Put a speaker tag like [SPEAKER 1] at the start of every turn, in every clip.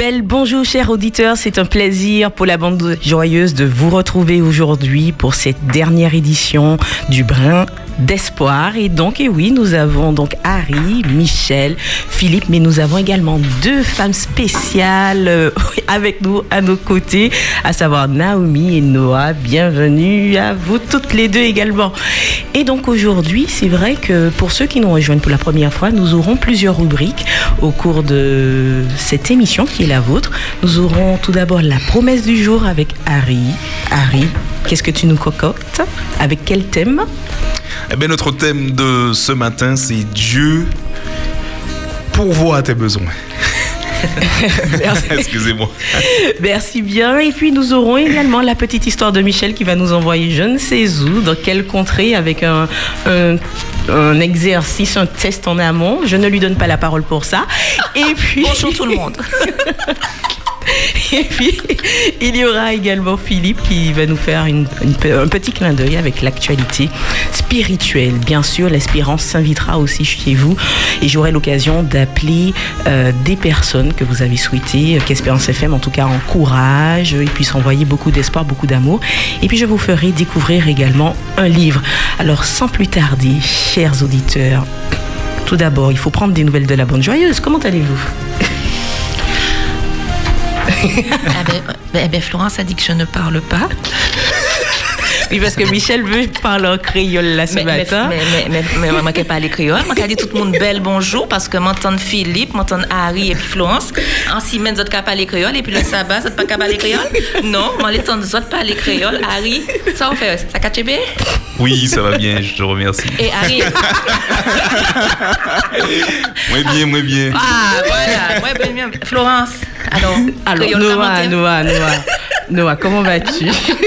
[SPEAKER 1] Michel, bonjour chers auditeurs, c'est un plaisir pour la bande joyeuse de vous retrouver aujourd'hui pour cette dernière édition du Brin d'Espoir. Et donc, oui, nous avons donc Harry, Michel, Philippe, mais nous avons également deux femmes spéciales avec nous à nos côtés, à savoir Naomi et Noah. Bienvenue à vous toutes les deux également. Et donc aujourd'hui, c'est vrai que pour ceux qui nous rejoignent pour la première fois, nous aurons plusieurs rubriques au cours de cette émission qui est la vôtre. Nous aurons tout d'abord la promesse du jour avec Harry. Harry, qu'est-ce que tu nous concoctes? Avec quel thème?
[SPEAKER 2] Eh bien, notre thème de ce matin, c'est Dieu pourvoit à tes besoins. Excusez-moi.
[SPEAKER 1] Merci bien. Et puis nous aurons également la petite histoire de Michel qui va nous envoyer je ne sais où, dans quelle contrée, avec un exercice, un test en amont. Je ne lui donne pas la parole pour ça. Et puis...
[SPEAKER 3] Bonjour tout le monde.
[SPEAKER 1] Et puis, il y aura également Philippe qui va nous faire un petit clin d'œil avec l'actualité spirituelle. Bien sûr, l'Espérance s'invitera aussi chez vous et j'aurai l'occasion d'appeler des personnes que vous avez souhaité qu'Espérance FM, en tout cas, encourage et puisse envoyer beaucoup d'espoir, beaucoup d'amour. Et puis, je vous ferai découvrir également un livre. Alors, sans plus tarder, chers auditeurs, tout d'abord, il faut prendre des nouvelles de la bande joyeuse. Comment allez-vous ?
[SPEAKER 3] Florence a dit que je ne parle pas.
[SPEAKER 1] Oui, parce que Michel veut parler en créole là ce matin.
[SPEAKER 3] Mais moi qui parle créole, moi qui dit tout le monde bel bonjour parce que m'entend Philippe, m'entend Harry et puis Florence. En semaine, vous êtes parler créole et puis le sabbat, vous n'êtes pas parler créole? Non, moi les temps vous êtes parler créole. Harry, ça on fait, ça cache bien?
[SPEAKER 2] Oui, ça va bien, je te remercie.
[SPEAKER 3] Et Harry.
[SPEAKER 2] Moi bien.
[SPEAKER 3] Ah, voilà, moi bien. Florence, alors
[SPEAKER 1] Noah, comment vas-tu?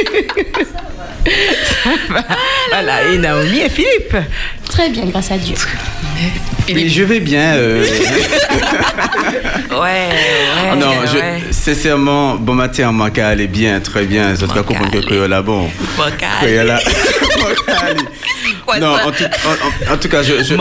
[SPEAKER 1] Voilà, et Naomi et Philippe.
[SPEAKER 4] Très bien, grâce à Dieu.
[SPEAKER 5] Mais je vais bien. Sincèrement, bon matin, moi, qui allait bien, très bien. Je dois comprendre que Créole a bon. Non, en tout cas, je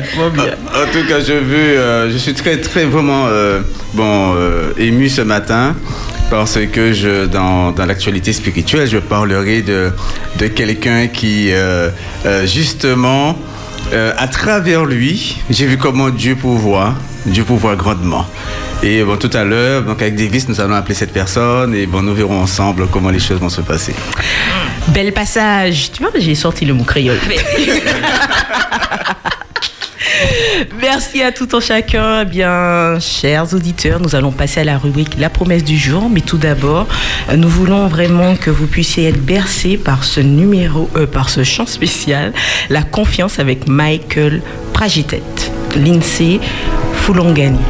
[SPEAKER 5] suis très vraiment ému ce matin. Parce que dans l'actualité spirituelle, je parlerai de quelqu'un qui, justement, à travers lui, j'ai vu comment Dieu pourvoit grandement. Et tout à l'heure, donc avec Davis, nous allons appeler cette personne et nous verrons ensemble comment les choses vont se passer.
[SPEAKER 1] Bel passage. Tu vois, j'ai sorti le mot créole. Merci à tout un chacun. Bien, chers auditeurs, nous allons passer à la rubrique La promesse du jour. Mais tout d'abord, nous voulons vraiment que vous puissiez être bercés par par ce chant spécial, La confiance avec Michael Prajitet, Lindsay Foulongani.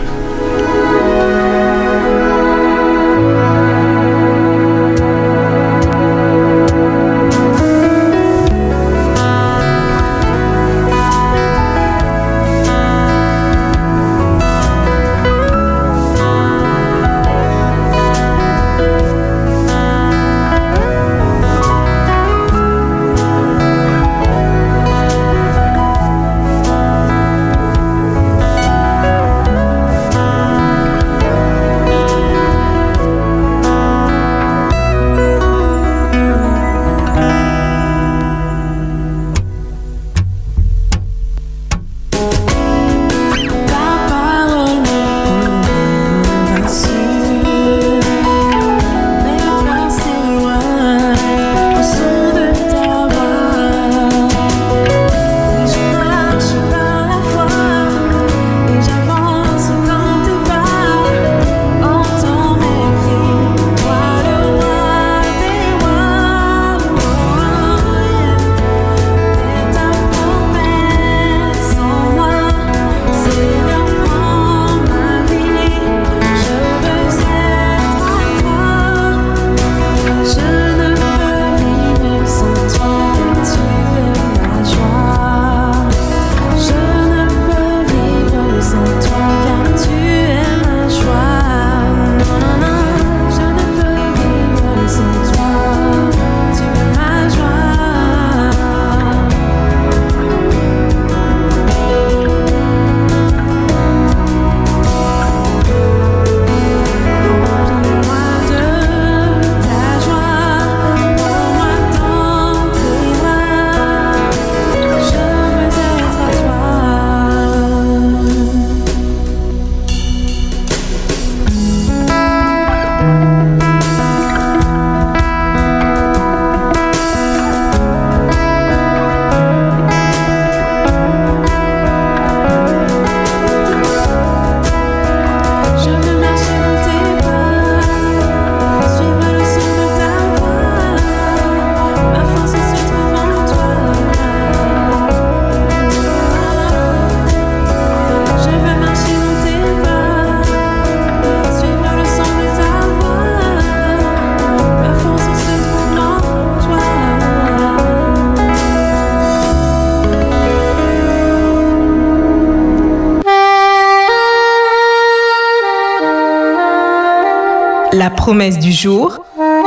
[SPEAKER 6] La promesse du jour.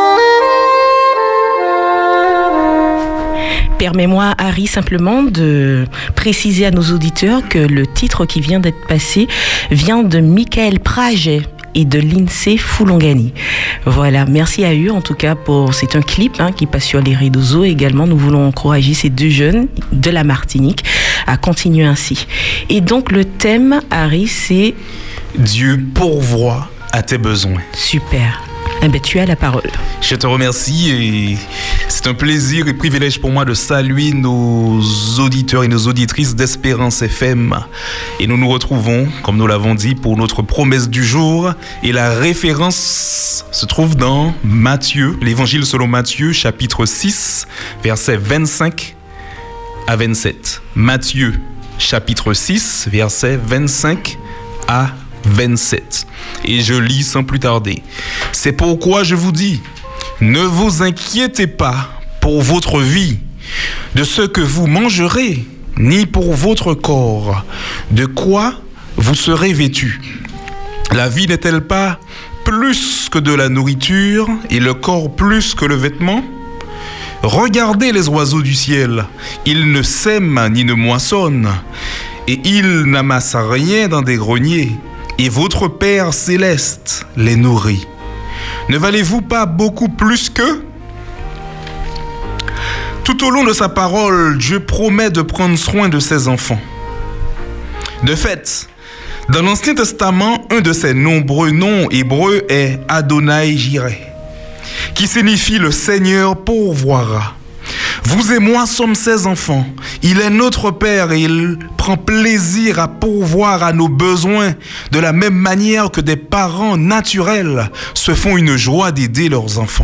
[SPEAKER 1] Permets-moi, Harry, simplement de préciser à nos auditeurs que le titre qui vient d'être passé vient de Michael Praget et de Lindsay Foulongani. Voilà, merci à eux en tout cas pour... C'est un clip qui passe sur les réseaux également. Nous voulons encourager ces deux jeunes de la Martinique à continuer ainsi. Et donc le thème, Harry, c'est...
[SPEAKER 2] Dieu pourvoit à tes besoins.
[SPEAKER 1] Super. Eh bien, tu as la parole.
[SPEAKER 2] Je te remercie et c'est un plaisir et privilège pour moi de saluer nos auditeurs et nos auditrices d'Espérance FM. Et nous nous retrouvons, comme nous l'avons dit, pour notre promesse du jour. Et la référence se trouve dans Matthieu, l'Évangile selon Matthieu, chapitre 6, versets 25 à 27. Matthieu, chapitre 6, versets 25 à 27. Et je lis sans plus tarder. C'est pourquoi je vous dis, ne vous inquiétez pas pour votre vie, de ce que vous mangerez, ni pour votre corps, de quoi vous serez vêtus. La vie n'est-elle pas plus que de la nourriture, et le corps plus que le vêtement ? Regardez les oiseaux du ciel, ils ne sèment ni ne moissonnent, et ils n'amassent rien dans des greniers, et votre Père céleste les nourrit. Ne valez-vous pas beaucoup plus qu'eux ? Tout au long de sa parole, Dieu promet de prendre soin de ses enfants. De fait, dans l'Ancien Testament, un de ses nombreux noms hébreux est Adonai Jireh, qui signifie le Seigneur pourvoira. Vous et moi sommes ses enfants. Il est notre Père et il prend plaisir à pourvoir à nos besoins de la même manière que des parents naturels se font une joie d'aider leurs enfants.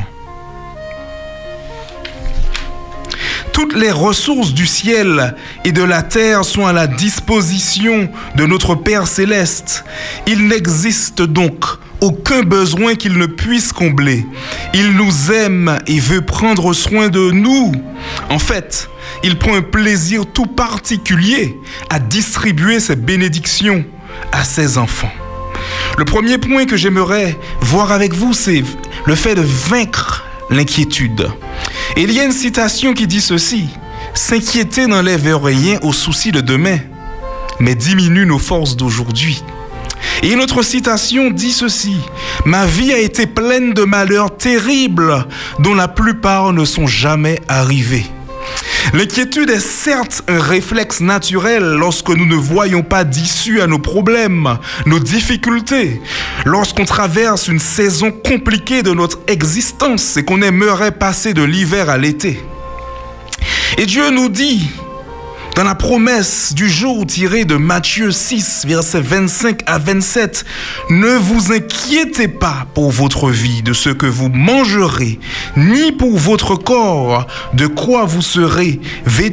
[SPEAKER 2] Toutes les ressources du ciel et de la terre sont à la disposition de notre Père céleste. Il n'existe donc aucun besoin qu'il ne puisse combler. Il nous aime et veut prendre soin de nous. En fait, il prend un plaisir tout particulier à distribuer ses bénédictions à ses enfants. Le premier point que j'aimerais voir avec vous, c'est le fait de vaincre l'inquiétude. Et il y a une citation qui dit ceci: « S'inquiéter n'enlève rien aux soucis de demain, mais diminue nos forces d'aujourd'hui. » Et une autre citation dit ceci: « Ma vie a été pleine de malheurs terribles dont la plupart ne sont jamais arrivés. » L'inquiétude est certes un réflexe naturel lorsque nous ne voyons pas d'issue à nos problèmes, nos difficultés, lorsqu'on traverse une saison compliquée de notre existence et qu'on aimerait passer de l'hiver à l'été. Et Dieu nous dit, dans la promesse du jour tirée de Matthieu 6, versets 25 à 27, « Ne vous inquiétez pas pour votre vie de ce que vous mangerez, ni pour votre corps de quoi vous serez vêtus. »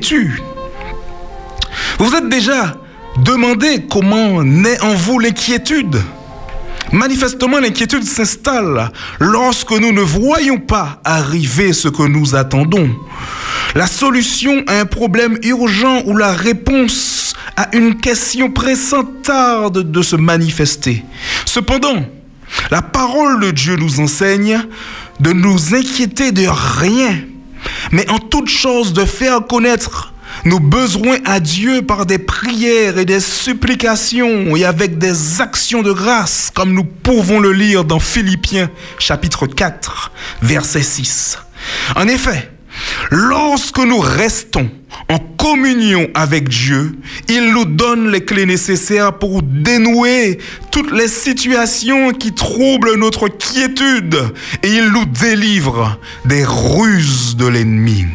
[SPEAKER 2] Vous vous êtes déjà demandé comment naît en vous l'inquiétude ? Manifestement, l'inquiétude s'installe lorsque nous ne voyons pas arriver ce que nous attendons. La solution à un problème urgent ou la réponse à une question pressante tarde de se manifester. Cependant, la parole de Dieu nous enseigne de nous inquiéter de rien, mais en toute chose de faire connaître nos besoins à Dieu par des prières et des supplications et avec des actions de grâce, comme nous pouvons le lire dans Philippiens chapitre 4, verset 6. En effet, lorsque nous restons en communion avec Dieu, il nous donne les clés nécessaires pour dénouer toutes les situations qui troublent notre quiétude et il nous délivre des ruses de l'ennemi.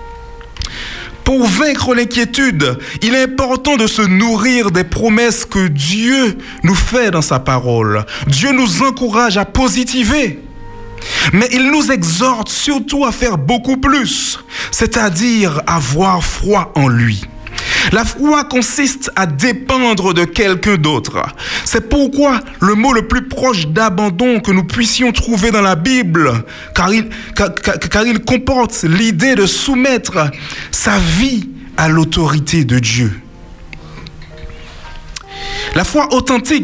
[SPEAKER 2] Pour vaincre l'inquiétude, il est important de se nourrir des promesses que Dieu nous fait dans sa parole. Dieu nous encourage à positiver, mais il nous exhorte surtout à faire beaucoup plus, c'est-à-dire avoir foi en lui. La foi consiste à dépendre de quelqu'un d'autre. C'est pourquoi le mot le plus proche d'abandon que nous puissions trouver dans la Bible, car il comporte l'idée de soumettre sa vie à l'autorité de Dieu. La foi authentique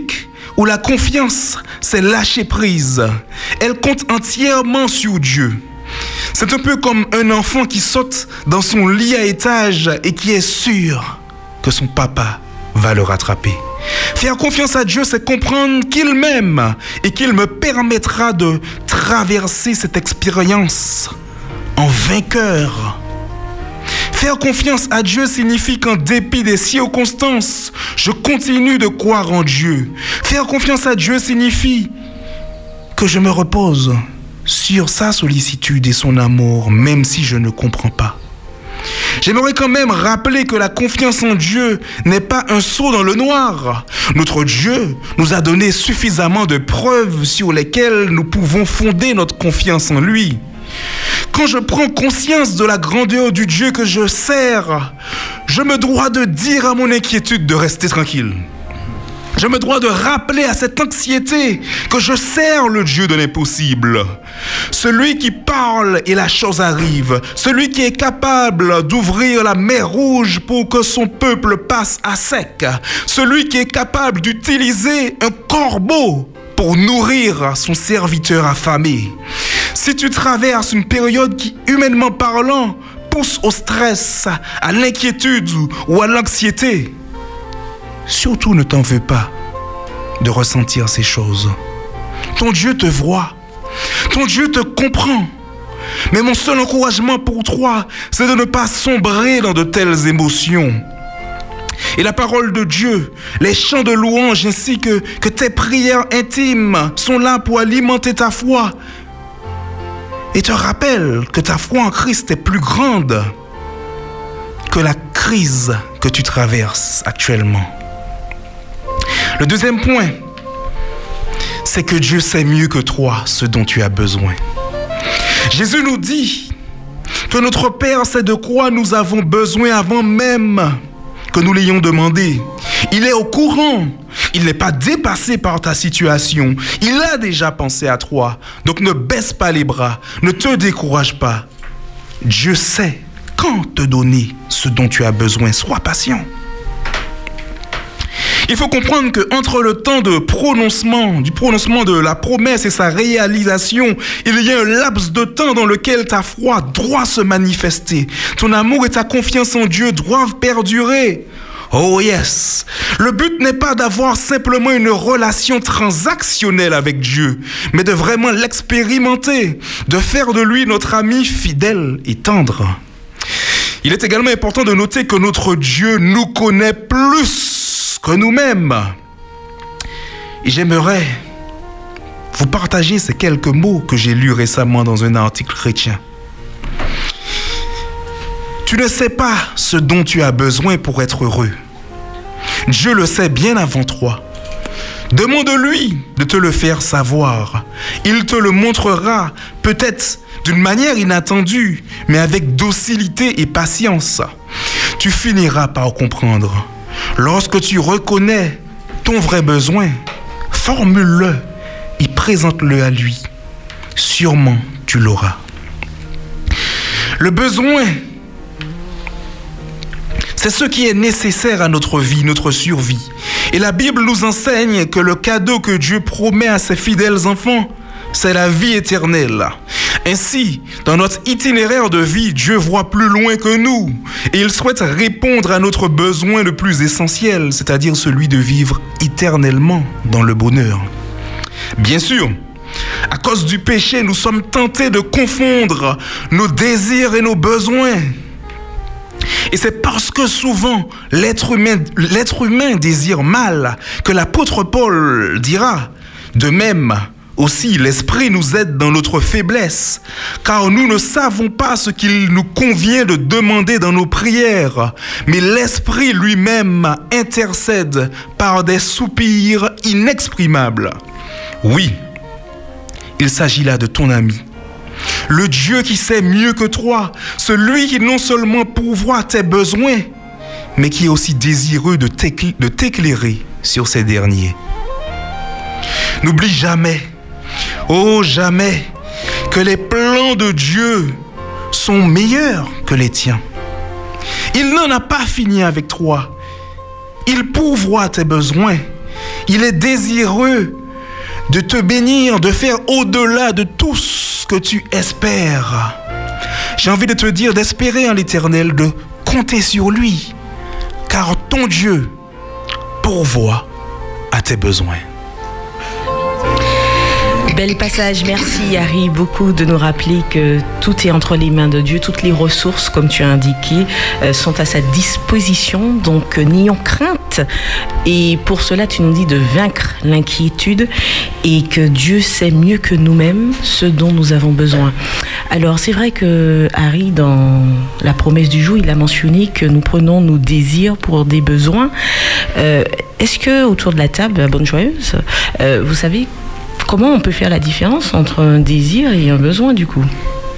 [SPEAKER 2] où la confiance, c'est lâcher prise. Elle compte entièrement sur Dieu. C'est un peu comme un enfant qui saute dans son lit à étage et qui est sûr que son papa va le rattraper. Faire confiance à Dieu, c'est comprendre qu'il m'aime et qu'il me permettra de traverser cette expérience en vainqueur. Faire confiance à Dieu signifie qu'en dépit des circonstances, je continue de croire en Dieu. Faire confiance à Dieu signifie que je me repose sur sa sollicitude et son amour, même si je ne comprends pas. J'aimerais quand même rappeler que la confiance en Dieu n'est pas un saut dans le noir. Notre Dieu nous a donné suffisamment de preuves sur lesquelles nous pouvons fonder notre confiance en lui. Quand je prends conscience de la grandeur du Dieu que je sers, je me dois de dire à mon inquiétude de rester tranquille. Je me dois de rappeler à cette anxiété que je sers le Dieu de l'impossible. Celui qui parle et la chose arrive. Celui qui est capable d'ouvrir la mer Rouge pour que son peuple passe à sec. Celui qui est capable d'utiliser un corbeau pour nourrir son serviteur affamé. Si tu traverses une période qui, humainement parlant, pousse au stress, à l'inquiétude ou à l'anxiété, surtout ne t'en veux pas de ressentir ces choses. Ton Dieu te voit. Ton Dieu te comprend. Mais mon seul encouragement pour toi, c'est de ne pas sombrer dans de telles émotions. Et la parole de Dieu, les chants de louange ainsi que tes prières intimes sont là pour alimenter ta foi et te rappellent que ta foi en Christ est plus grande que la crise que tu traverses actuellement. Le deuxième point, c'est que Dieu sait mieux que toi ce dont tu as besoin. Jésus nous dit que notre Père sait de quoi nous avons besoin avant même que nous l'ayons demandé. Il est au courant. Il n'est pas dépassé par ta situation. Il a déjà pensé à toi. Donc ne baisse pas les bras. Ne te décourage pas. Dieu sait quand te donner ce dont tu as besoin. Sois patient. Il faut comprendre qu'entre le temps du prononcement de la promesse et sa réalisation, il y a un laps de temps dans lequel ta foi doit se manifester. Ton amour et ta confiance en Dieu doivent perdurer. Oh yes! Le but n'est pas d'avoir simplement une relation transactionnelle avec Dieu, mais de vraiment l'expérimenter, de faire de lui notre ami fidèle et tendre. Il est également important de noter que notre Dieu nous connaît plus que nous-mêmes. Et j'aimerais vous partager ces quelques mots que j'ai lus récemment dans un article chrétien. Tu ne sais pas ce dont tu as besoin pour être heureux. Dieu le sait bien avant toi. Demande-lui de te le faire savoir. Il te le montrera, peut-être d'une manière inattendue, mais avec docilité et patience. Tu finiras par comprendre. Lorsque tu reconnais ton vrai besoin, formule-le et présente-le à lui. Sûrement, tu l'auras. Le besoin, c'est ce qui est nécessaire à notre vie, notre survie. Et la Bible nous enseigne que le cadeau que Dieu promet à ses fidèles enfants, c'est la vie éternelle. Ainsi, dans notre itinéraire de vie, Dieu voit plus loin que nous. Et il souhaite répondre à notre besoin le plus essentiel, c'est-à-dire celui de vivre éternellement dans le bonheur. Bien sûr, à cause du péché, nous sommes tentés de confondre nos désirs et nos besoins. Et c'est parce que souvent, l'être humain désire mal que l'apôtre Paul dira, de même, aussi, l'Esprit nous aide dans notre faiblesse, car nous ne savons pas ce qu'il nous convient de demander dans nos prières, mais l'Esprit lui-même intercède par des soupirs inexprimables. Oui, il s'agit là de ton ami. Le Dieu qui sait mieux que toi, celui qui non seulement pourvoit tes besoins, mais qui est aussi désireux de t'éclairer sur ces derniers. N'oublie jamais, oh jamais, que les plans de Dieu sont meilleurs que les tiens. Il n'en a pas fini avec toi. Il pourvoit tes besoins. Il est désireux de te bénir, de faire au-delà de tout ce que tu espères. J'ai envie de te dire d'espérer en l'Éternel, de compter sur lui, car ton Dieu pourvoit à tes besoins.
[SPEAKER 1] Bel passage, merci Harry beaucoup de nous rappeler que tout est entre les mains de Dieu, toutes les ressources comme tu as indiqué sont à sa disposition, donc n'ayons crainte et pour cela tu nous dis de vaincre l'inquiétude et que Dieu sait mieux que nous-mêmes ce dont nous avons besoin. Alors c'est vrai que Harry dans la promesse du jour il a mentionné que nous prenons nos désirs pour des besoins. Est-ce que autour de la table, la bonne joyeuse, vous savez comment on peut faire la différence entre un désir et un besoin du coup?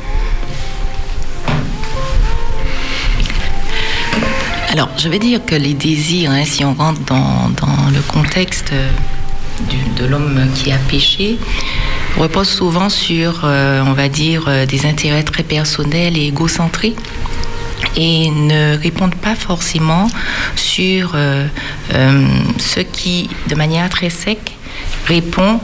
[SPEAKER 3] Alors, je vais dire que les désirs, si on rentre dans le contexte de l'homme qui a péché, reposent souvent sur, on va dire, des intérêts très personnels et égocentrés et ne répondent pas forcément sur ce qui, de manière très sec, répond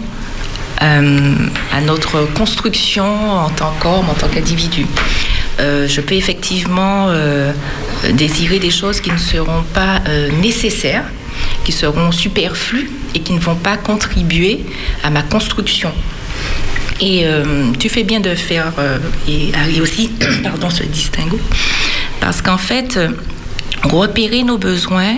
[SPEAKER 3] à notre construction en tant qu'homme, en tant qu'individu. Je peux effectivement désirer des choses qui ne seront pas nécessaires, qui seront superflues et qui ne vont pas contribuer à ma construction. Et tu fais bien de faire, et Harry aussi, pardon, ce distinguo, parce qu'en fait, repérer nos besoins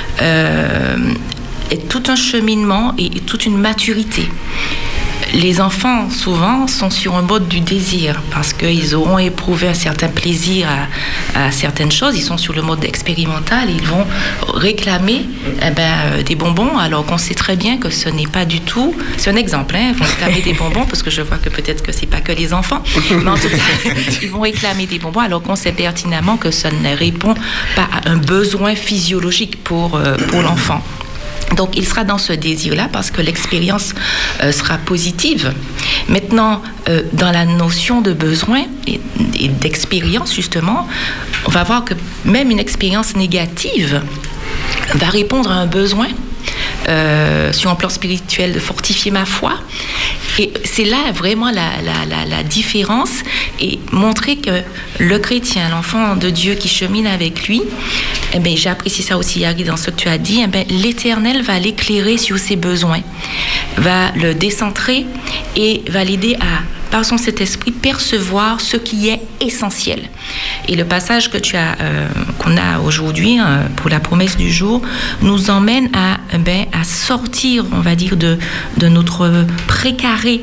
[SPEAKER 3] est tout un cheminement et toute une maturité. Les enfants, souvent, sont sur un mode du désir parce qu'ils auront éprouvé un certain plaisir à certaines choses. Ils sont sur le mode expérimental. Ils vont réclamer des bonbons alors qu'on sait très bien que ce n'est pas du tout... C'est un exemple, hein. Ils vont réclamer des bonbons parce que je vois que peut-être que ce n'est pas que les enfants. Mais en tout cas, ils vont réclamer des bonbons alors qu'on sait pertinemment que ça ne répond pas à un besoin physiologique pour l'enfant. Donc, il sera dans ce désir-là parce que l'expérience sera positive. Maintenant, dans la notion de besoin et d'expérience, justement, on va voir que même une expérience négative va répondre à un besoin sur un plan spirituel de fortifier ma foi. Et c'est là vraiment la différence et montrer que le chrétien, l'enfant de Dieu qui chemine avec lui, j'ai apprécié ça aussi, Harry, dans ce que tu as dit, l'Éternel va l'éclairer sur ses besoins, va le décentrer et va l'aider à, par son Saint-Esprit, percevoir ce qui est essentiel. Et le passage que qu'on a aujourd'hui pour la promesse du jour nous emmène à sortir, on va dire, de notre précaré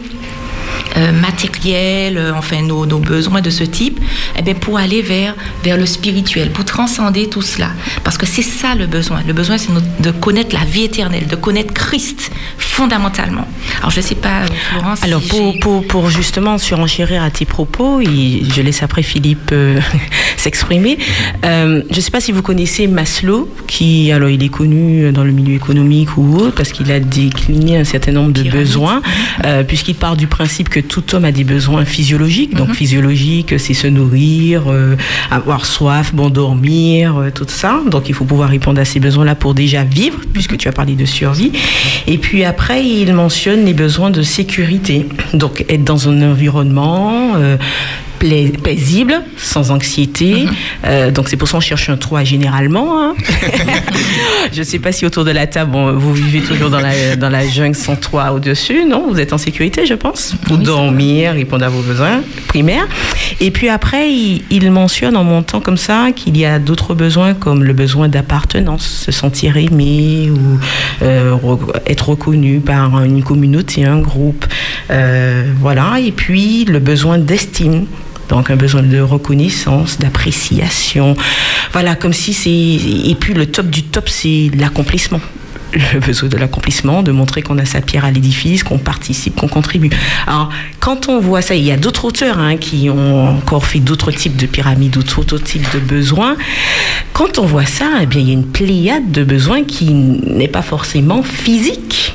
[SPEAKER 3] matériel, enfin nos besoins de ce type, pour aller vers le spirituel, pour transcender tout cela. Parce que c'est ça le besoin. Le besoin, c'est de connaître la vie éternelle, de connaître Christ fondamentalement. Alors, je ne sais pas, Florence...
[SPEAKER 1] Alors, pour justement surenchérir à tes propos, et je laisse après Philippe s'exprimer, je ne sais pas si vous connaissez Maslow, alors il est connu dans le milieu économique ou autre, parce qu'il a décliné un certain nombre de besoins, puisqu'il part du principe que tout homme a des besoins physiologiques. Donc, physiologique, c'est se nourrir, avoir soif, bon dormir, tout ça. Donc, il faut pouvoir répondre à ces besoins-là pour déjà vivre, puisque tu as parlé de survie. Et puis après, il mentionne les besoins de sécurité. Donc, être dans un environnement paisible, sans anxiété. Donc, c'est pour ça qu'on cherche un toit généralement. Hein. Je ne sais pas si autour de la table, vous vivez toujours dans la jungle sans toit au-dessus. Non, vous êtes en sécurité, je pense, pour dormir, répondre à vos besoins primaires. Et puis après, il mentionne en montant comme ça qu'il y a d'autres besoins comme le besoin d'appartenance, se sentir aimé ou être reconnu par une communauté, un groupe. Voilà. Et puis, le besoin d'estime. Donc, un besoin de reconnaissance, d'appréciation. Voilà, comme si c'est... Et puis, le top du top, c'est l'accomplissement. Le besoin de l'accomplissement, de montrer qu'on a sa pierre à l'édifice, qu'on participe, qu'on contribue. Alors, quand on voit ça, il y a d'autres auteurs qui ont encore fait d'autres types de pyramides, d'autres types de besoins. Quand on voit ça, il y a une pléiade de besoins qui n'est pas forcément physique.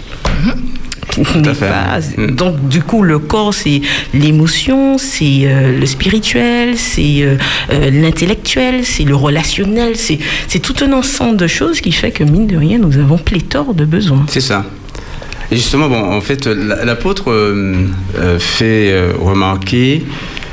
[SPEAKER 1] Donc, du coup, le corps, c'est l'émotion, c'est le spirituel, c'est l'intellectuel, c'est le relationnel, c'est tout un ensemble de choses qui fait que, mine de rien, nous avons pléthore de besoins.
[SPEAKER 5] C'est ça. Et justement, bon, en fait, l'apôtre fait remarquer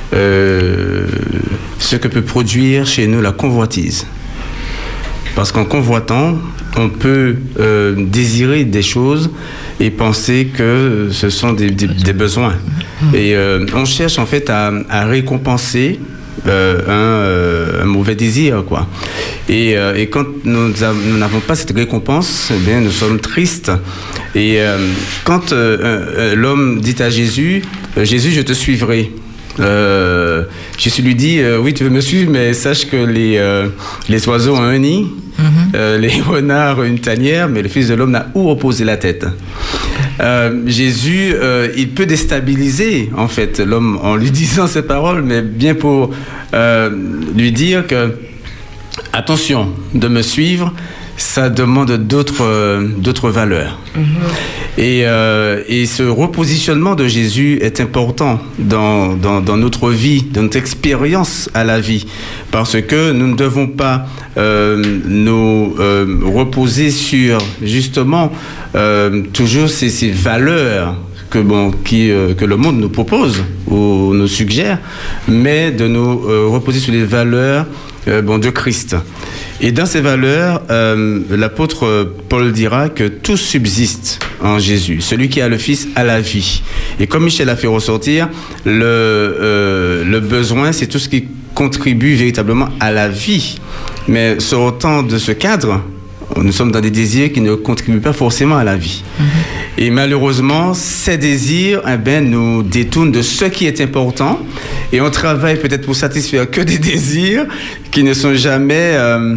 [SPEAKER 5] ce que peut produire chez nous la convoitise. Parce qu'en convoitant, on peut désirer des choses et penser que ce sont des besoins. Et on cherche en fait à récompenser un mauvais désir, quoi. Et quand nous n'avons pas cette récompense, eh bien, nous sommes tristes. Et quand l'homme dit à Jésus, Jésus, je te suivrai. Jésus lui dit, oui, tu veux me suivre, mais sache que les oiseaux ont un nid, les renards une tanière, mais le Fils de l'homme n'a où reposer la tête. Jésus, il peut déstabiliser en fait l'homme en lui disant ces paroles, mais bien pour lui dire que attention, de me suivre, ça demande d'autres valeurs. Et ce repositionnement de Jésus est important dans notre vie, dans notre expérience à la vie, parce que nous ne devons pas nous reposer sur justement toujours ces valeurs que le monde nous propose ou nous suggère, mais de nous reposer sur les valeurs de Christ. Et dans ces valeurs, l'apôtre Paul dira que tout subsiste en Jésus. Celui qui a le Fils a la vie. Et comme Michel a fait ressortir, le besoin, c'est tout ce qui contribue véritablement à la vie. Mais sortant de ce cadre, nous sommes dans des désirs qui ne contribuent pas forcément à la vie. Et malheureusement, ces désirs nous détournent de ce qui est important. Et on travaille peut-être pour satisfaire que des désirs qui ne sont jamais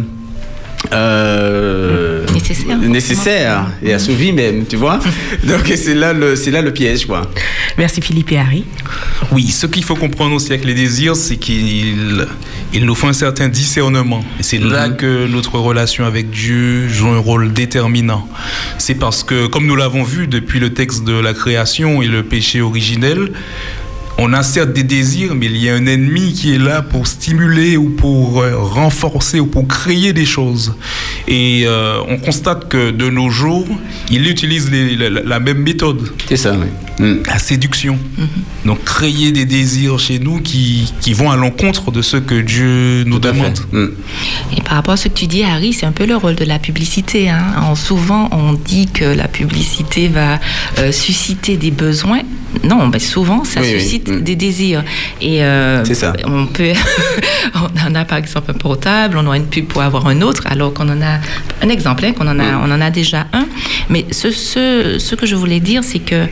[SPEAKER 5] nécessaires et assouvis même, tu vois. Donc c'est là le piège, quoi.
[SPEAKER 1] Merci Philippe et Harry.
[SPEAKER 2] Oui, ce qu'il faut comprendre aussi avec les désirs, c'est qu'il nous faut un certain discernement. Et c'est là que notre relation avec Dieu joue un rôle déterminant. C'est parce que, comme nous l'avons vu depuis le texte de la création et le péché originel, on a certes des désirs, mais il y a un ennemi qui est là pour stimuler ou pour renforcer ou pour créer des choses. Et on constate que de nos jours, il utilise la même méthode.
[SPEAKER 5] C'est ça, oui.
[SPEAKER 2] La séduction. Donc créer des désirs chez nous qui vont à l'encontre de ce que Dieu nous demande.
[SPEAKER 3] Et par rapport à ce que tu dis, Harry, c'est un peu le rôle de la publicité. Souvent, on dit que la publicité va susciter des besoins. Non, souvent, ça suscite des désirs. Et
[SPEAKER 5] c'est ça.
[SPEAKER 3] On en a par exemple un portable, on aura une pub pour avoir un autre, alors qu'on en a un exemple, on en a déjà un. Mais ce que je voulais dire, c'est que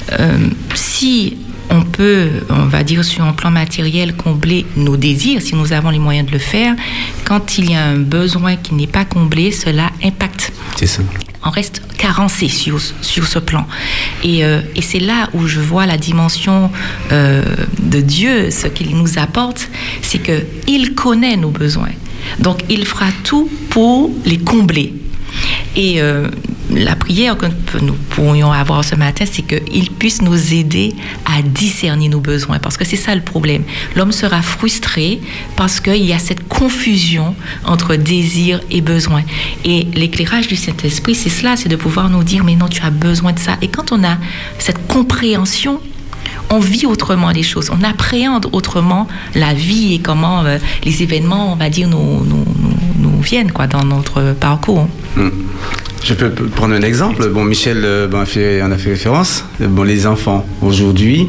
[SPEAKER 3] si on peut, on va dire sur un plan matériel, combler nos désirs, si nous avons les moyens de le faire, quand il y a un besoin qui n'est pas comblé, cela impacte.
[SPEAKER 5] C'est ça.
[SPEAKER 3] On reste carencé sur ce plan. Et c'est là où je vois la dimension de Dieu, ce qu'il nous apporte, c'est qu'il connaît nos besoins. Donc, il fera tout pour les combler. Et la prière que nous pourrions avoir ce matin, c'est qu'il puisse nous aider à discerner nos besoins. Parce que c'est ça le problème. L'homme sera frustré parce qu'il y a cette confusion entre désir et besoin. Et l'éclairage du Saint-Esprit, c'est cela, c'est de pouvoir nous dire, mais non, tu as besoin de ça. Et quand on a cette compréhension, on vit autrement les choses, on appréhende autrement la vie et comment les événements, on va dire, nous viennent dans notre parcours.
[SPEAKER 5] Je peux prendre un exemple. Michel en a fait référence. Les enfants, aujourd'hui,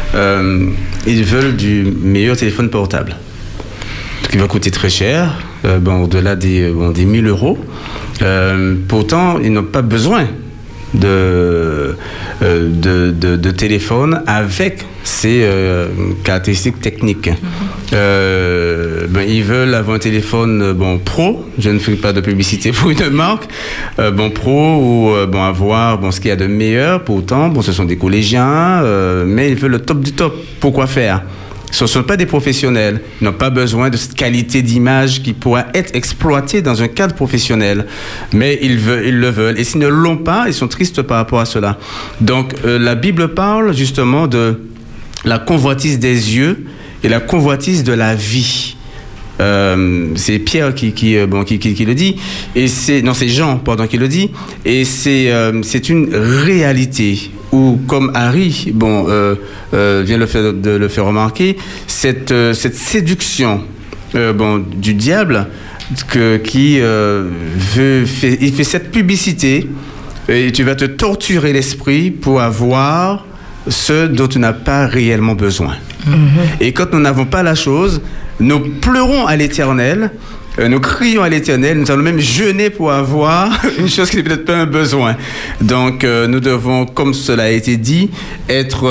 [SPEAKER 5] ils veulent du meilleur téléphone portable, qui va coûter très cher, au-delà des 1000 euros. Pourtant, ils n'ont pas besoin de téléphone avec ces caractéristiques techniques. Ils veulent avoir un téléphone pro, je ne fais pas de publicité pour une marque, pro, ou avoir ce qu'il y a de meilleur. Pourtant, ce sont des collégiens, mais ils veulent le top du top. Pourquoi faire ? Ce ne sont pas des professionnels. Ils n'ont pas besoin de cette qualité d'image qui pourra être exploitée dans un cadre professionnel. Mais ils le veulent. Et s'ils ne l'ont pas, ils sont tristes par rapport à cela. Donc, la Bible parle justement de la convoitise des yeux et la convoitise de la vie. c'est Pierre qui le dit, et c'est Jean, pardon, qui le dit, et c'est une réalité où, comme Harry, vient de le faire remarquer, cette séduction, du diable, il fait cette publicité, et tu vas te torturer l'esprit pour avoir ce dont tu n'as pas réellement besoin. Et quand nous n'avons pas la chose, nous pleurons à l'Éternel, nous crions à l'Éternel, nous allons même jeûner pour avoir une chose qui n'est peut-être pas un besoin. Donc nous devons, comme cela a été dit, être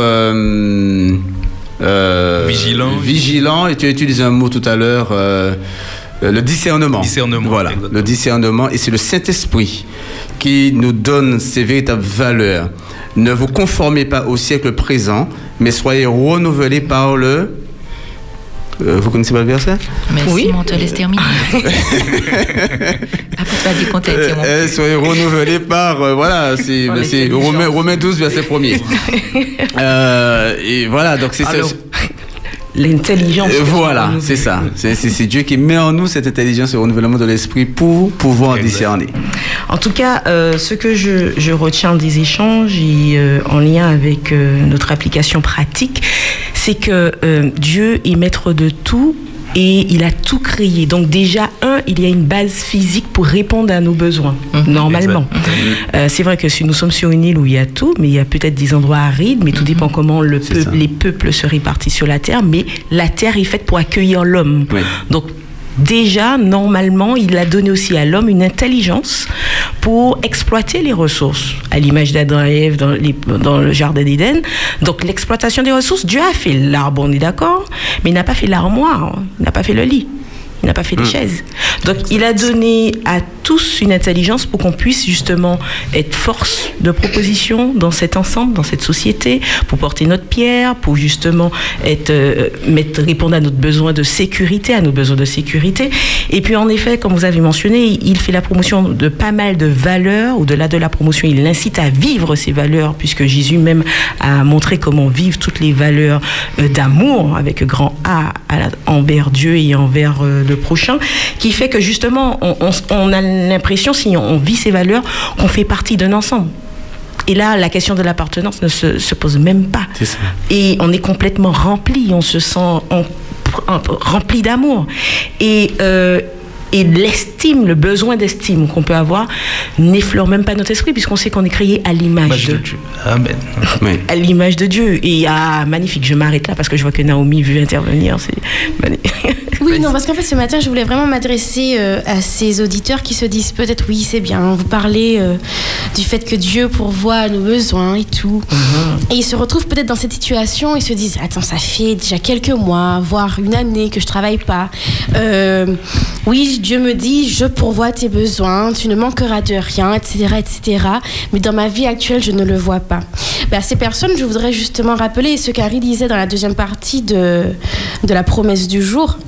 [SPEAKER 5] vigilant. Et tu as utilisé un mot tout à l'heure, le discernement. Voilà, exactement. Le discernement, et c'est le Saint-Esprit qui nous donne ces véritables valeurs. Ne vous conformez pas au siècle présent, mais soyez renouvelés par le... vous connaissez pas le verset?
[SPEAKER 3] Mais oui. Simon te laisse terminer. Après, tu vas dire qu'on t'a été
[SPEAKER 5] soyez renouvelés par... c'est Romains 12, verset 1er. Et voilà, donc c'est ça.
[SPEAKER 1] L'intelligence.
[SPEAKER 5] Voilà, c'est ça. C'est Dieu qui met en nous cette intelligence et le renouvellement de l'esprit pour pouvoir discerner.
[SPEAKER 1] En tout cas, ce que je retiens des échanges et en lien avec notre application pratique, c'est que Dieu est maître de tout. Et il a tout créé. Donc déjà, il y a une base physique pour répondre à nos besoins, normalement. C'est vrai que si nous sommes sur une île où il y a tout, mais il y a peut-être des endroits arides, mais tout dépend comment les peuples se répartissent sur la terre. Mais la terre est faite pour accueillir l'homme. Oui. Donc déjà, normalement, il a donné aussi à l'homme une intelligence pour exploiter les ressources, à l'image d'Adam et Ève dans le jardin d'Éden. Donc, l'exploitation des ressources, Dieu a fait l'arbre, on est d'accord, mais il n'a pas fait l'armoire, il n'a pas fait le lit. Il n'a pas fait les chaises. Donc, il a donné à tous une intelligence pour qu'on puisse justement être force de proposition dans cet ensemble, dans cette société, pour porter notre pierre, pour justement répondre à notre besoin de sécurité, Et puis, en effet, comme vous avez mentionné, il fait la promotion de pas mal de valeurs. Au-delà de la promotion, il incite à vivre ces valeurs, puisque Jésus même a montré comment vivre toutes les valeurs d'amour, avec grand A, envers Dieu et envers le prochain, qui fait que justement on a l'impression, si on vit ces valeurs, qu'on fait partie d'un ensemble. Et là, la question de l'appartenance ne se pose même pas. C'est ça. Et on est complètement rempli, on se sent rempli d'amour. Et l'estime, le besoin d'estime qu'on peut avoir n'effleure même pas notre esprit, puisqu'on sait qu'on est créé à l'image de Dieu.
[SPEAKER 2] Amen.
[SPEAKER 5] Oui.
[SPEAKER 1] À l'image de Dieu. Et magnifique, je m'arrête là parce que je vois que Naomi veut intervenir.
[SPEAKER 4] Oui, non, parce qu'en fait, ce matin, je voulais vraiment m'adresser à ces auditeurs qui se disent peut-être, oui, c'est bien, vous parlez du fait que Dieu pourvoit à nos besoins et tout. Et ils se retrouvent peut-être dans cette situation, ils se disent, attends, ça fait déjà quelques mois, voire une année que je travaille pas. Oui, Dieu me dit, je pourvois tes besoins, tu ne manqueras de rien, etc., etc. Mais dans ma vie actuelle, je ne le vois pas. À ces personnes, je voudrais justement rappeler ce qu'Harry disait dans la deuxième partie de la promesse du jour.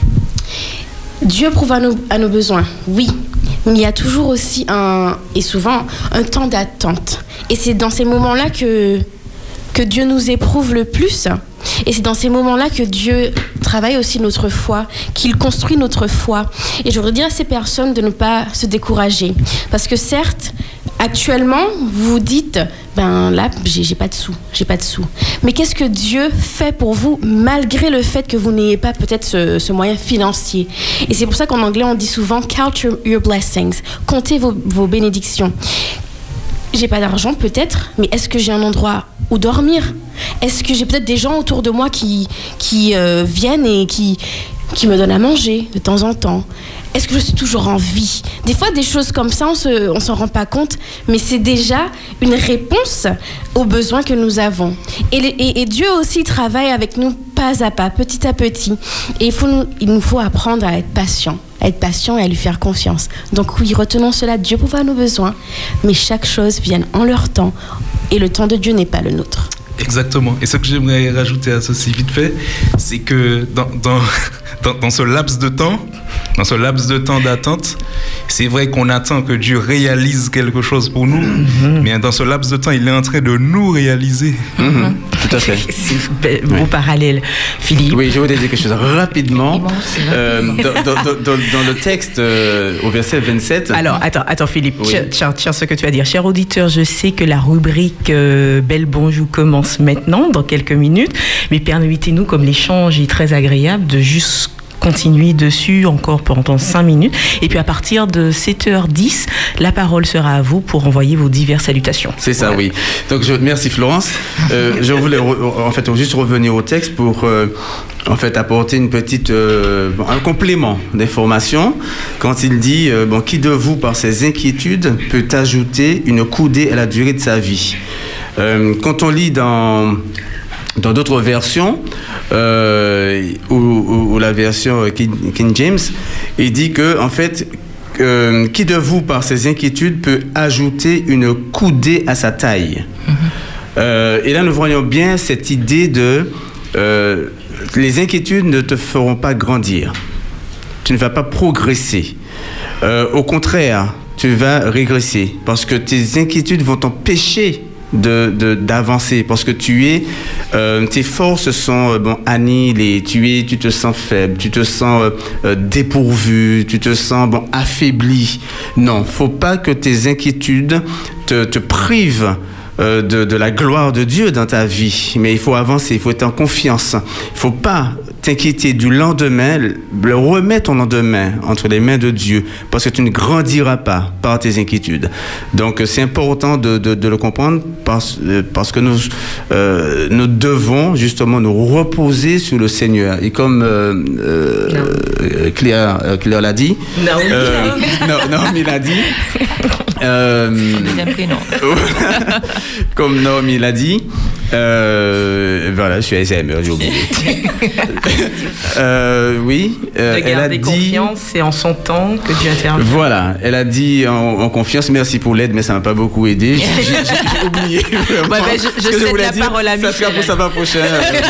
[SPEAKER 4] Dieu prouve à nos besoins, oui. Mais il y a toujours aussi et souvent un temps d'attente. Et c'est dans ces moments-là que Dieu nous éprouve le plus. Et c'est dans ces moments-là que Dieu travaille aussi notre foi, qu'il construit notre foi. Et je voudrais dire à ces personnes de ne pas se décourager. Parce que certes, actuellement, vous vous dites, là, j'ai pas de sous. Mais qu'est-ce que Dieu fait pour vous, malgré le fait que vous n'ayez pas peut-être ce moyen financier? Et c'est pour ça qu'en anglais, on dit souvent, count your blessings. Comptez vos bénédictions. J'ai pas d'argent peut-être, mais est-ce que j'ai un endroit où dormir? Est-ce que j'ai peut-être des gens autour de moi qui viennent et qui me donnent à manger de temps en temps? Est-ce que je suis toujours en vie? Des fois, des choses comme ça, on s'en rend pas compte, mais c'est déjà une réponse aux besoins que nous avons. Et Dieu aussi travaille avec nous pas à pas, petit à petit. Et il nous faut apprendre à être patient et à lui faire confiance. Donc oui, retenons cela, Dieu pourvoit nos besoins, mais chaque chose vient en leur temps, et le temps de Dieu n'est pas le nôtre.
[SPEAKER 2] Exactement. Et ce que j'aimerais rajouter à ceci vite fait, c'est que dans ce laps de temps, dans ce laps de temps d'attente, c'est vrai qu'on attend que Dieu réalise quelque chose pour nous, mais dans ce laps de temps, il est en train de nous réaliser.
[SPEAKER 5] Tout à fait.
[SPEAKER 1] C'est beau parallèle. Philippe?
[SPEAKER 5] Oui, je voudrais dire quelque chose rapidement. Dans le texte, au verset 27...
[SPEAKER 1] Alors, attends Philippe, tiens ce que tu vas dire. Chers auditeurs, je sais que la rubrique Belle Bonjour commence maintenant, dans quelques minutes, mais permettez-nous, comme l'échange est très agréable, de juste continuer dessus encore pendant 5 minutes. Et puis à partir de 7h10, la parole sera à vous pour envoyer vos diverses salutations.
[SPEAKER 5] C'est ça, oui. Donc merci Florence. Je voulais juste revenir au texte pour apporter une petite un complément d'information quand il dit qui de vous par ses inquiétudes peut ajouter une coudée à la durée de sa vie. Quand on lit dans d'autres versions, ou la version King James, il dit que, en fait, qui de vous, par ses inquiétudes, peut ajouter une coudée à sa taille? Et là, nous voyons bien cette idée de les inquiétudes ne te feront pas grandir. Tu ne vas pas progresser. Au contraire, tu vas régresser parce que tes inquiétudes vont t'empêcher d'avancer parce que tes forces sont annihilées, tu te sens faible, tu te sens dépourvu, tu te sens affaibli. Non, faut pas que tes inquiétudes te privent de la gloire de Dieu dans ta vie, mais il faut avancer, il faut être en confiance. Il faut pas t'inquiéter du lendemain, remets ton lendemain entre les mains de Dieu, parce que tu ne grandiras pas par tes inquiétudes. Donc c'est important de le comprendre parce que nous devons justement nous reposer sur le Seigneur. Et comme Claire l'a dit, Naomi l'a dit,
[SPEAKER 3] deuxième prénom.
[SPEAKER 5] Comme Naomi l'a dit, je suis ASMR, j'ai oublié.
[SPEAKER 1] De garder confiance, c'est en son temps que Dieu intervient.
[SPEAKER 5] Voilà, elle a dit en confiance, merci pour l'aide, mais ça m'a pas beaucoup aidé. J'ai oublié.
[SPEAKER 1] Je cède la parole à Michel.
[SPEAKER 5] Ça va prochain.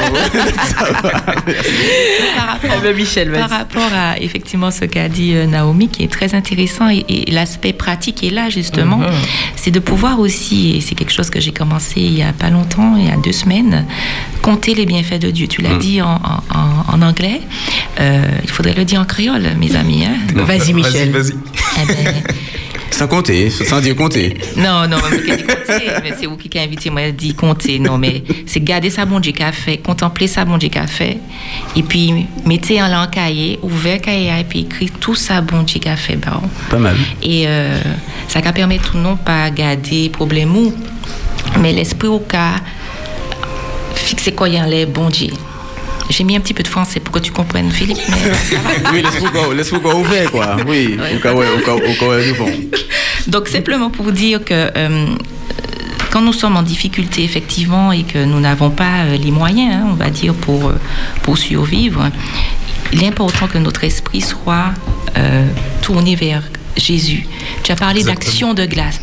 [SPEAKER 1] Michel, vas-y.
[SPEAKER 3] Par rapport à effectivement ce qu'a dit Naomi, qui est très intéressant, et l'aspect pratique est là justement, c'est de pouvoir aussi, et c'est quelque chose que j'ai commencé il y a pas longtemps, il y a 2 semaines, compter les bienfaits de Dieu. Tu l'as dit en anglais, il faudrait le dire en créole, mes amis. Hein?
[SPEAKER 1] Vas-y, Michel.
[SPEAKER 2] Vas-y.
[SPEAKER 5] Sans compter, sans dire compter.
[SPEAKER 3] Non, mais c'est vous qui avez invité moi à dire compter. Non, mais c'est garder ça bon Dieu qu'a fait, contempler ça bon Dieu qu'a fait, et puis mettez en cahier, ouvert cahier, et puis écrit tout ça bon Dieu qu'a fait. Bon.
[SPEAKER 5] Pas mal.
[SPEAKER 3] Et ça va permettre non pas garder problème ou, mais l'esprit au cas fixer quoi y en les bon Dieu. J'ai mis un petit peu de français pour que tu comprennes, Philippe. Mais
[SPEAKER 5] oui, laisse-moi quoi ouvert, quoi. Oui, au cas où bon.
[SPEAKER 3] Donc, simplement pour dire que quand nous sommes en difficulté, effectivement, et que nous n'avons pas les moyens, on va dire, pour survivre, il est important que notre esprit soit tourné vers Jésus. Tu as parlé d'action de grâce.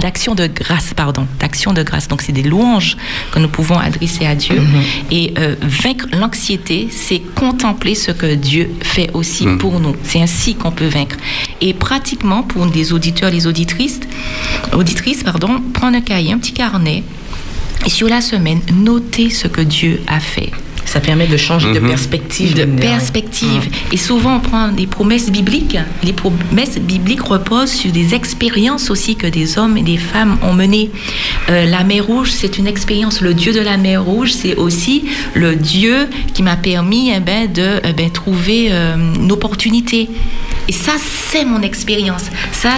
[SPEAKER 3] Donc, c'est des louanges que nous pouvons adresser à Dieu. Et vaincre l'anxiété, c'est contempler ce que Dieu fait aussi pour nous. C'est ainsi qu'on peut vaincre. Et pratiquement, pour des auditeurs, les auditrices, prendre un cahier, un petit carnet, et sur la semaine, noter ce que Dieu a fait.
[SPEAKER 1] Ça permet de changer de perspective.
[SPEAKER 3] Et souvent, on prend des promesses bibliques. Les promesses bibliques reposent sur des expériences aussi que des hommes et des femmes ont menées. La mer Rouge, c'est une expérience. Le Dieu de la mer Rouge, c'est aussi le Dieu qui m'a permis de trouver une opportunité. Et ça, c'est mon expérience. Ça,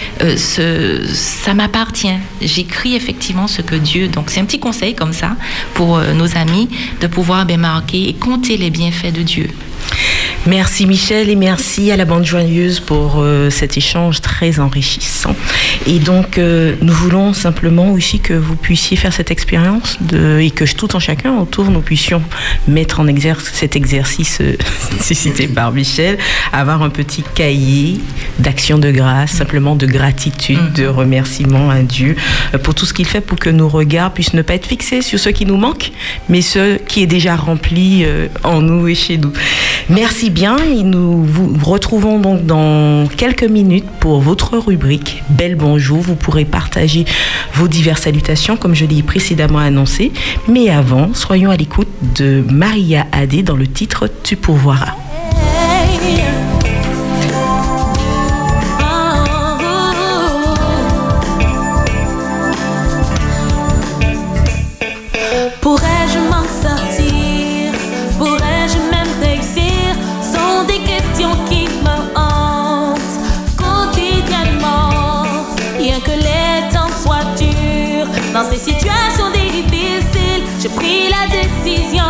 [SPEAKER 3] ça m'appartient. J'écris effectivement ce que Dieu... Donc, c'est un petit conseil comme ça pour nos amis de pouvoir marquer et compter les bienfaits de Dieu.
[SPEAKER 1] Merci Michel et merci à la Bande Joyeuse pour cet échange très enrichissant. Et donc, nous voulons simplement aussi que vous puissiez faire cette expérience et que tout en chacun autour, nous puissions mettre en exercice cet exercice suscité par Michel, avoir un petit cahier d'action de grâce, simplement de gratitude, de remerciement à Dieu pour tout ce qu'il fait pour que nos regards puissent ne pas être fixés sur ce qui nous manque, mais ce qui est déjà rempli en nous et chez nous. Merci bien et nous vous retrouvons donc dans quelques minutes pour votre rubrique Belle Bonjour. Vous pourrez partager vos diverses salutations comme je l'ai précédemment annoncé. Mais avant, soyons à l'écoute de Maria Adé dans le titre Tu pourvoiras.
[SPEAKER 6] Pourrais-je m'en sortir? Pourrais-je même réussir? Sont des questions qui me hantent quotidiennement. Bien que les temps soient durs, dans ces situations difficiles, j'ai pris la décision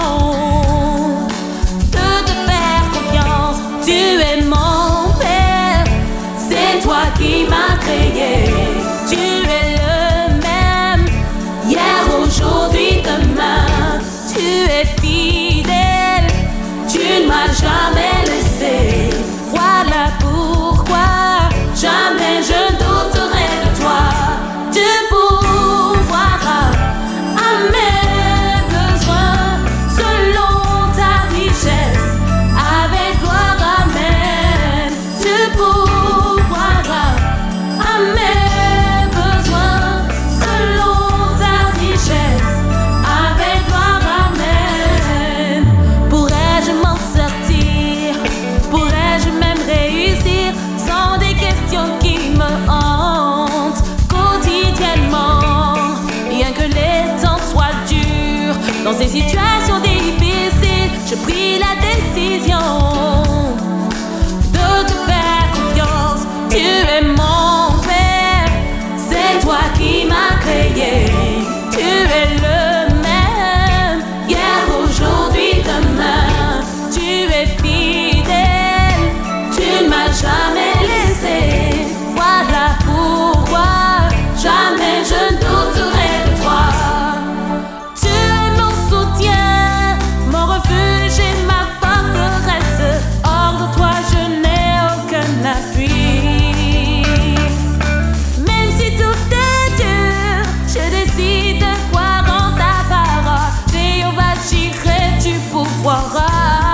[SPEAKER 6] de te faire confiance. Tu es mon père, c'est toi qui m'as créé. Tu es le même, hier, aujourd'hui, demain. Tu es fidèle, tu ne m'as jamais laissé. Voilà pourquoi jamais je douterai de toi. Tu pourvoiras à mes besoins selon ta richesse, avec gloire, amen. Tu pourvoiras à mes besoins selon ta richesse, avec gloire, amen. Pourrais-je m'en sortir? Pourrais-je même réussir? Sans des questions qui me hantent quotidiennement. Bien que les temps soient durs, dans ces situations difficiles, j'ai pris la décision de te faire confiance. Tu es mon père, c'est toi qui m'as créé. Tu es le même, hier, aujourd'hui, demain. Tu es fidèle, tu ne m'as jamais laissé. Voilà pourquoi jamais je ne douterai de toi. Tu es mon soutien, mon refuge et ma forteresse. Hors de toi je n'ai aucun appui. Même si tout est dur, je décide de croire en ta parole. Jéhovah Jireh, tu pourvoiras.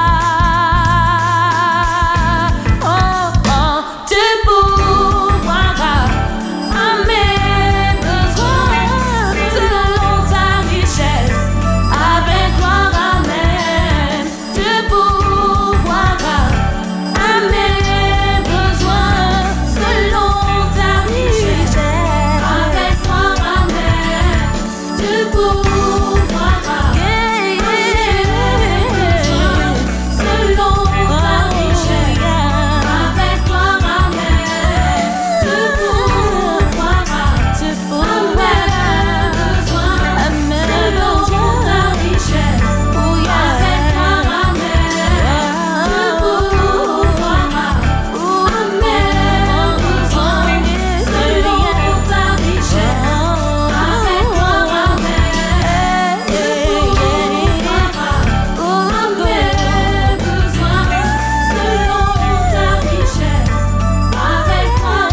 [SPEAKER 6] Oh, oh, tu pourvoiras à mes besoins selon ta richesse, avec gloire, amen. Tu pourvoiras à mes besoins selon ta richesse, avec gloire, amen. Tu pourvoiras à mes besoins selon ta richesse, avec gloire, amen. Tu pourvoiras à mes besoins selon ta richesse, avec gloire, amen. Tu pourvoiras à mes besoins selon ta richesse, avec gloire, amen. Tu pourvoiras à mes besoins selon ta richesse, avec gloire,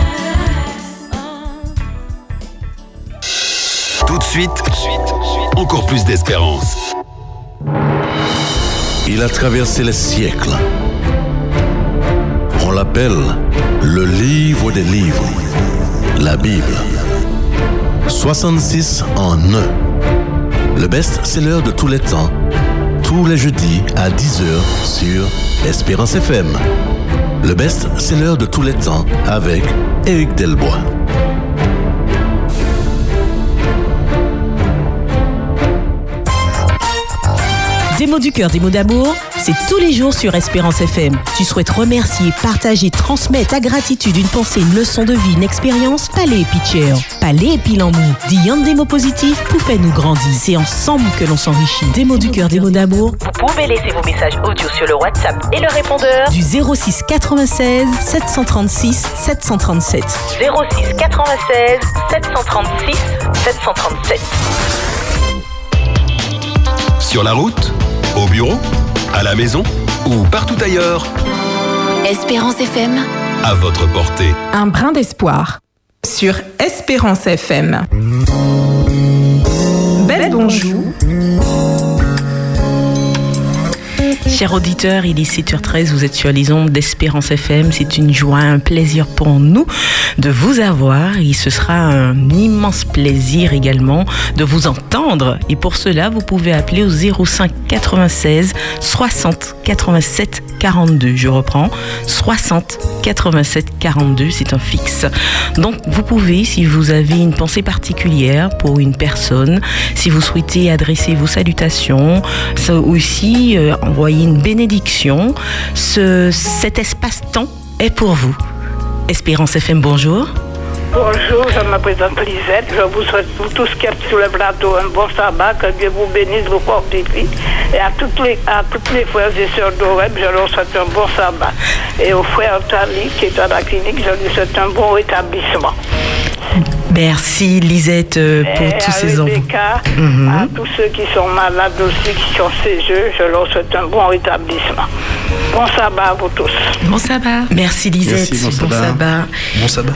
[SPEAKER 6] amen.
[SPEAKER 7] Tout de suite, encore plus d'espérance.
[SPEAKER 8] Il a traversé les siècles. On l'appelle le livre des livres, la Bible. 66 en un. Le best-seller de tous les temps, tous les jeudis à 10h sur Espérance FM. Le best-seller de tous les temps avec Éric Delbois.
[SPEAKER 9] Des mots du cœur, des mots d'amour, c'est tous les jours sur Espérance FM. Tu souhaites remercier, partager, transmettre ta gratitude, une pensée, une leçon de vie, une expérience? Palais et pitcher, palais et pilamou. Dis des mots positifs pour faire nous grandir. C'est ensemble que l'on s'enrichit. Des mots du cœur, des mots d'amour.
[SPEAKER 1] Vous pouvez laisser vos messages audio sur le WhatsApp et le répondeur
[SPEAKER 9] Du 06 96 736 737.
[SPEAKER 1] 06 96 736 737.
[SPEAKER 7] Sur la route, au bureau, à la maison ou partout ailleurs.
[SPEAKER 10] Espérance FM.
[SPEAKER 7] À votre portée.
[SPEAKER 11] Un brin d'espoir sur Espérance FM. Belle bonjour.
[SPEAKER 1] Chers auditeurs, il est 7h13, vous êtes sur les ondes d'Espérance FM. C'est une joie, un plaisir pour nous de vous avoir et ce sera un immense plaisir également de vous entendre. Et pour cela, vous pouvez appeler au 05 96 60 87 42. Je reprends, 60 87 42, c'est un fixe. Donc, vous pouvez, si vous avez une pensée particulière pour une personne, si vous souhaitez adresser vos salutations, ça aussi envoyer une bénédiction, cet espace-temps est pour vous. Espérance FM, bonjour.
[SPEAKER 12] Bonjour, je me présente Lisette. Je vous souhaite pour tous qui êtes sur le plateau un bon sabbat, que Dieu vous bénisse, vous fortifie. Et à toutes les frères et sœurs d'Oreb, je leur souhaite un bon sabbat. Et au frère Tali, qui est à la clinique, je lui souhaite un bon rétablissement.
[SPEAKER 1] Merci Lisette pour tous ces enfants.
[SPEAKER 12] À tous ceux qui sont malades aussi, qui ont ces jeux, je leur souhaite un bon rétablissement. Bon sabbat à vous tous.
[SPEAKER 3] Bon sabbat.
[SPEAKER 1] Merci Lisette.
[SPEAKER 2] Merci, bon sabbat. Bon sabbat.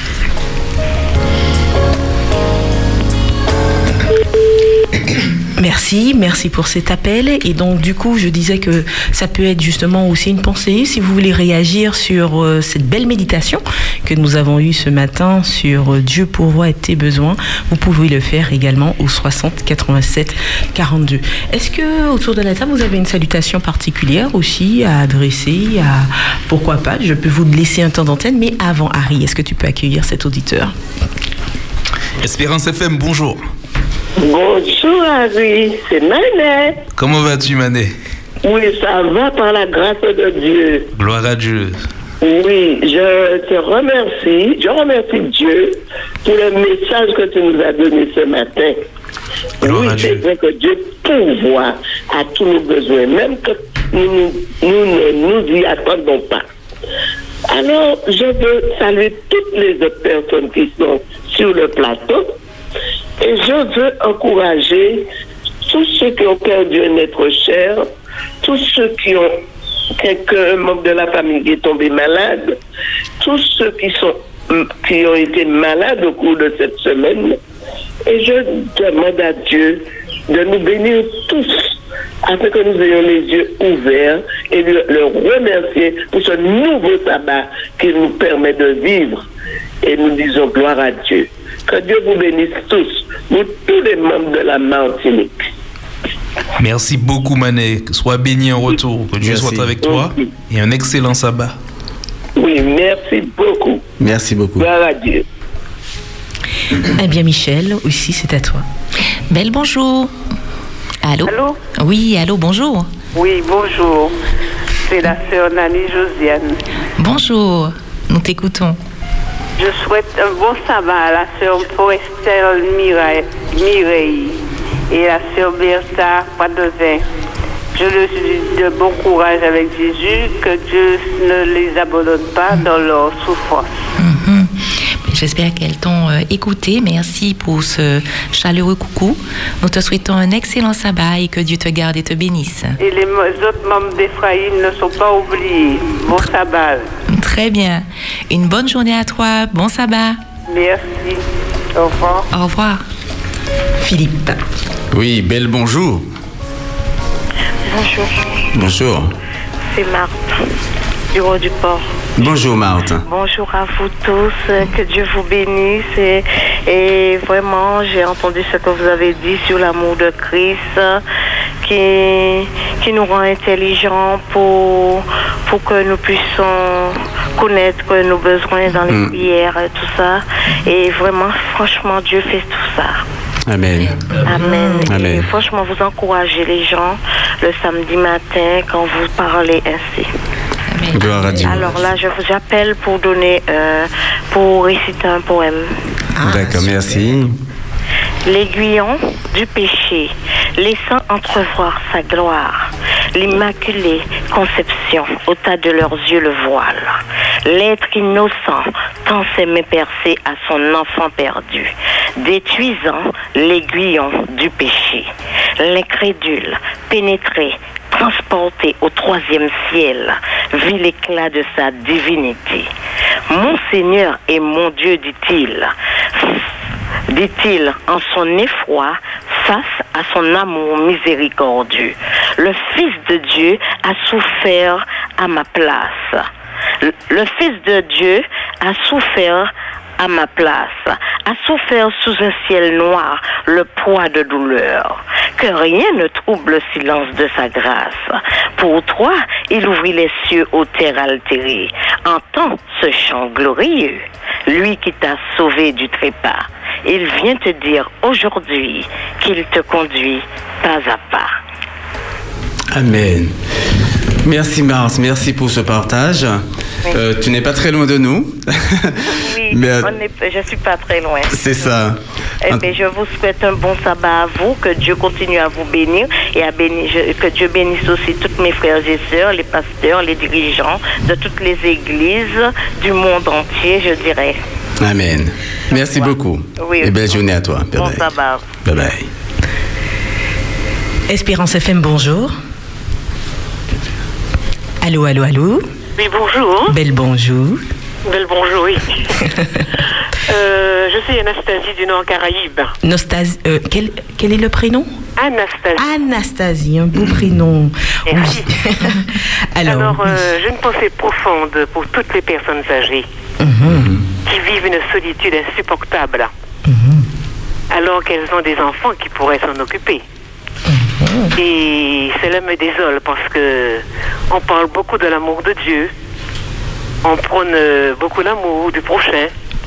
[SPEAKER 1] Merci pour cet appel. Et donc, du coup, je disais que ça peut être justement aussi une pensée. Si vous voulez réagir sur cette belle méditation que nous avons eue ce matin sur Dieu pourvoit tes besoins, vous pouvez le faire également au 60 87 42. Est-ce que autour de la table, vous avez une salutation particulière aussi à adresser pourquoi pas, je peux vous laisser un temps d'antenne, mais avant, Harry, est-ce que tu peux accueillir cet auditeur?
[SPEAKER 2] Espérance FM, bonjour.
[SPEAKER 13] Bonjour Harry, c'est Manet.
[SPEAKER 2] Comment vas-tu, Manet?
[SPEAKER 13] Oui, ça va par la grâce de Dieu.
[SPEAKER 2] Gloire à Dieu.
[SPEAKER 13] Oui, je te remercie. Je remercie Dieu pour le message que tu nous as donné ce matin.
[SPEAKER 2] Gloire à
[SPEAKER 13] c'est
[SPEAKER 2] Dieu.
[SPEAKER 13] vrai que Dieu pourvoit à tous nos besoins, même que nous ne nous y attendons pas. Alors, je veux saluer toutes les autres personnes qui sont sur le plateau. Et je veux encourager tous ceux qui ont perdu un être cher, tous ceux qui ont quelqu'un membre de la famille qui est tombé malade, tous ceux qui ont été malades au cours de cette semaine. Et je demande à Dieu de nous bénir tous, afin que nous ayons les yeux ouverts et le remercier pour ce nouveau sabbat qui nous permet de vivre. Et nous disons gloire à Dieu. Que Dieu vous bénisse tous, nous tous les membres de la Martinique.
[SPEAKER 2] Merci beaucoup, Manet. Sois béni en retour. Que Dieu soit avec toi. Et un excellent sabbat.
[SPEAKER 13] Oui, merci beaucoup.
[SPEAKER 5] Merci beaucoup.
[SPEAKER 13] Gloire à Dieu.
[SPEAKER 1] Eh bien, Michel, aussi, c'est à toi.
[SPEAKER 3] Belle bonjour. Allô?
[SPEAKER 12] Allô?
[SPEAKER 3] Oui, allô, bonjour.
[SPEAKER 12] Oui, bonjour. C'est la sœur Nani Josiane.
[SPEAKER 3] Bonjour, nous t'écoutons.
[SPEAKER 12] Je souhaite un bon sabbat à la sœur Forestelle Mireille et la sœur Bertha Padevin. Je leur dis de bon courage avec Jésus, que Dieu ne les abandonne pas dans leur souffrance.
[SPEAKER 3] J'espère qu'elles t'ont écouté. Merci pour ce chaleureux coucou. Nous te souhaitons un excellent sabbat et que Dieu te garde et te bénisse.
[SPEAKER 12] Et les autres membres d'Ephraïm ne sont pas oubliés. Bon sabbat.
[SPEAKER 3] Très bien. Une bonne journée à toi. Bon sabbat.
[SPEAKER 12] Merci. Au revoir.
[SPEAKER 3] Au revoir.
[SPEAKER 1] Philippe.
[SPEAKER 5] Oui, belle bonjour.
[SPEAKER 14] Bonjour.
[SPEAKER 5] Bonjour.
[SPEAKER 14] C'est Marthe, du Haut du Port.
[SPEAKER 5] Bonjour, Marthe.
[SPEAKER 14] Bonjour à vous tous, que Dieu vous bénisse. Et vraiment, j'ai entendu ce que vous avez dit sur l'amour de Christ, qui nous rend intelligents pour que nous puissions connaître nos besoins dans les prières et tout ça. Et vraiment, franchement, Dieu fait tout ça.
[SPEAKER 5] Amen.
[SPEAKER 14] Amen.
[SPEAKER 5] Amen.
[SPEAKER 14] Et franchement, vous encouragez les gens le samedi matin quand vous parlez ainsi.
[SPEAKER 5] Gloire à Dieu.
[SPEAKER 14] Alors là, je vous appelle pour réciter un poème.
[SPEAKER 5] D'accord, merci.
[SPEAKER 14] L'aiguillon du péché, laissant entrevoir sa gloire, l'immaculée conception, au tas de leurs yeux le voile. L'être innocent, tant s'aimait percer à son enfant perdu, détruisant l'aiguillon du péché. L'incrédule, pénétré, transporté au troisième ciel, vit l'éclat de sa divinité. Mon Seigneur et mon Dieu, dit-il en son effroi, face à son amour miséricordieux. Le Fils de Dieu a souffert à ma place. Le Fils de Dieu a souffert à ma place, a souffert sous un ciel noir le poids de douleur. Que rien ne trouble le silence de sa grâce. Pour toi, il ouvrit les cieux aux terres altérées. Entends ce chant glorieux. Lui qui t'a sauvé du trépas, il vient te dire aujourd'hui qu'il te conduit pas à pas.
[SPEAKER 5] Amen. Merci Mars, merci pour ce partage.
[SPEAKER 14] Oui.
[SPEAKER 5] Tu n'es pas très loin de nous.
[SPEAKER 14] Oui,
[SPEAKER 5] Mais,
[SPEAKER 14] je ne suis pas très loin.
[SPEAKER 5] c'est ça.
[SPEAKER 14] Eh bien, je vous souhaite un bon sabbat à vous, que Dieu continue à vous bénir et que Dieu bénisse aussi tous mes frères et sœurs, les pasteurs, les dirigeants de toutes les églises du monde entier, je dirais.
[SPEAKER 5] Amen. Merci beaucoup.
[SPEAKER 14] Oui,
[SPEAKER 5] et belle journée à toi. Bye
[SPEAKER 14] bon
[SPEAKER 5] bye.
[SPEAKER 14] sabbat.
[SPEAKER 5] Bye bye.
[SPEAKER 1] Espérance FM, bonjour. Allô, allô, allô.
[SPEAKER 15] Oui, bonjour.
[SPEAKER 1] Belle bonjour.
[SPEAKER 15] Belle bonjour, oui. Je suis Anastasie du Nord Caraïbes.
[SPEAKER 1] Quel est le prénom?
[SPEAKER 15] Anastasie.
[SPEAKER 1] Anastasie, un beau prénom.
[SPEAKER 15] Merci.
[SPEAKER 1] Oui.
[SPEAKER 15] Alors, j'ai une pensée profonde pour toutes les personnes âgées qui vivent une solitude insupportable, alors qu'elles ont des enfants qui pourraient s'en occuper. Et cela me désole parce que on parle beaucoup de l'amour de Dieu, on prône beaucoup l'amour du prochain.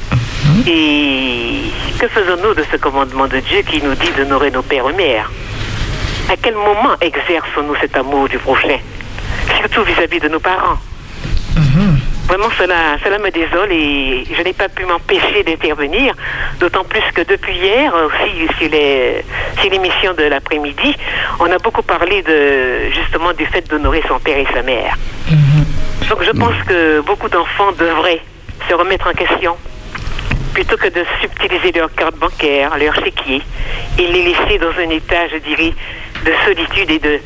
[SPEAKER 15] Et que faisons-nous de ce commandement de Dieu qui nous dit d'honorer nos pères et mères? À quel moment exerçons-nous cet amour du prochain, surtout vis-à-vis de nos parents? Vraiment, cela me désole et je n'ai pas pu m'empêcher d'intervenir, d'autant plus que depuis hier, aussi sur l'émission de l'après-midi, on a beaucoup parlé justement du fait d'honorer son père et sa mère. Donc je pense que beaucoup d'enfants devraient se remettre en question, plutôt que de subtiliser leur carte bancaire, leur chéquier, et les laisser dans un état, je dirais, de solitude et de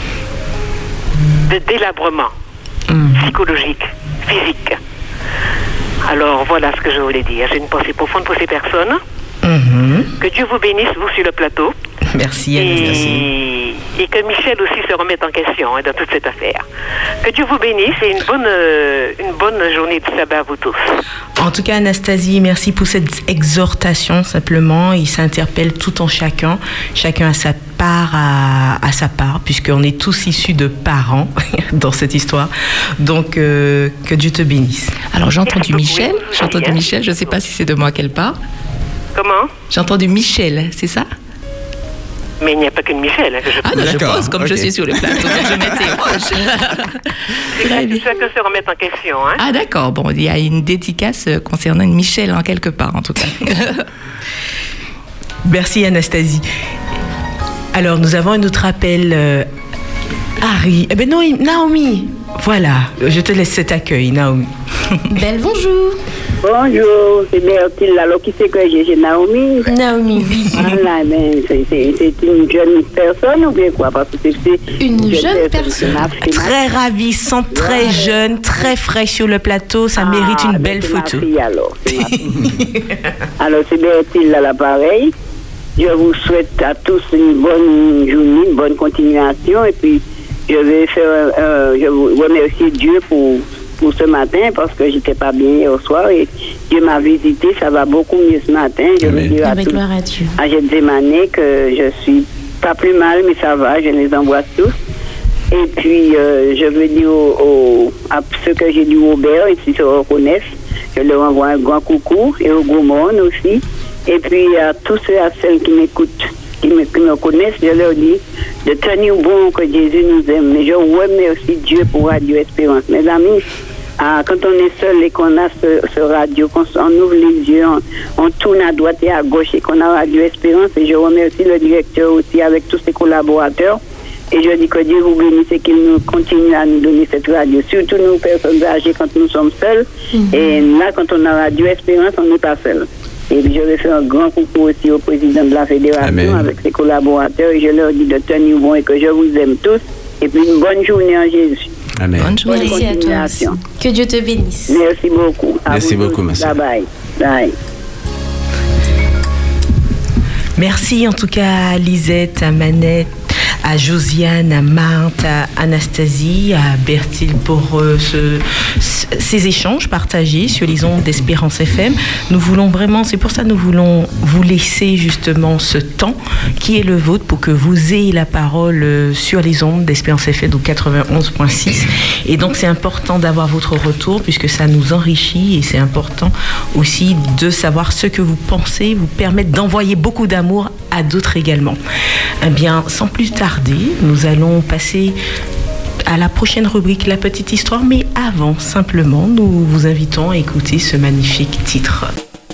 [SPEAKER 15] délabrement psychologique, physique. Alors voilà ce que je voulais dire. J'ai une pensée profonde pour ces personnes. Que Dieu vous bénisse, vous sur le plateau.
[SPEAKER 1] Merci Anastasie.
[SPEAKER 15] Et que Michel aussi se remette en question dans toute cette affaire. Que Dieu vous bénisse et une bonne journée de sabbat à vous tous.
[SPEAKER 1] En tout cas, Anastasie, merci pour cette exhortation, simplement. Il s'interpelle tout en chacun. Chacun a sa part à sa part, puisqu'on est tous issus de parents dans cette histoire. Donc, que Dieu te bénisse.
[SPEAKER 3] Alors, j'ai entendu Michel. Je ne sais pas si c'est de moi qu'elle parle.
[SPEAKER 15] Comment?
[SPEAKER 3] J'ai entendu Michel, c'est ça?
[SPEAKER 15] Mais il n'y a pas que Michel.
[SPEAKER 3] Je pose comme je suis sur le plateau, donc je m'interroge.
[SPEAKER 15] Chacun se remet en question. Hein?
[SPEAKER 3] Ah d'accord, bon, il y a une dédicace concernant une Michel en quelque part, en tout cas.
[SPEAKER 1] Merci Anastasie. Alors, nous avons un autre appel. Harry. Eh bien non, Naomi. Voilà, je te laisse cet accueil, Naomi.
[SPEAKER 4] Belle bonjour.
[SPEAKER 16] Bonjour, c'est Bertil. Alors, qui c'est que j'ai Naomi?
[SPEAKER 4] Naomi, oui.
[SPEAKER 16] Voilà, mais c'est une jeune personne ou bien quoi? Parce que c'est
[SPEAKER 4] une jeune personne.
[SPEAKER 1] Très ravissante, très jeune, très fraîche sur le plateau. Ça mérite une belle photo.
[SPEAKER 16] Ma fille, alors. Alors, c'est Bertil à l'appareil. Je vous souhaite à tous une bonne journée, une bonne continuation. Et puis, je vous remercie Dieu pour ce matin parce que j'étais pas bien hier soir et Dieu m'a visité, ça va beaucoup mieux ce matin. Je veux dire à tous, à Gethsémané que je suis pas plus mal, mais ça va, je les embrasse tous. Et puis, je veux dire à ceux que j'ai dit au Robert, et s'ils se reconnaissent, je leur envoie un grand coucou et au Goumon aussi. Et puis, à tous ceux et à celles qui m'écoutent, qui me connaissent, je leur dis de tenir bon que Jésus nous aime. Mais je remercie Dieu pour Radio Espérance. Mes amis, quand on est seul et qu'on a ce radio, qu'on ouvre les yeux, on tourne à droite et à gauche et qu'on a Radio Espérance. Et je remercie le directeur aussi avec tous ses collaborateurs. Et je dis que Dieu vous bénisse et qu'il nous continue à nous donner cette radio. Surtout nous, personnes âgées, quand nous sommes seuls. Et là, quand on a Radio Espérance, on n'est pas seuls. Et puis je vais faire un grand coucou aussi au président de la fédération avec ses collaborateurs. Et je leur dis de tenir bon et que je vous aime tous. Et puis une bonne journée en Jésus.
[SPEAKER 5] Amen.
[SPEAKER 4] Bonne journée. Merci à toi aussi. Que Dieu te bénisse.
[SPEAKER 16] Merci beaucoup.
[SPEAKER 5] Merci beaucoup, ma soeur.
[SPEAKER 16] Bye bye. Bye.
[SPEAKER 1] Merci en tout cas à Lisette, à Manette, à Josiane, à Marthe, à Anastasie, à Bertille pour ces échanges partagés sur les ondes d'Espérance FM. Nous voulons vraiment, c'est pour ça que nous voulons vous laisser justement ce temps qui est le vôtre pour que vous ayez la parole sur les ondes d'Espérance FM, donc 91.6. Et donc c'est important d'avoir votre retour puisque ça nous enrichit et c'est important aussi de savoir ce que vous pensez, vous permettre d'envoyer beaucoup d'amour à d'autres également. Eh bien, sans plus tarder, nous allons passer à la prochaine rubrique, la petite histoire. Mais avant, simplement, nous vous invitons à écouter ce magnifique titre.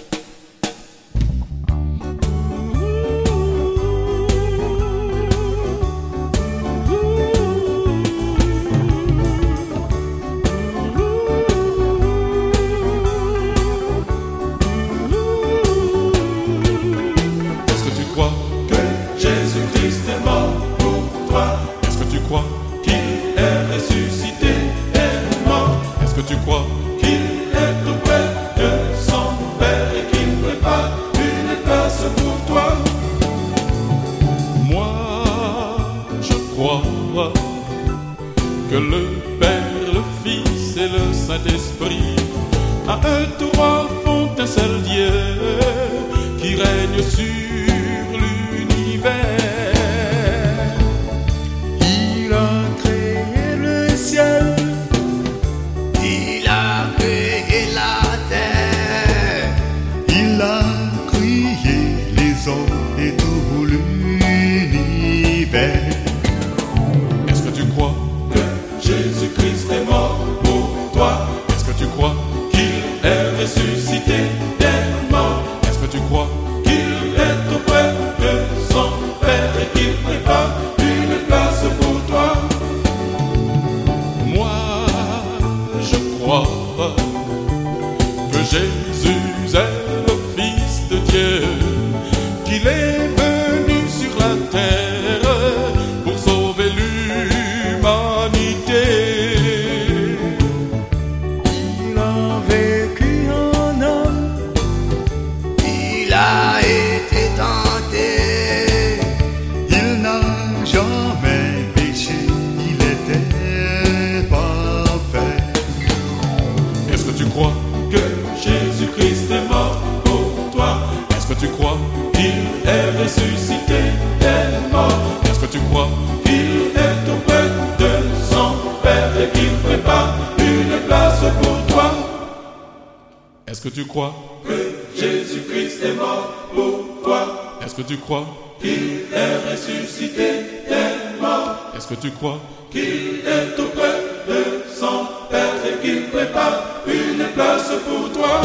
[SPEAKER 17] Est-ce que tu crois que Jésus-Christ est mort pour toi? Est-ce que tu crois qu'il est ressuscité des morts? Est-ce que tu crois qu'il est tout près de son Père et qu'il prépare une place pour toi?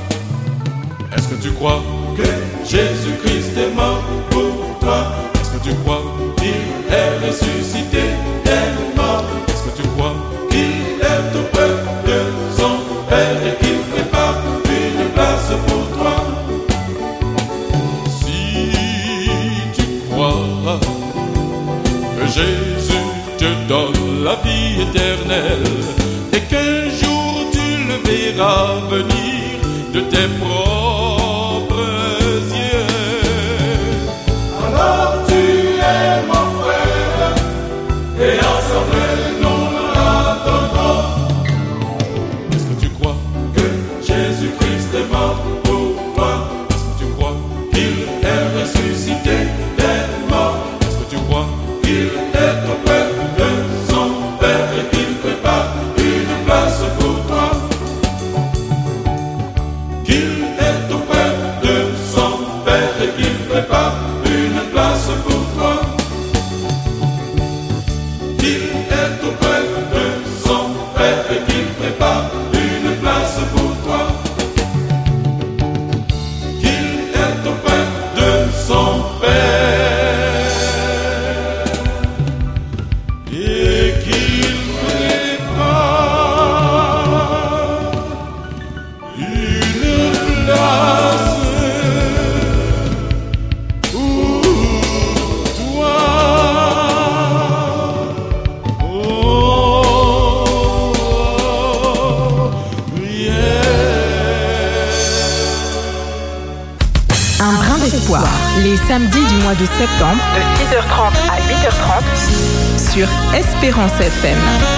[SPEAKER 17] Est-ce que tu crois que Jésus-Christ est mort pour toi? Est-ce que tu crois qu'il est ressuscité des morts? Est-ce que tu crois qu'il est tout près de son Père et qu'il prépare une place pour toi? Si tu crois que Jésus te donne la vie éternelle et qu'un jour tu le verras venir de tes propres yeux, alors tu es mon frère et ensemble nous l'attendons. Est-ce que tu crois que Jésus-Christ est mort pour toi? Est-ce que tu crois qu'il est ressuscité des morts? Est-ce que tu crois qu'il est auprès de son Père et qu'il prépare une place pour toi? Qu'il est
[SPEAKER 11] Les samedis du mois de septembre,
[SPEAKER 18] de 6h30 à 8h30,
[SPEAKER 11] sur Espérance FM.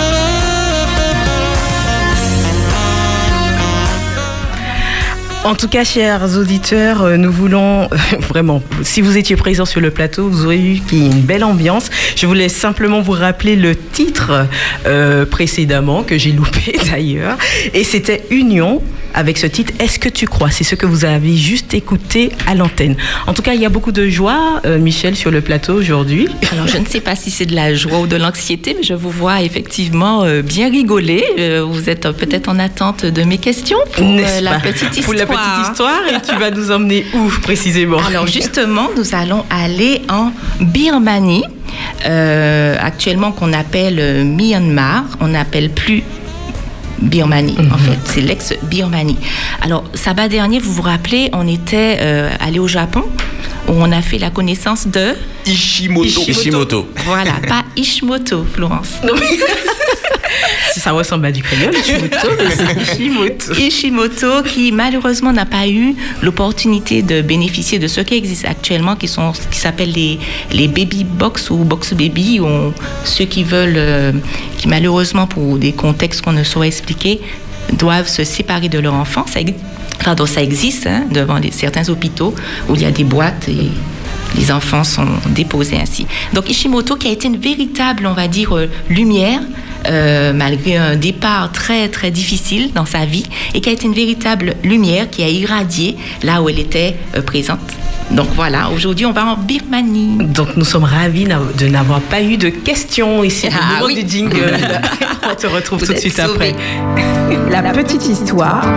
[SPEAKER 1] En tout cas, chers auditeurs, nous voulons vraiment, si vous étiez présents sur le plateau, vous aurez eu une belle ambiance. Je voulais simplement vous rappeler le titre précédemment, que j'ai loupé d'ailleurs, et c'était Union, avec ce titre « Est-ce que tu crois ?» C'est ce que vous avez juste écouté à l'antenne. En tout cas, il y a beaucoup de joie, Michel, sur le plateau aujourd'hui.
[SPEAKER 3] Alors, je ne sais pas si c'est de la joie ou de l'anxiété, mais je vous vois effectivement bien rigoler. Vous êtes peut-être en attente de mes questions pour la petite histoire.
[SPEAKER 1] Pour la petite histoire, et tu vas nous emmener où précisément?
[SPEAKER 3] Alors, justement, nous allons aller en Birmanie, actuellement qu'on appelle Myanmar. On n'appelle plus Birmanie, en fait. C'est l'ex-Birmanie. Alors, sabbat dernier, vous vous rappelez, on était allé au Japon, où on a fait la connaissance de...
[SPEAKER 5] Ishimoto.
[SPEAKER 3] Voilà, pas Ishimoto, Florence. Non, mais...
[SPEAKER 1] Ça ressemble à du créole, Ishimoto.
[SPEAKER 3] Ishimoto, qui malheureusement n'a pas eu l'opportunité de bénéficier de ce qui existe actuellement, qui s'appellent les baby box ou box baby, ou ceux qui veulent, qui malheureusement pour des contextes qu'on ne saurait expliquer, doivent se séparer de leur enfant. Ça existe devant certains hôpitaux où il y a des boîtes et les enfants sont déposés ainsi. Donc Ishimoto, qui a été une véritable, on va dire, lumière, malgré un départ très très difficile dans sa vie, et qui a été une véritable lumière qui a irradié là où elle était présente. Donc voilà, aujourd'hui on va en Birmanie.
[SPEAKER 1] Donc nous sommes ravis de n'avoir pas eu de questions ici au niveau du jingle. On te retrouve tout de suite après.
[SPEAKER 11] La petite histoire.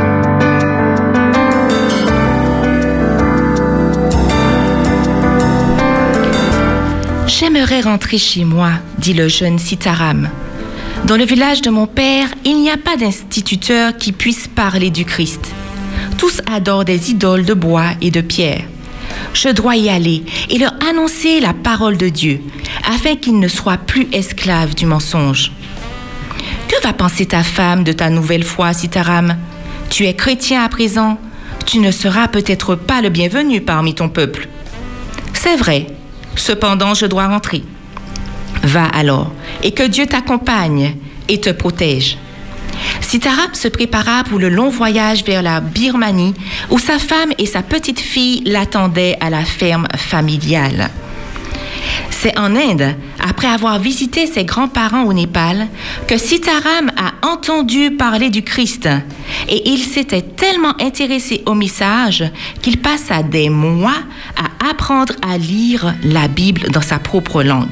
[SPEAKER 3] J'aimerais rentrer chez moi, dit le jeune Sitaram. Dans le village de mon père, il n'y a pas d'instituteur qui puisse parler du Christ. Tous adorent des idoles de bois et de pierre. Je dois y aller et leur annoncer la parole de Dieu, afin qu'ils ne soient plus esclaves du mensonge. Que va penser ta femme de ta nouvelle foi, Sitaram? Tu es chrétien à présent, tu ne seras peut-être pas le bienvenu parmi ton peuple. C'est vrai, cependant je dois rentrer. Va alors, et que Dieu t'accompagne et te protège. Sitaram se prépara pour le long voyage vers la Birmanie, où sa femme et sa petite fille l'attendaient à la ferme familiale. C'est en Inde, après avoir visité ses grands-parents au Népal, que Sitaram a entendu parler du Christ. Et il s'était tellement intéressé au message qu'il passa des mois à apprendre à lire la Bible dans sa propre langue.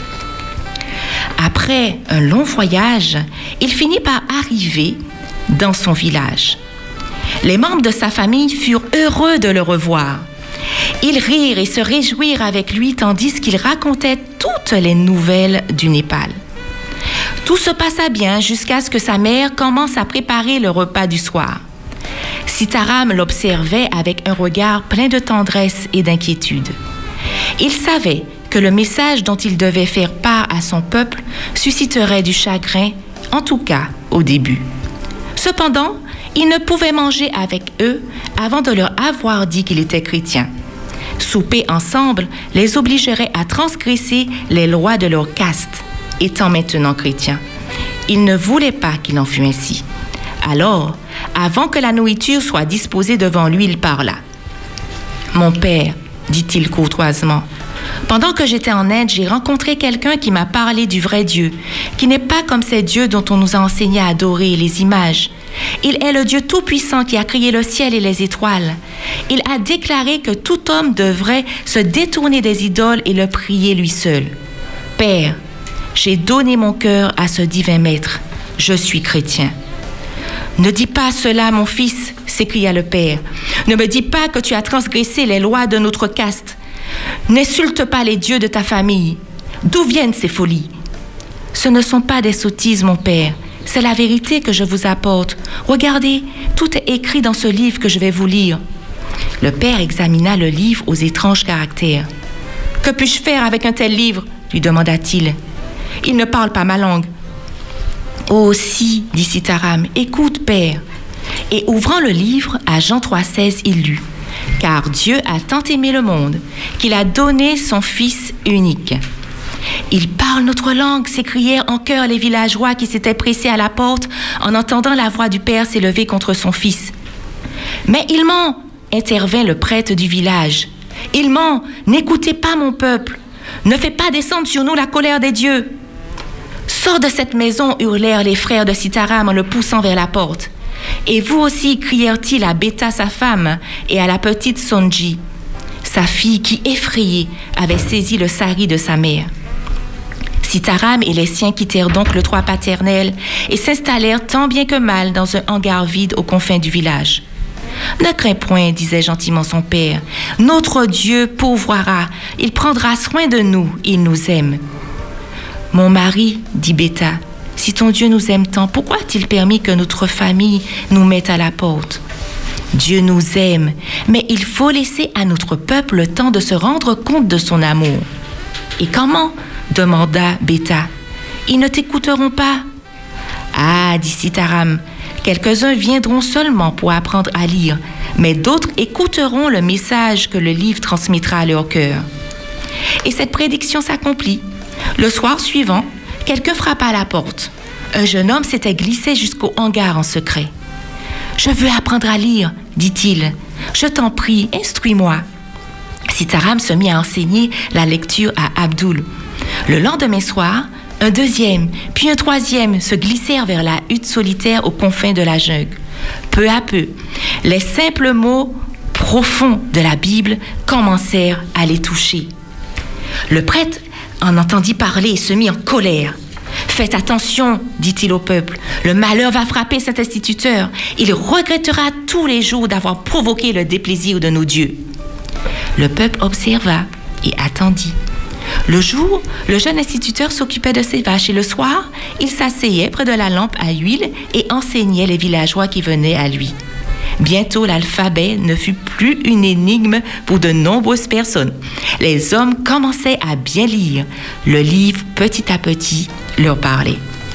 [SPEAKER 3] Après un long voyage, il finit par arriver dans son village. Les membres de sa famille furent heureux de le revoir. Ils rirent et se réjouirent avec lui tandis qu'il racontait toutes les nouvelles du Népal. Tout se passa bien jusqu'à ce que sa mère commence à préparer le repas du soir. Sitaram l'observait avec un regard plein de tendresse et d'inquiétude. Il savait que le message dont il devait faire part à son peuple susciterait du chagrin, en tout cas au début. Cependant, il ne pouvait manger avec eux avant de leur avoir dit qu'il était chrétien. Souper ensemble les obligerait à transgresser les lois de leur caste, étant maintenant chrétiens. Il ne voulait pas qu'il en fût ainsi. Alors, avant que la nourriture soit disposée devant lui, il parla. « Mon père, dit-il courtoisement, pendant que j'étais en Inde, j'ai rencontré quelqu'un qui m'a parlé du vrai Dieu, qui n'est pas comme ces dieux dont on nous a enseigné à adorer les images. Il est le Dieu tout-puissant qui a créé le ciel et les étoiles. Il a déclaré que tout homme devrait se détourner des idoles et le prier lui seul. Père, j'ai donné mon cœur à ce divin maître. Je suis chrétien. Ne dis pas cela, mon fils, s'écria le père. Ne me dis pas que tu as transgressé les lois de notre caste. N'insulte pas les dieux de ta famille. D'où viennent ces folies? Ce ne sont pas des sottises, mon père. C'est la vérité que je vous apporte. Regardez, tout est écrit dans ce livre que je vais vous lire. Le père examina le livre aux étranges caractères. « Que puis-je faire avec un tel livre ?» lui demanda-t-il. « Il ne parle pas ma langue. »« Oh si, dit Sitaram, écoute, père. » Et ouvrant le livre, à Jean 3,16, il lut. Car Dieu a tant aimé le monde qu'il a donné son Fils unique. Il parle notre langue, s'écrièrent en chœur les villageois qui s'étaient pressés à la porte en entendant la voix du Père s'élever contre son Fils. Mais il ment, intervint le prêtre du village. Il ment, n'écoutez pas mon peuple, ne faites pas descendre sur nous la colère des dieux. Sors de cette maison, hurlèrent les frères de Sitaram en le poussant vers la porte. Et vous aussi, crièrent-ils à Béta sa femme et à la petite Sonji, sa fille qui, effrayée, avait saisi le sari de sa mère. Sitaram et les siens quittèrent donc le toit paternel et s'installèrent tant bien que mal dans un hangar vide aux confins du village. « Ne crains point, disait gentiment son père. Notre Dieu pourvoira. Il prendra soin de nous. Il nous aime. » « Mon mari, dit Béta, si ton Dieu nous aime tant, pourquoi a-t-il permis que notre famille nous mette à la porte? Dieu nous aime, mais il faut laisser à notre peuple le temps de se rendre compte de son amour. » « Et comment? Demanda Béta. « Ils ne t'écouteront pas. »« Ah, dit Sitaram, quelques-uns viendront seulement pour apprendre à lire, mais d'autres écouteront le message que le livre transmettra à leur cœur. » Et cette prédiction s'accomplit. Le soir suivant, quelqu'un frappa à la porte. Un jeune homme s'était glissé jusqu'au hangar en secret. « Je veux apprendre à lire, dit-il. Je t'en prie, instruis-moi. » Sitaram se mit à enseigner la lecture à Abdul. Le lendemain soir, un deuxième, puis un troisième se glissèrent vers la hutte solitaire aux confins de la jungle. Peu à peu, les simples mots profonds de la Bible commencèrent à les toucher. Le prêtre en entendit parler et se mit en colère. « Faites attention, dit-il au peuple, le malheur va frapper cet instituteur. Il regrettera tous les jours d'avoir provoqué le déplaisir de nos dieux. » Le peuple observa et attendit. Le jour, le jeune instituteur s'occupait de ses vaches et le soir, il s'asseyait près de la lampe à huile et enseignait les villageois qui venaient à lui. Bientôt, l'alphabet ne fut plus une énigme pour de nombreuses personnes. Les hommes commençaient à bien lire. Le livre, petit à petit, leur parlait.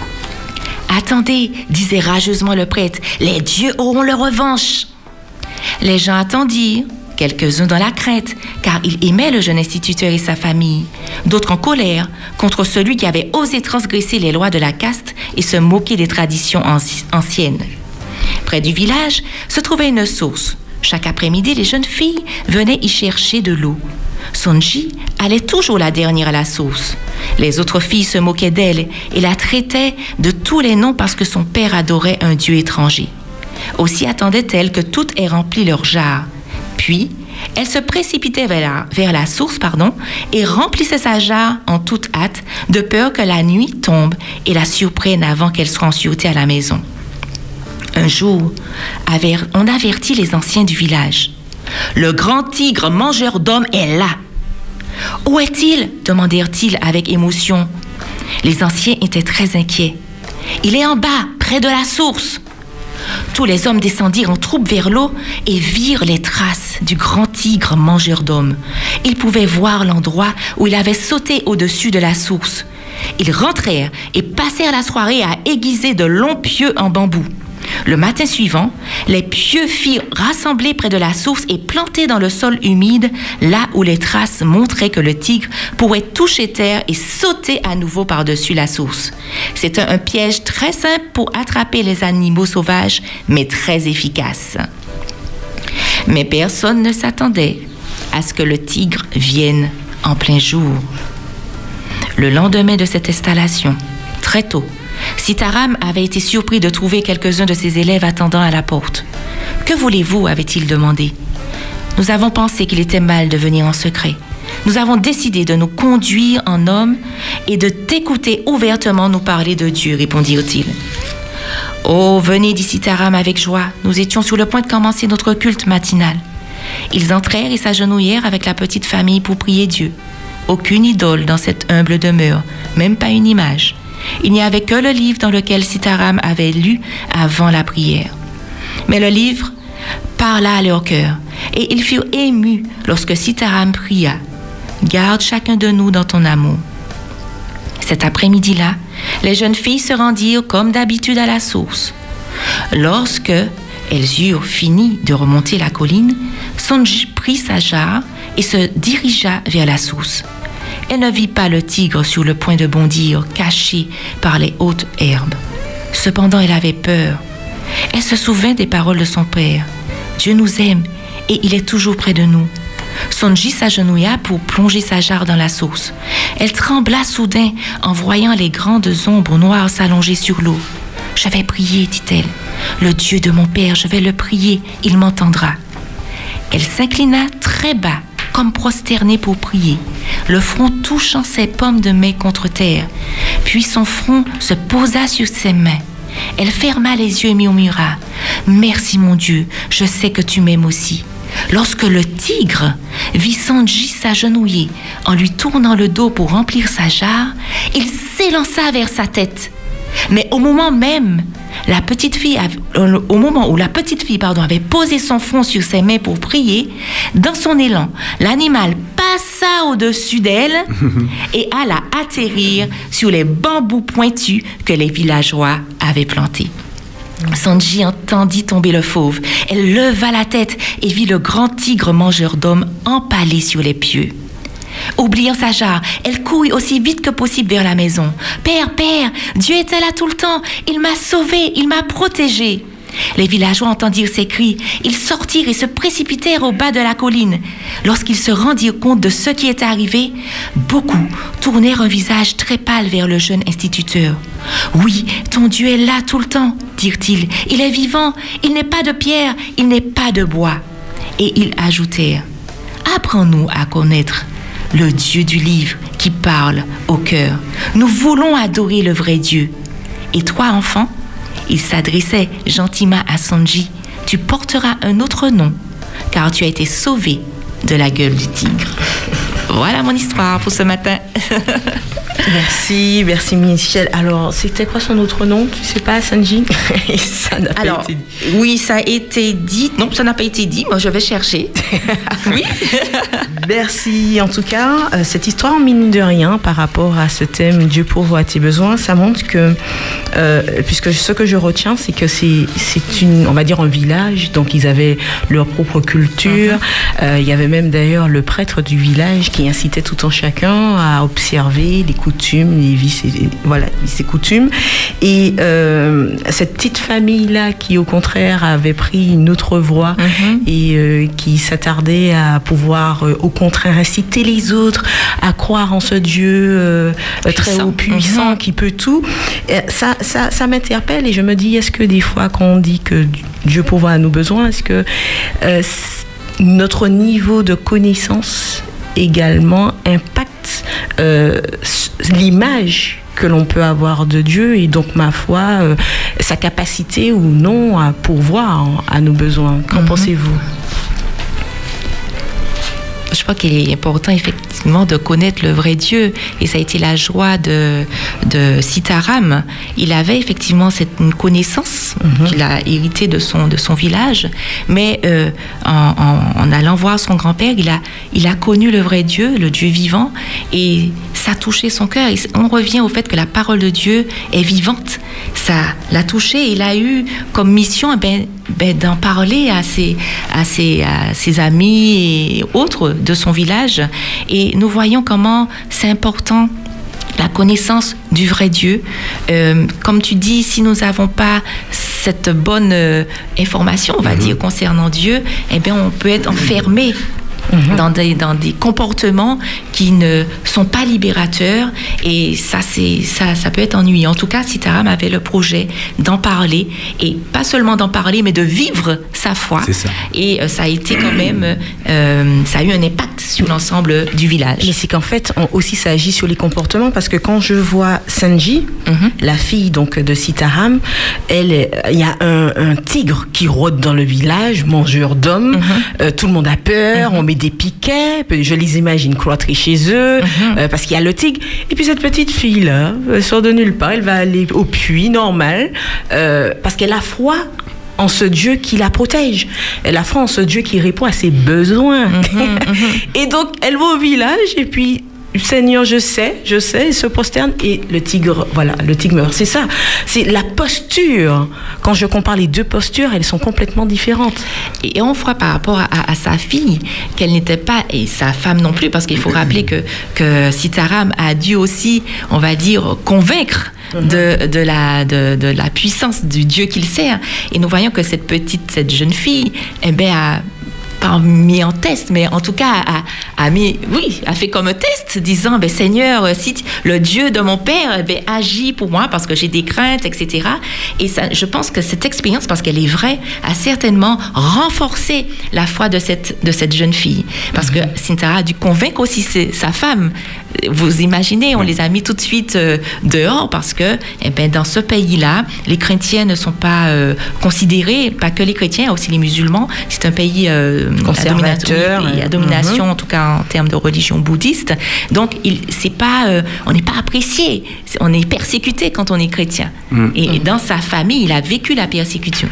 [SPEAKER 3] « Attendez, disait rageusement le prêtre, les dieux auront leur revanche. » Les gens attendirent, quelques-uns dans la crainte, car ils aimaient le jeune instituteur et sa famille. D'autres en colère contre celui qui avait osé transgresser les lois de la caste et se moquer des traditions anciennes. Près du village se trouvait une source. Chaque après-midi, les jeunes filles venaient y chercher de l'eau. Sonji allait toujours la dernière à la source. Les autres filles se moquaient d'elle et la traitaient de tous les noms parce que son père adorait un dieu étranger. Aussi attendaient-elles que toutes aient rempli leur jarre. Puis, elle se précipitait vers la source et remplissait sa jarre en toute hâte, de peur que la nuit tombe et la surprenne avant qu'elle soit en sûreté à la maison. Un jour, on avertit les anciens du village. « Le grand tigre mangeur d'hommes est là. »« Où est-il » demandèrent-ils avec émotion. Les anciens étaient très inquiets. « Il est en bas, près de la source. » Tous les hommes descendirent en troupe vers l'eau et virent les traces du grand tigre mangeur d'hommes. Ils pouvaient voir l'endroit où il avait sauté au-dessus de la source. Ils rentrèrent et passèrent la soirée à aiguiser de longs pieux en bambou. Le matin suivant, les pieux firent rassembler près de la source et planter dans le sol humide, là où les traces montraient que le tigre pourrait toucher terre et sauter à nouveau par-dessus la source. C'était un piège très simple pour attraper les animaux sauvages, mais très efficace. Mais personne ne s'attendait à ce que le tigre vienne en plein jour. Le lendemain de cette installation, très tôt, Sitaram avait été surpris de trouver quelques-uns de ses élèves attendant à la porte. « Que voulez-vous » avait-il demandé. « Nous avons pensé qu'il était mal de venir en secret. Nous avons décidé de nous conduire en hommes et de t'écouter ouvertement nous parler de Dieu, répondirent-ils. « Oh, venez, dit Sitaram avec joie. Nous étions sur le point de commencer notre culte matinal. » Ils entrèrent et s'agenouillèrent avec la petite famille pour prier Dieu. Aucune idole dans cette humble demeure, même pas une image. Il n'y avait que le livre dans lequel Sitaram avait lu avant la prière. Mais le livre parla à leur cœur et ils furent émus lorsque Sitaram pria « Garde chacun de nous dans ton amour. » Cet après-midi-là, les jeunes filles se rendirent comme d'habitude à la source. Lorsque Elles eurent fini de remonter la colline. Sonji prit sa jarre et se dirigea vers la source. Elle ne vit pas le tigre sur le point de bondir, caché par les hautes herbes. Cependant, elle avait peur. Elle se souvint des paroles de son père. Dieu nous aime et il est toujours près de nous. Sonji s'agenouilla pour plonger sa jarre dans la source. Elle trembla soudain en voyant les grandes ombres noires s'allonger sur l'eau. « Je vais prier, dit-elle. Le Dieu de mon père, je vais le prier, il m'entendra. » Elle s'inclina très bas, comme prosternée pour prier, le front touchant ses paumes de main contre terre. Puis son front se posa sur ses mains. Elle ferma les yeux et murmura « Merci mon Dieu, je sais que tu m'aimes aussi. » Lorsque le tigre vit Sonji s'agenouiller en lui tournant le dos pour remplir sa jarre, il s'élança vers sa tête. Mais au moment où la petite fille avait posé son front sur ses mains pour prier, dans son élan, l'animal passa au-dessus d'elle et alla atterrir sur les bambous pointus que les villageois avaient plantés. Sonji entendit tomber le fauve. Elle leva la tête et vit le grand tigre mangeur d'hommes empalé sur les pieux. Oubliant sa jarre, elle courut aussi vite que possible vers la maison. « Père, Père, Dieu était là tout le temps. Il m'a sauvée, il m'a protégée. » Les villageois entendirent ces cris. Ils sortirent et se précipitèrent au bas de la colline. Lorsqu'ils se rendirent compte de ce qui était arrivé, beaucoup tournèrent un visage très pâle vers le jeune instituteur. « Oui, ton Dieu est là tout le temps, dirent-ils. Il est vivant, il n'est pas de pierre, il n'est pas de bois. » Et ils ajoutèrent « Apprends-nous à connaître le Dieu du livre qui parle au cœur. Nous voulons adorer le vrai Dieu. Et toi, enfant, il s'adressait gentiment à Sonji. Tu porteras un autre nom, car tu as été sauvé de la gueule du tigre. » Voilà mon histoire pour ce matin.
[SPEAKER 1] Merci Michel. Alors, c'était quoi son autre nom? Tu sais pas, Sonji?
[SPEAKER 3] Ça n'a pas été dit. Oui, ça a été dit. Non, ça n'a pas été dit. Moi, je vais chercher. Oui.
[SPEAKER 1] Merci. En tout cas, cette histoire, mine de rien, par rapport à ce thème Dieu pourvoit à tes besoins, ça montre que, puisque ce que je retiens, c'est que c'est on va dire un village. Donc, ils avaient leur propre culture. Il y avait même d'ailleurs le prêtre du village qui incitait tout un chacun à observer les coutumes, les vices et coutumes. Et cette petite famille-là qui, au contraire, avait pris une autre voie et qui s'attardait à pouvoir, au contraire, inciter les autres à croire en ce Dieu très haut, puissant, qui peut tout. Ça m'interpelle et je me dis, est-ce que des fois, quand on dit que Dieu pourvoit à nos besoins, est-ce que notre niveau de connaissance également impacte l'image que l'on peut avoir de Dieu et donc, ma foi, sa capacité ou non à pourvoir à nos besoins. Qu'en pensez-vous?
[SPEAKER 3] Je crois qu'il est important effectivement de connaître le vrai Dieu et ça a été la joie de Sitaram. Il avait effectivement une connaissance qu'il a héritée de son village, mais en allant voir son grand-père, il a connu le vrai Dieu, le Dieu vivant, et ça a touché son cœur. Et on revient au fait que la parole de Dieu est vivante. Ça l'a touché. Il a eu comme mission d'en parler à ses amis et autres de son village. Et nous voyons comment c'est important la connaissance du vrai Dieu. Comme tu dis, si nous n'avons pas cette bonne information, on va dire, concernant Dieu, eh bien, on peut être enfermé dans des comportements qui ne sont pas libérateurs et ça peut être ennuyant. En tout cas, Sitaram avait le projet d'en parler et pas seulement d'en parler mais de vivre sa foi. C'est ça. Et ça a été quand même ça a eu un impact sur l'ensemble du village.
[SPEAKER 1] Mais c'est qu'en fait aussi ça agit sur les comportements parce que quand je vois Sonji, la fille donc de Sitaram, il y a un tigre qui rôde dans le village, mangeur d'hommes, tout le monde a peur, on met des piquets, je les imagine cloîtrés chez eux, parce qu'il y a le tigre. Et puis cette petite fille-là, elle sort de nulle part, elle va aller au puits normal, parce qu'elle a foi en ce Dieu qui la protège. Elle a foi en ce Dieu qui répond à ses besoins. Et donc, elle va au village et puis Seigneur, je sais, il se prosterne et le tigre meurt. C'est ça, c'est la posture. Quand je compare les deux postures, elles sont complètement différentes.
[SPEAKER 3] Et on voit par rapport à sa fille qu'elle n'était pas, et sa femme non plus, parce qu'il faut rappeler que Sitaram a dû aussi, on va dire, convaincre de la puissance du Dieu qu'il sert. Et nous voyons que cette jeune fille, a pas mis en test, mais en tout cas a fait comme un test, disant Seigneur, si le Dieu de mon père agit pour moi parce que j'ai des craintes, etc. Et ça, je pense que cette expérience, parce qu'elle est vraie, a certainement renforcé la foi de cette jeune fille, parce que Sintara a dû convaincre aussi sa femme. Vous imaginez, on les a mis tout de suite dehors parce que dans ce pays-là, les chrétiens ne sont pas considérés, pas que les chrétiens, aussi les musulmans. C'est un pays
[SPEAKER 1] conservateur,
[SPEAKER 3] à domination, en tout cas en termes de religion bouddhiste. Donc, on n'est pas apprécié, on est persécuté quand on est chrétien. Et dans sa famille, il a vécu la persécution.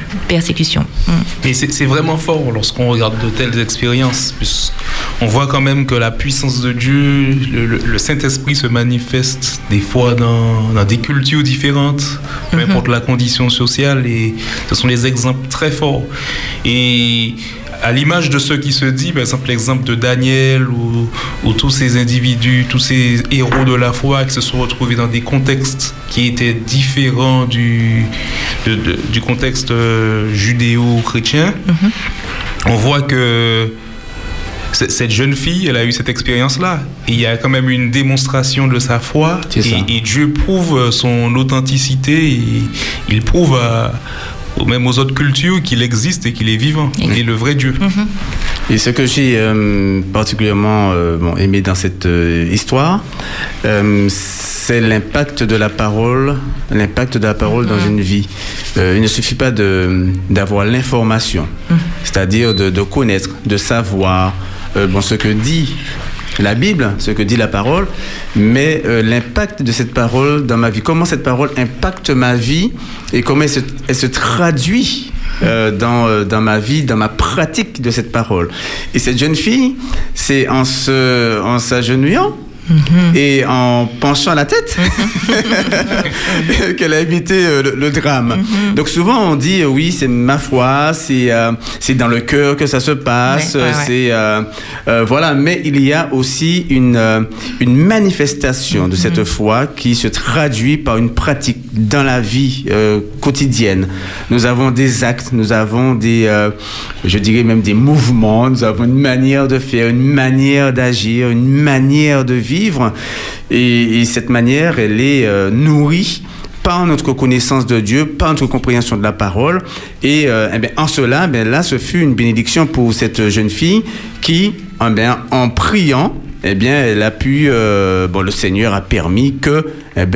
[SPEAKER 2] Et c'est vraiment fort lorsqu'on regarde de telles expériences. On voit quand même que la puissance de Dieu, le Saint-Esprit se manifeste des fois dans des cultures différentes, peu importe la condition sociale, et ce sont des exemples très forts. Et à l'image de ceux qui se disent, par exemple l'exemple de Daniel ou tous ces individus, tous ces héros de la foi qui se sont retrouvés dans des contextes qui étaient différents du contexte judéo-chrétien, on voit que cette jeune fille, elle a eu cette expérience-là. Et il y a quand même une démonstration de sa foi. Et Dieu prouve son authenticité. Et il prouve même aux autres cultures qu'il existe et qu'il est vivant. Il est le vrai Dieu.
[SPEAKER 5] Et ce que j'ai particulièrement aimé dans cette histoire, c'est l'impact de la parole dans une vie. Il ne suffit pas d'avoir l'information, c'est-à-dire de connaître, de savoir ce que dit la Bible, ce que dit la parole, mais l'impact de cette parole dans ma vie, comment cette parole impacte ma vie et comment elle se traduit dans ma vie, dans ma pratique de cette parole. Et cette jeune fille, c'est en s'agenouillant et en penchant la tête qu'elle a évité le drame. Donc souvent on dit oui, c'est ma foi, c'est dans le cœur que ça se passe, voilà, mais il y a aussi une manifestation de cette foi qui se traduit par une pratique dans la vie quotidienne. Nous avons des actes, nous avons je dirais même des mouvements, nous avons une manière de faire, une manière d'agir, une manière de vivre. Et cette manière, elle est nourrie par notre connaissance de Dieu, par notre compréhension de la parole. Et en cela, là, ce fut une bénédiction pour cette jeune fille qui, en priant, elle a pu, le Seigneur a permis que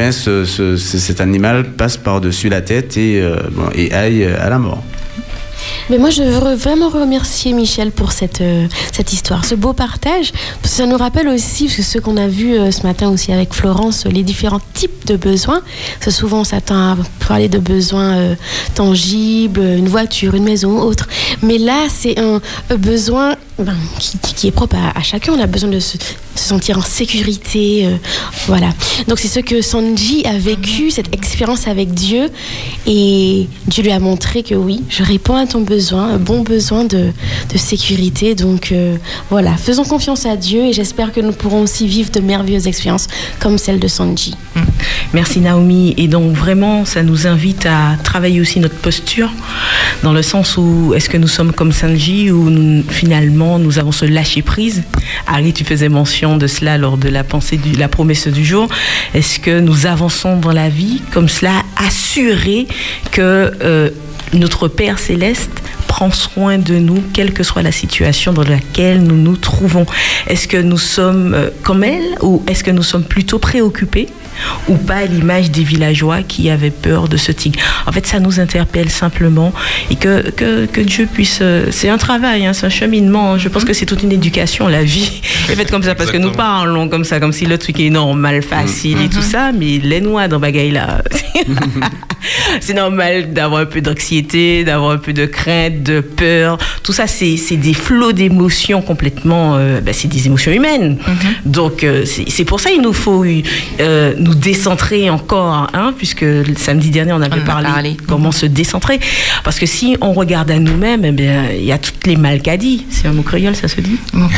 [SPEAKER 5] cet animal passe par-dessus la tête et aille à la mort.
[SPEAKER 4] Mais moi, je veux vraiment remercier Michel pour cette histoire, ce beau partage. Parce que ça nous rappelle aussi, parce que ce qu'on a vu ce matin aussi avec Florence, les différents types de besoins. Parce que souvent, on s'attend à parler de besoins tangibles, une voiture, une maison, autre. Mais là, c'est un besoin qui est propre à chacun. On a besoin de se sentir en sécurité. Voilà. Donc, c'est ce que Sanji a vécu, cette expérience avec Dieu. Et Dieu lui a montré que oui, je réponds à ton besoin, un bon besoin de sécurité. Donc, voilà. Faisons confiance à Dieu et j'espère que nous pourrons aussi vivre de merveilleuses expériences comme celle de Sanji.
[SPEAKER 1] Merci Naomi. Et donc, vraiment, ça nous invite à travailler aussi notre posture dans le sens où est-ce que nous sommes comme Sanji ou finalement nous avons ce lâcher prise. Harry, tu faisais mention de cela lors de la promesse du jour. Est-ce que nous avançons dans la vie comme cela, assurés que notre Père Céleste prend soin de nous, quelle que soit la situation dans laquelle nous nous trouvons? Est-ce que nous sommes comme elle ou est-ce que nous sommes plutôt préoccupés ou pas à l'image des villageois qui avaient peur de ce tigre? En fait, ça nous interpelle simplement et que Dieu puisse... c'est un travail, c'est un cheminement. Je pense que c'est toute une éducation, la vie est faite comme ça, parce que nous parlons comme ça, comme si le truc est normal, facile et tout ça, mais les noix dans bagaille là... C'est normal d'avoir un peu d'anxiété, d'avoir un peu de crainte, de peur. Tout ça, c'est des flots d'émotions complètement... c'est des émotions humaines. Donc, c'est pour ça qu'il nous faut nous décentrer encore, hein, puisque le samedi dernier, on avait parlé comment se décentrer. Parce que si on regarde à nous-mêmes, eh bien, il y a toutes les maladies. C'est un mot créole, ça se dit?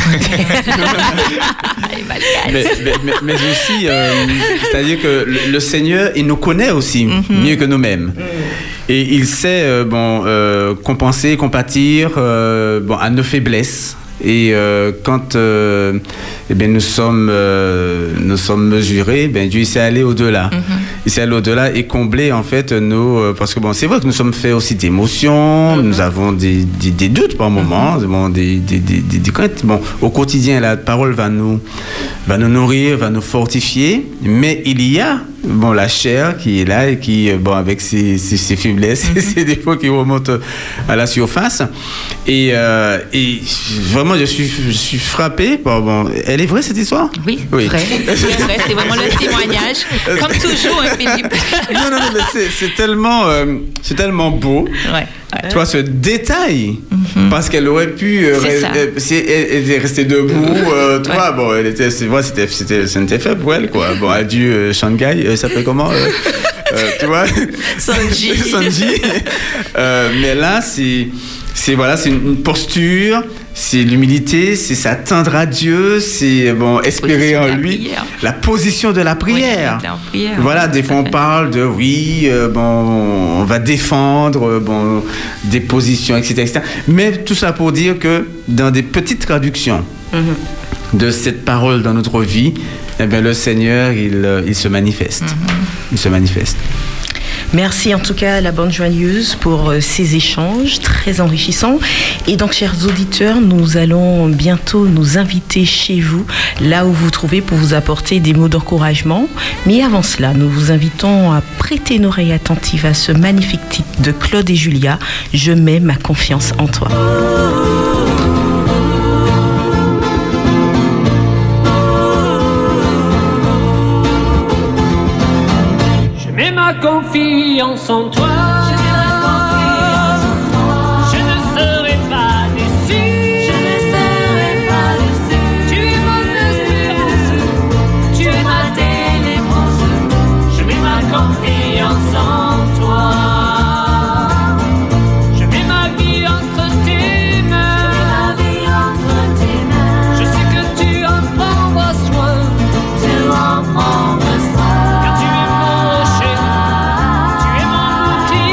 [SPEAKER 5] mais aussi, c'est-à-dire que le Seigneur, il nous connaît aussi mieux que nous-mêmes. Et il sait compenser, compatir à nos faiblesses. Et quand nous sommes mesurés, Dieu sait aller au-delà. Il sait aller au-delà et combler en fait nos... parce que c'est vrai que nous sommes faits aussi d'émotions, nous avons des doutes par moments, des craintes. Au quotidien, la parole va nous nourrir, va nous fortifier, mais il y a la chair qui est là et qui, avec ses faiblesses et ses défauts qui remontent à la surface. Et vraiment, je suis frappé par... elle est vraie, cette histoire?
[SPEAKER 3] Oui. Vraie. C'est vrai, c'est vraiment le témoignage. Comme toujours, Philippe.
[SPEAKER 5] Non, mais c'est tellement beau. Ouais. Tu vois, ce détail, parce qu'elle aurait pu rester debout, tu vois, c'était fait pour elle, quoi. Adieu Shanghai, ça s'appelle comment tu vois,
[SPEAKER 3] Sanji.
[SPEAKER 5] Mais là, c'est une posture, c'est l'humilité, c'est s'attendre à Dieu, c'est espérer en lui. La position de la prière. Voilà, des fois on parle de on va défendre des positions, etc. Mais tout ça pour dire que dans des petites traductions de cette parole dans notre vie, le Seigneur, il se manifeste. Il se manifeste.
[SPEAKER 1] Merci en tout cas à la Bande Joyeuse pour ces échanges très enrichissants. Et donc, chers auditeurs, nous allons bientôt nous inviter chez vous, là où vous vous trouvez, pour vous apporter des mots d'encouragement. Mais avant cela, nous vous invitons à prêter une oreille attentive à ce magnifique titre de Claude et Julia, « Je mets ma confiance en toi ».
[SPEAKER 19] Confiance en toi, je ne serai pas déçu, tu es mon espérance, tu es ma délivrance, je mets ma confiance en toi, je mets ma vie entre tes mains, je sais que tu en prendras soin, car tu es mon rocher.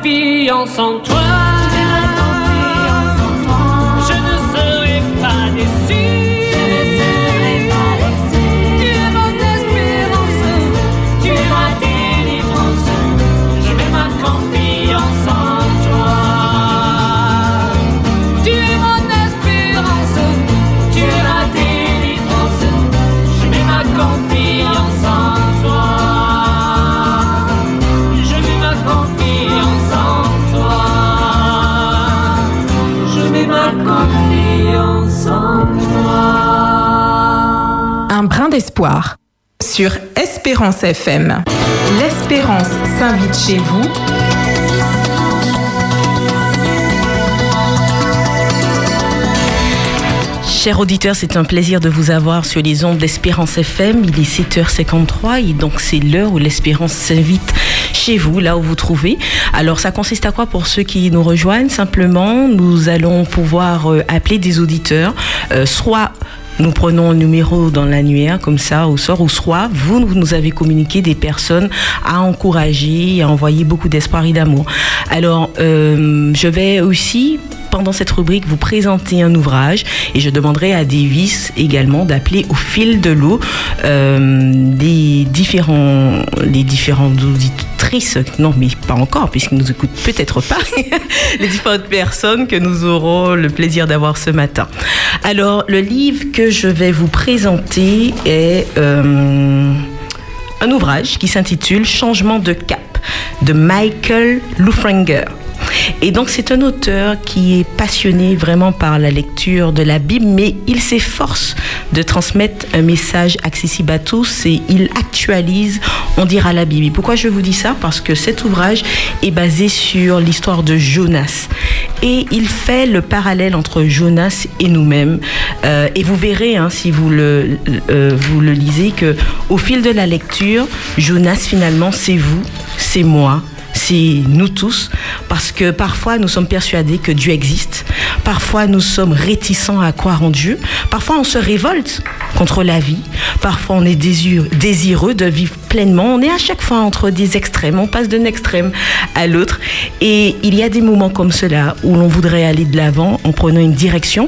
[SPEAKER 19] confiance en toi. Je ne serai pas déçu. Tu es mon espérance, tu es ma délivrance. Je mets ma confiance en toi. Tu es mon espérance, tu es ma délivrance. Je mets ma confiance en toi. Je mets ma confiance en toi. Je mets ma confiance en toi.
[SPEAKER 11] Un brin d'espoir sur Espérance FM. L'espérance s'invite chez vous.
[SPEAKER 1] Chers auditeurs, c'est un plaisir de vous avoir sur les ondes d'Espérance FM. Il est 7h53 et donc c'est l'heure où l'Espérance s'invite chez vous, là où vous trouvez. Alors ça consiste à quoi pour ceux qui nous rejoignent? Simplement, nous allons pouvoir appeler des auditeurs, soit nous prenons un numéro dans l'annuaire comme ça au sort, ou soit vous nous avez communiqué des personnes à encourager et à envoyer beaucoup d'espoir et d'amour. Alors je vais aussi pendant cette rubrique vous présenter un ouvrage et je demanderai à Davis également d'appeler au fil de l'eau les différentes auditrices, non mais pas encore puisqu'ils nous écoutent peut-être pas, les différentes personnes que nous aurons le plaisir d'avoir ce matin. Alors le livre que je vais vous présenter est un ouvrage qui s'intitule Changement de cap de Michael Lufranger. Et donc c'est un auteur qui est passionné vraiment par la lecture de la Bible, mais il s'efforce de transmettre un message accessible à tous et il actualise, on dira, la Bible. Et pourquoi je vous dis ça? Parce que cet ouvrage est basé sur l'histoire de Jonas. Et il fait le parallèle entre Jonas et nous-mêmes. Et vous verrez, si vous le lisez, qu'au fil de la lecture, Jonas finalement c'est vous, c'est moi, c'est nous tous, parce que parfois nous sommes persuadés que Dieu existe, parfois nous sommes réticents à croire en Dieu, parfois on se révolte contre la vie, parfois on est désireux de vivre pleinement, on est à chaque fois entre des extrêmes, on passe d'un extrême à l'autre et il y a des moments comme cela où l'on voudrait aller de l'avant en prenant une direction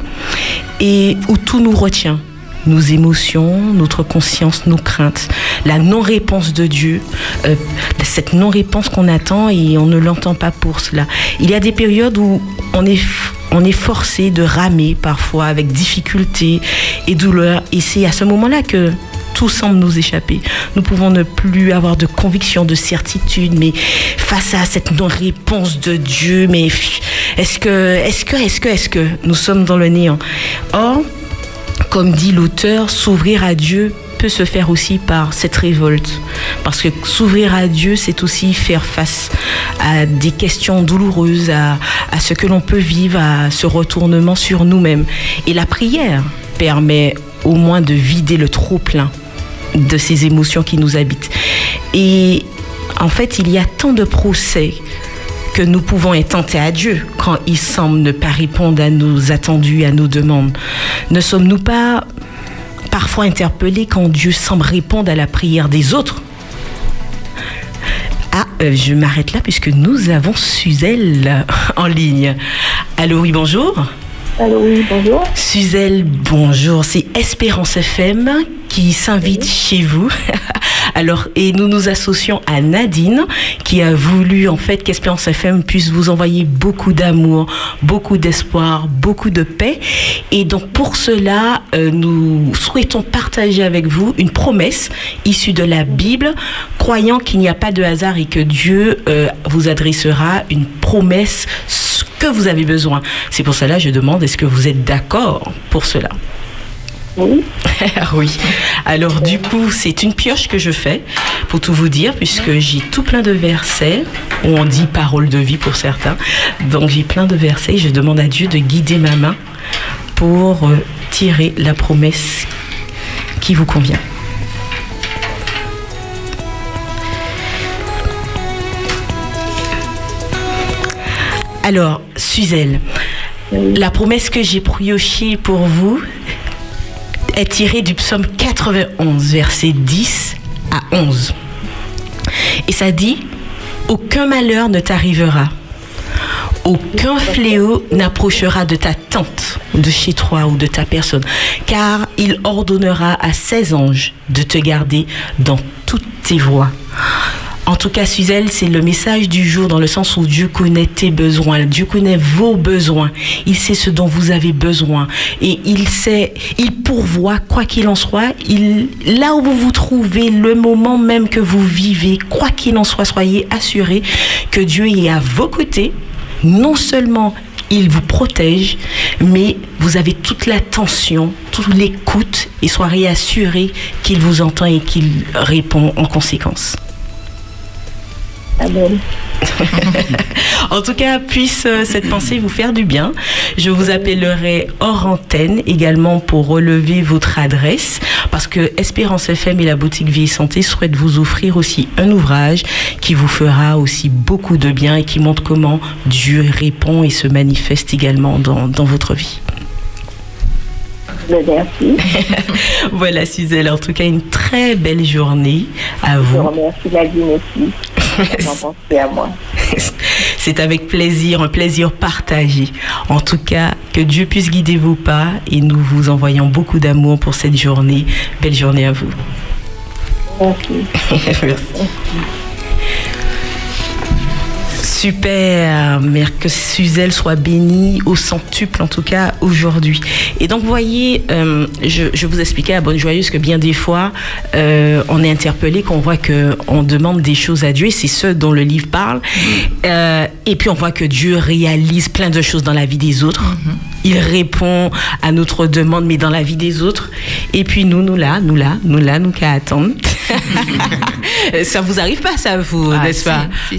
[SPEAKER 1] et où tout nous retient. Nos émotions, notre conscience, nos craintes, la non-réponse de Dieu, cette non-réponse qu'on attend et on ne l'entend pas pour cela. Il y a des périodes où on est forcé de ramer parfois avec difficulté et douleur et c'est à ce moment-là que tout semble nous échapper. Nous pouvons ne plus avoir de conviction, de certitude, mais face à cette non-réponse de Dieu, mais est-ce que nous sommes dans le néant? Or, comme dit l'auteur, s'ouvrir à Dieu peut se faire aussi par cette révolte. Parce que s'ouvrir à Dieu, c'est aussi faire face à des questions douloureuses, à ce que l'on peut vivre, à ce retournement sur nous-mêmes. Et la prière permet au moins de vider le trop-plein de ces émotions qui nous habitent. Et en fait, il y a tant de procès que nous pouvons être tentés à Dieu quand il semble ne pas répondre à nos attendus, à nos demandes. Ne sommes-nous pas parfois interpellés quand Dieu semble répondre à la prière des autres? Je m'arrête là puisque nous avons Suzelle en ligne. Allô, oui, bonjour.
[SPEAKER 20] Allô, oui, bonjour.
[SPEAKER 1] Suzelle, bonjour. C'est Espérance FM qui s'invite chez vous. Alors, et nous nous associons à Nadine qui a voulu en fait qu'Espérance FM puisse vous envoyer beaucoup d'amour, beaucoup d'espoir, beaucoup de paix. Et donc pour cela, nous souhaitons partager avec vous une promesse issue de la Bible, croyant qu'il n'y a pas de hasard et que Dieu vous adressera une promesse que vous avez besoin. C'est pour cela que je demande, est-ce que vous êtes d'accord pour cela?
[SPEAKER 20] Oui.
[SPEAKER 1] Oui. Alors du coup, c'est une pioche que je fais pour tout vous dire, puisque j'ai tout plein de versets où on dit parole de vie pour certains. Donc j'ai plein de versets et je demande à Dieu de guider ma main pour tirer la promesse qui vous convient. Alors, Suzelle, la promesse que j'ai piochée pour vous est tirée du psaume 91, versets 10 à 11. Et ça dit « Aucun malheur ne t'arrivera aucun fléau n'approchera de ta tente, de chez toi ou de ta personne, car il ordonnera à ses anges de te garder dans toutes tes voies. En tout cas, Suzelle, c'est le message du jour dans le sens où Dieu connaît tes besoins, Dieu connaît vos besoins, il sait ce dont vous avez besoin et il pourvoit, quoi qu'il en soit, là où vous vous trouvez, le moment même que vous vivez, quoi qu'il en soit, soyez assurés que Dieu est à vos côtés. Non seulement il vous protège, mais vous avez toute l'attention, toute l'écoute et soyez assurés qu'il vous entend et qu'il répond en conséquence.
[SPEAKER 20] Amen.
[SPEAKER 1] En tout cas, puisse cette pensée vous faire du bien. Je vous appellerai hors antenne également pour relever votre adresse parce que Espérance FM et la boutique Vie et Santé souhaitent vous offrir aussi un ouvrage qui vous fera aussi beaucoup de bien et qui montre comment Dieu répond et se manifeste également dans votre vie.
[SPEAKER 20] Merci.
[SPEAKER 1] Voilà, Suzelle, en tout cas, une très belle journée à vous.
[SPEAKER 20] Je vous remercie, Nadine aussi. Pensez à moi.
[SPEAKER 1] C'est avec plaisir, un plaisir partagé. En tout cas, que Dieu puisse guider vos pas et nous vous envoyons beaucoup d'amour pour cette journée. Belle journée à vous.
[SPEAKER 20] Merci.
[SPEAKER 1] Merci. Super, mère, que Suzelle soit bénie au centuple en tout cas aujourd'hui. Et donc vous voyez, je vous expliquais à Bonne Joyeuse que bien des fois on est interpellé, qu'on voit qu'on demande des choses à Dieu et c'est ce dont le livre parle. Et puis on voit que Dieu réalise plein de choses dans la vie des autres. Il répond à notre demande mais dans la vie des autres. Et puis nous qu'à attendre. Ça vous arrive pas ça vous, n'est-ce pas?
[SPEAKER 3] Si.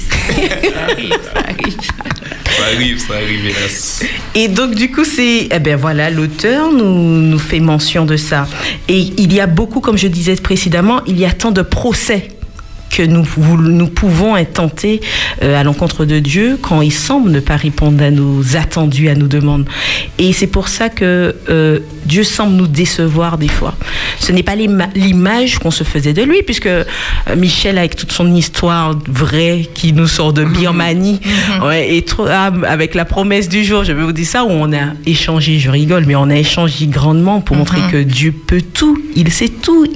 [SPEAKER 3] Ça arrive, hélas.
[SPEAKER 1] Et donc, du coup, voilà, l'auteur nous fait mention de ça. Et il y a beaucoup, comme je disais précédemment, il y a tant de procès que nous pouvons être tentés à l'encontre de Dieu quand il semble ne pas répondre à nos attendus, à nos demandes. Et c'est pour ça que Dieu semble nous décevoir des fois. Ce n'est pas l'image qu'on se faisait de lui, puisque Michel, avec toute son histoire vraie qui nous sort de Birmanie, et avec la promesse du jour, je vais vous dire ça, où on a échangé, je rigole, mais on a échangé grandement pour montrer que Dieu peut tout, il sait tout,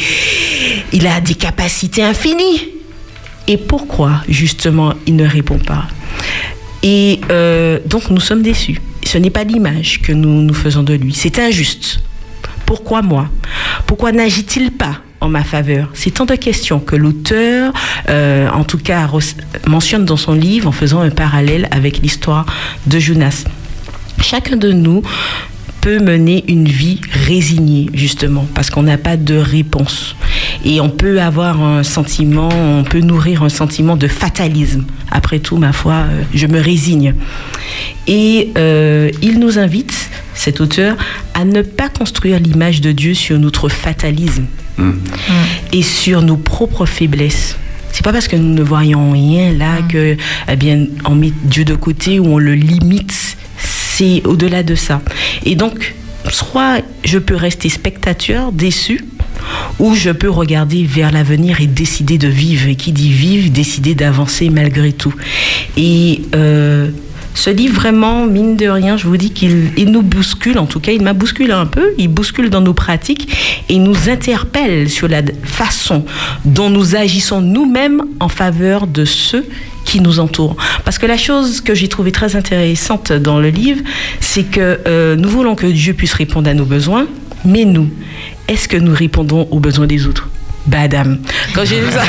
[SPEAKER 1] il a des capacités infinies. Et pourquoi, justement, il ne répond pas? Et donc, nous sommes déçus. Ce n'est pas l'image que nous faisons de lui. C'est injuste. Pourquoi moi? Pourquoi n'agit-il pas en ma faveur? C'est tant de questions que l'auteur, en tout cas, mentionne dans son livre en faisant un parallèle avec l'histoire de Jonas. Chacun de nous peut mener une vie résignée, justement, parce qu'on n'a pas de réponse. Et on peut avoir on peut nourrir un sentiment de fatalisme. Après tout, ma foi, je me résigne. Et il nous invite, cet auteur, à ne pas construire l'image de Dieu sur notre fatalisme et sur nos propres faiblesses. C'est pas parce que nous ne voyons rien là que, on met Dieu de côté ou on le limite. C'est au-delà de ça. Et donc, soit je peux rester spectateur, déçu, ou je peux regarder vers l'avenir et décider de vivre. Et qui dit vivre, décider d'avancer malgré tout. Et ce livre, vraiment, mine de rien, je vous dis qu'il nous bouscule, en tout cas, il m'a bousculé un peu, il bouscule dans nos pratiques et nous interpelle sur la façon dont nous agissons nous-mêmes en faveur de ceux qui nous entourent. Parce que la chose que j'ai trouvée très intéressante dans le livre, c'est que nous voulons que Dieu puisse répondre à nos besoins, mais nous, est-ce que nous répondons aux besoins des autres? Badam. Quand j'ai lu ça...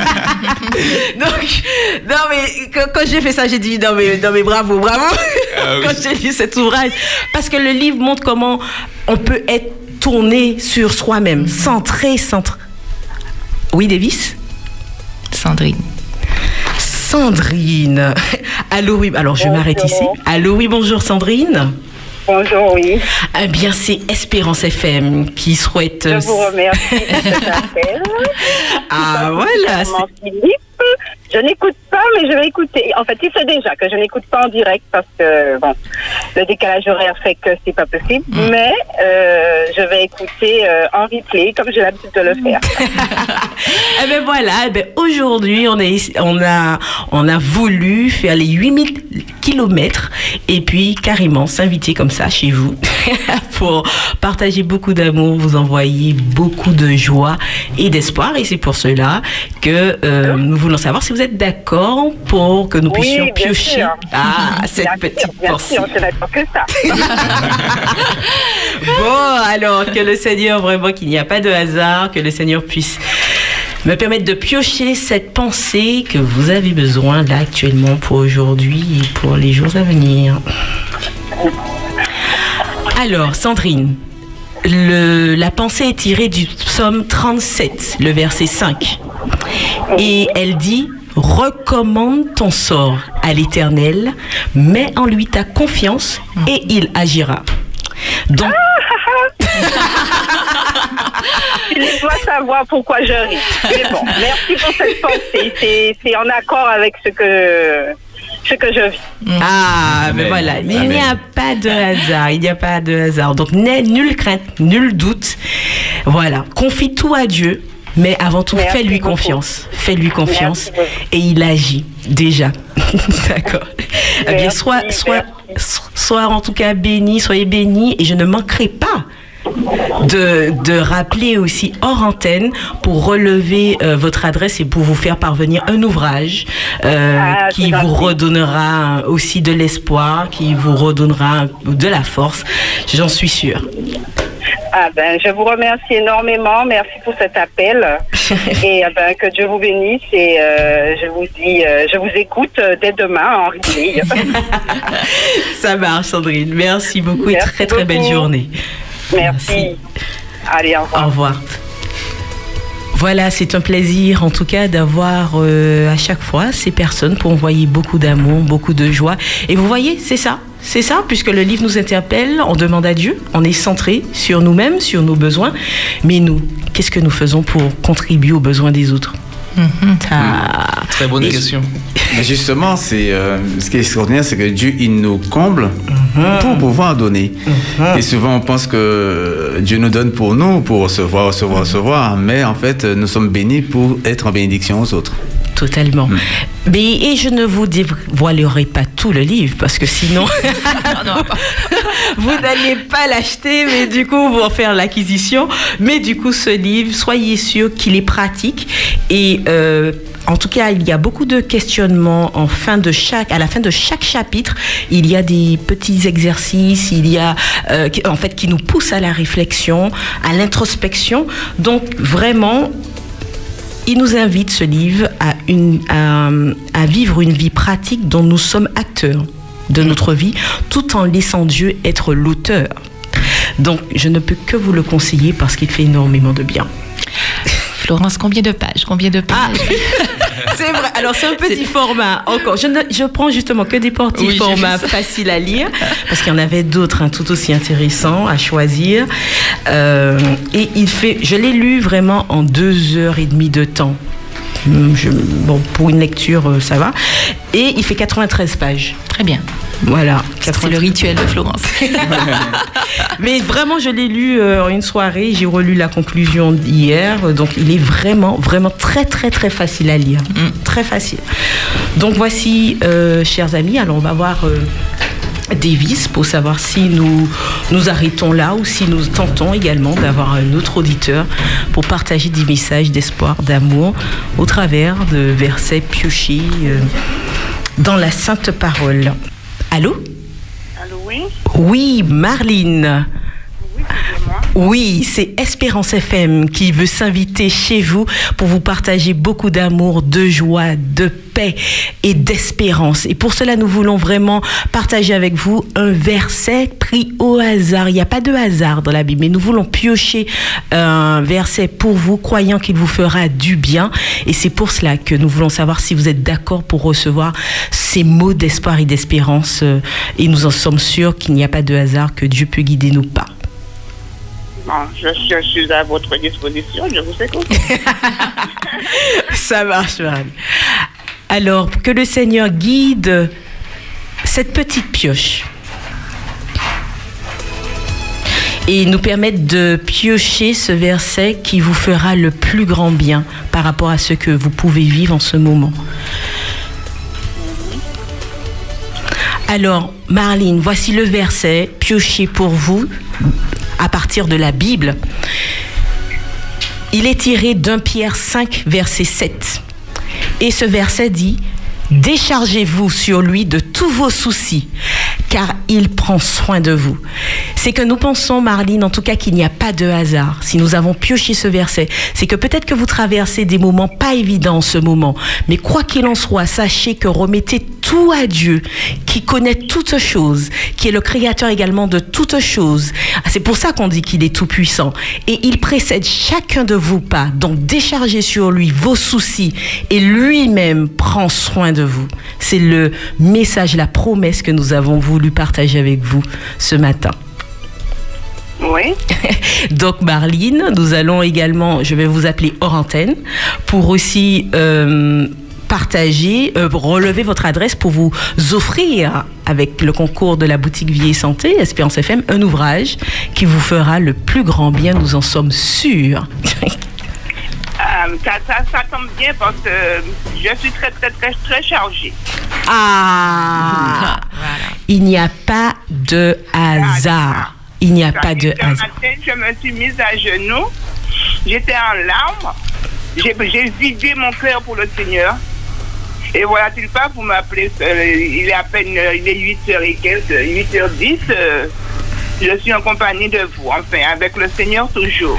[SPEAKER 1] quand j'ai fait ça, j'ai dit non mais bravo. Quand j'ai lu cet ouvrage, parce que le livre montre comment on peut être tourné sur soi-même, centré. Oui, Davis? Sandrine. Allô, oui. Alors je m'arrête ici. Allô, oui, bonjour Sandrine.
[SPEAKER 20] Bonjour, oui.
[SPEAKER 1] Eh bien, c'est Espérance FM qui souhaite...
[SPEAKER 20] Je vous remercie de cet appel.
[SPEAKER 1] Ah, voilà.
[SPEAKER 20] Philippe,
[SPEAKER 21] Je n'écoute pas, mais je vais écouter. En fait, il sait déjà que je n'écoute pas en direct parce que, bon, le décalage horaire fait que c'est pas possible. Mais je vais écouter en replay, comme j'ai l'habitude de le faire.
[SPEAKER 1] Eh ben voilà, aujourd'hui, on a voulu faire les 8000 kilomètres et puis carrément s'inviter comme ça chez vous pour partager beaucoup d'amour, vous envoyer beaucoup de joie et d'espoir. Et c'est pour cela que nous voulons savoir si vous êtes d'accord pour que nous puissions piocher cette petite pensée.
[SPEAKER 21] Bien sûr, c'est d'accord que ça.
[SPEAKER 1] Bon, alors que le Seigneur, vraiment qu'il n'y a pas de hasard, que le Seigneur puisse me permettre de piocher cette pensée que vous avez besoin là actuellement pour aujourd'hui et pour les jours à venir. Alors, Sandrine, la pensée est tirée du psaume 37, le verset 5. Et elle dit « Recommande ton sort à l'Éternel, mets en lui ta confiance et il agira. » Donc...
[SPEAKER 21] Il doit savoir pourquoi je ris. Mais bon, merci pour cette pensée. C'est en accord avec ce que je vis.
[SPEAKER 1] Ah, mais voilà, il n'y a pas de hasard, il n'y a pas de hasard. Donc, nulle crainte, nul doute. Voilà, confie tout à Dieu, mais avant tout, fais-lui confiance. Fais-lui confiance et il agit déjà. D'accord. Eh bien, sois en tout cas béni, soyez bénis et je ne manquerai pas de rappeler aussi hors antenne pour relever votre adresse et pour vous faire parvenir un ouvrage qui vous redonnera aussi de l'espoir, qui vous redonnera de la force, j'en suis sûre.
[SPEAKER 21] Je vous remercie énormément, merci pour cet appel et que Dieu vous bénisse et je vous écoute dès demain en replay.
[SPEAKER 1] Ça marche, Sandrine, merci beaucoup et très très belle journée.
[SPEAKER 21] Merci. Allez, au revoir.
[SPEAKER 1] Au revoir. Voilà, c'est un plaisir en tout cas d'avoir à chaque fois ces personnes pour envoyer beaucoup d'amour, beaucoup de joie. Et vous voyez, c'est ça, puisque le livre nous interpelle, on demande à Dieu, on est centré sur nous-mêmes, sur nos besoins. Mais nous, qu'est-ce que nous faisons pour contribuer aux besoins des autres ?
[SPEAKER 2] Très bonne question.
[SPEAKER 5] Mais justement, ce qui est extraordinaire, c'est que Dieu, il nous comble pour pouvoir donner. Et souvent, on pense que Dieu nous donne pour nous, pour recevoir. Mais en fait, nous sommes bénis pour être en bénédiction aux autres.
[SPEAKER 1] Totalement. Et je ne vous dévoilerai pas tout le livre parce que sinon vous n'allez pas l'acheter, mais du coup vous en faire l'acquisition. Mais du coup ce livre, soyez sûr qu'il est pratique et en tout cas, il y a beaucoup de questionnements à la fin de chaque chapitre. Il y a des petits exercices, qui nous poussent à la réflexion, à l'introspection. Donc vraiment, il nous invite, ce livre, à vivre une vie pratique dont nous sommes acteurs de notre vie, tout en laissant Dieu être l'auteur. Donc, je ne peux que vous le conseiller parce qu'il fait énormément de bien.
[SPEAKER 3] Florence, combien de pages
[SPEAKER 1] C'est vrai. Alors, c'est un petit format. Encore, je prends justement que des petits formats faciles à lire, parce qu'il y en avait d'autres tout aussi intéressants à choisir. Et je l'ai lu vraiment en 2h30 de temps. Pour une lecture, ça va. Et il fait 93 pages.
[SPEAKER 3] Très bien.
[SPEAKER 1] Voilà.
[SPEAKER 3] C'est le rituel de Florence.
[SPEAKER 1] Mais vraiment, je l'ai lu en une soirée. J'ai relu la conclusion hier. Donc, il est vraiment, vraiment très, très, très facile à lire. Très facile. Donc, voici, chers amis. Alors, on va voir Davis pour savoir si nous arrêtons là ou si nous tentons également d'avoir un autre auditeur pour partager des messages d'espoir, d'amour au travers de versets piochés dans la Sainte Parole. Allô?
[SPEAKER 21] Allô, oui?
[SPEAKER 1] Oui, Marline. Oui, c'est Espérance FM qui veut s'inviter chez vous pour vous partager beaucoup d'amour, de joie, de paix et d'espérance. Et pour cela, nous voulons vraiment partager avec vous un verset pris au hasard. Il n'y a pas de hasard dans la Bible, mais nous voulons piocher un verset pour vous, croyant qu'il vous fera du bien. Et c'est pour cela que nous voulons savoir si vous êtes d'accord pour recevoir ces mots d'espoir et d'espérance. Et nous en sommes sûrs qu'il n'y a pas de hasard, que Dieu peut guider nos pas.
[SPEAKER 21] Bon, je suis à votre disposition, je vous écoute.
[SPEAKER 1] Ça marche, Marie. Alors, que le Seigneur guide cette petite pioche et nous permette de piocher ce verset qui vous fera le plus grand bien par rapport à ce que vous pouvez vivre en ce moment. Alors, Marlene, voici le verset pioché pour vous à partir de la Bible. Il est tiré d'1 Pierre 5, verset 7. Et ce verset dit « Déchargez-vous sur lui de tous vos soucis, car il prend soin de vous. » C'est que nous pensons, Marlene, en tout cas, qu'il n'y a pas de hasard. Si nous avons pioché ce verset, c'est que peut-être que vous traversez des moments pas évidents en ce moment. Mais quoi qu'il en soit, sachez que remettez tout à Dieu, qui connaît toutes choses, qui est le créateur également de toutes choses. C'est pour ça qu'on dit qu'il est tout-puissant. Et il précède chacun de vos pas. Donc, déchargez sur lui vos soucis et lui-même prend soin de vous. C'est le message, la promesse que nous avons voulu partager avec vous ce matin.
[SPEAKER 21] Oui.
[SPEAKER 1] Donc, Marlene, nous allons également, je vais vous appeler hors antenne, pour aussi partager, relever votre adresse pour vous offrir, avec le concours de la boutique Vie et Santé, Espérance FM, un ouvrage qui vous fera le plus grand bien, nous en sommes sûrs.
[SPEAKER 21] Ça tombe bien parce que je suis très chargée.
[SPEAKER 1] Ah, voilà. Il n'y a pas de hasard. Il n'y a pas de hasard.
[SPEAKER 21] Matin, je me suis mise à genoux. J'étais en larmes. J'ai vidé mon cœur pour le Seigneur. Et voilà, tu pas, vous m'appelez. Il est à peine, il est 8h et quelques, 8h10. Je suis en compagnie de vous, enfin, avec le Seigneur toujours.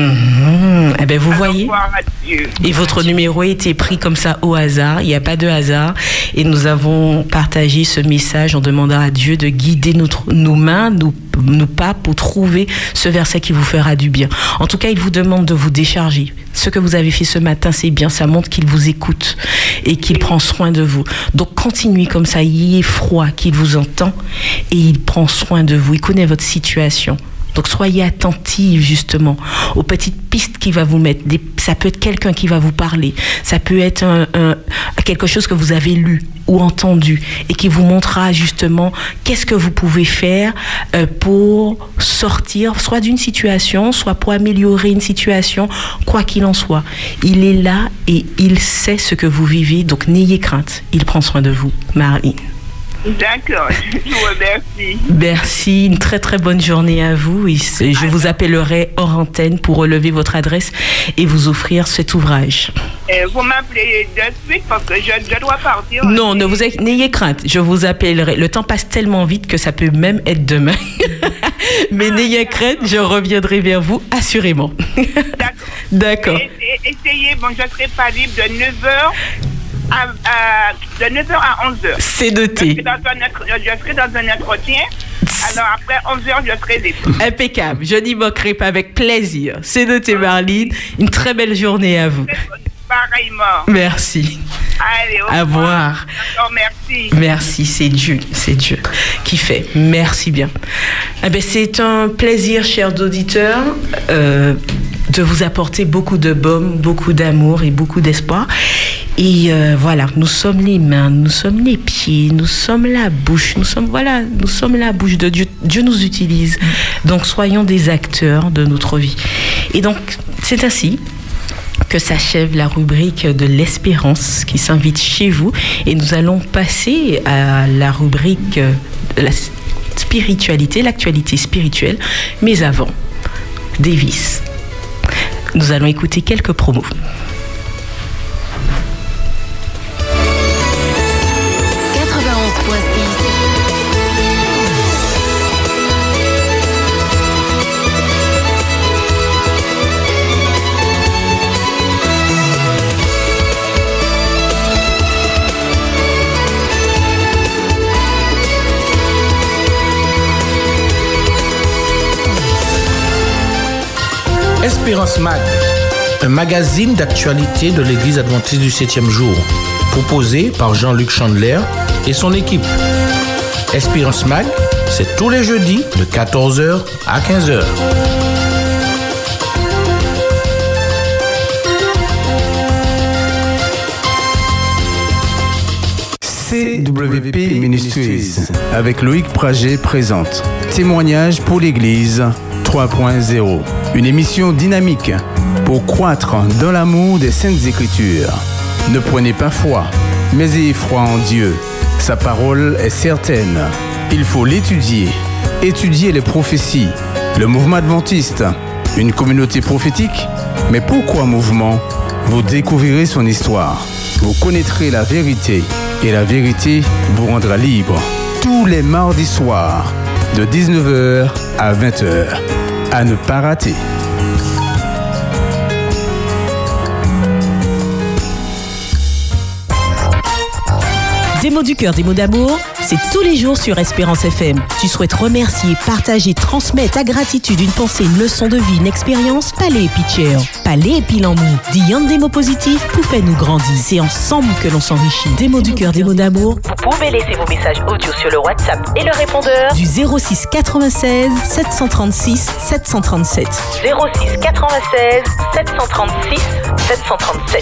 [SPEAKER 1] Eh bien, vous voyez.
[SPEAKER 21] Gloire à Dieu.
[SPEAKER 1] Et votre numéro a été pris comme ça au hasard. Il n'y a pas de hasard. Et nous avons partagé ce message en demandant à Dieu de guider nos mains, nos pas pour trouver ce verset qui vous fera du bien. En tout cas, il vous demande de vous décharger. Ce que vous avez fait ce matin, c'est bien. Ça montre qu'il vous écoute et qu'il prend soin de vous. Donc, continuez comme ça. Ayez froid qu'il vous entend et il prend soin de vous. Il connaît votre situation. Donc, soyez attentifs, justement, aux petites pistes qu'il va vous mettre. Ça peut être quelqu'un qui va vous parler. Ça peut être quelque chose que vous avez lu ou entendu et qui vous montrera, justement, qu'est-ce que vous pouvez faire pour sortir, soit d'une situation, soit pour améliorer une situation, quoi qu'il en soit. Il est là et il sait ce que vous vivez. Donc, n'ayez crainte. Il prend soin de vous. Marie.
[SPEAKER 21] D'accord, je vous remercie.
[SPEAKER 1] Merci, une très très bonne journée à vous. Et je vous appellerai hors antenne pour relever votre adresse et vous offrir cet ouvrage.
[SPEAKER 21] Vous m'appelez de suite parce que je dois partir.
[SPEAKER 1] Non, n'ayez crainte, je vous appellerai. Le temps passe tellement vite que ça peut même être demain. Mais n'ayez crainte, je reviendrai vers vous assurément. D'accord.
[SPEAKER 21] Essayez, je serai pas libre de 9h. De 9h à 11h.
[SPEAKER 1] C'est noté.
[SPEAKER 21] Je serai dans un entretien. Alors après 11h, je serai libre.
[SPEAKER 1] Impeccable. Je n'y manquerai pas, avec plaisir. C'est noté, Marlene. Une très belle journée à vous.
[SPEAKER 21] Pareillement.
[SPEAKER 1] Merci.
[SPEAKER 21] Allez, au
[SPEAKER 1] revoir.
[SPEAKER 21] Merci.
[SPEAKER 1] Merci, c'est Dieu qui fait. Merci bien. C'est un plaisir, chers auditeurs, de vous apporter beaucoup de baume, beaucoup d'amour et beaucoup d'espoir. Et voilà, nous sommes les mains, nous sommes les pieds, nous sommes la bouche, nous sommes la bouche de Dieu. Dieu nous utilise. Donc, soyons des acteurs de notre vie. Et donc, c'est ainsi que s'achève la rubrique de l'espérance qui s'invite chez vous. Et nous allons passer à la rubrique de la spiritualité, l'actualité spirituelle. Mais avant, Davis, nous allons écouter quelques promos.
[SPEAKER 6] Espérance Mag, un magazine d'actualité de l'Église adventiste du 7e jour, proposé par Jean-Luc Chandler et son équipe. Espérance Mag, c'est tous les jeudis de 14h à 15h.
[SPEAKER 5] EWP Ministries avec Loïc Prager présente Témoignage pour l'Église 3.0. Une émission dynamique pour croître dans l'amour des Saintes Écritures. Ne prenez pas foi, mais ayez foi en Dieu. Sa parole est certaine. Il faut l'étudier. Étudier les prophéties. Le mouvement adventiste, une communauté prophétique. Mais pourquoi mouvement? Vous découvrirez son histoire. Vous connaîtrez la vérité et la vérité vous rendra libre. Tous les mardis soirs, de 19h à 20h. À ne pas rater.
[SPEAKER 9] Des mots du cœur, des mots d'amour, c'est tous les jours sur Espérance FM. Tu souhaites remercier, partager, transmettre ta gratitude, une pensée, une leçon de vie, une expérience? Palais et Pitcher. Palais et Pilamou. Dis un des mots positifs pour faire nous grandir. C'est ensemble que l'on s'enrichit. Des mots du cœur, des mots d'amour.
[SPEAKER 18] Vous pouvez laisser vos messages audio sur le WhatsApp et le répondeur
[SPEAKER 9] Du 06 96 736 737.
[SPEAKER 18] 06 96 736 737.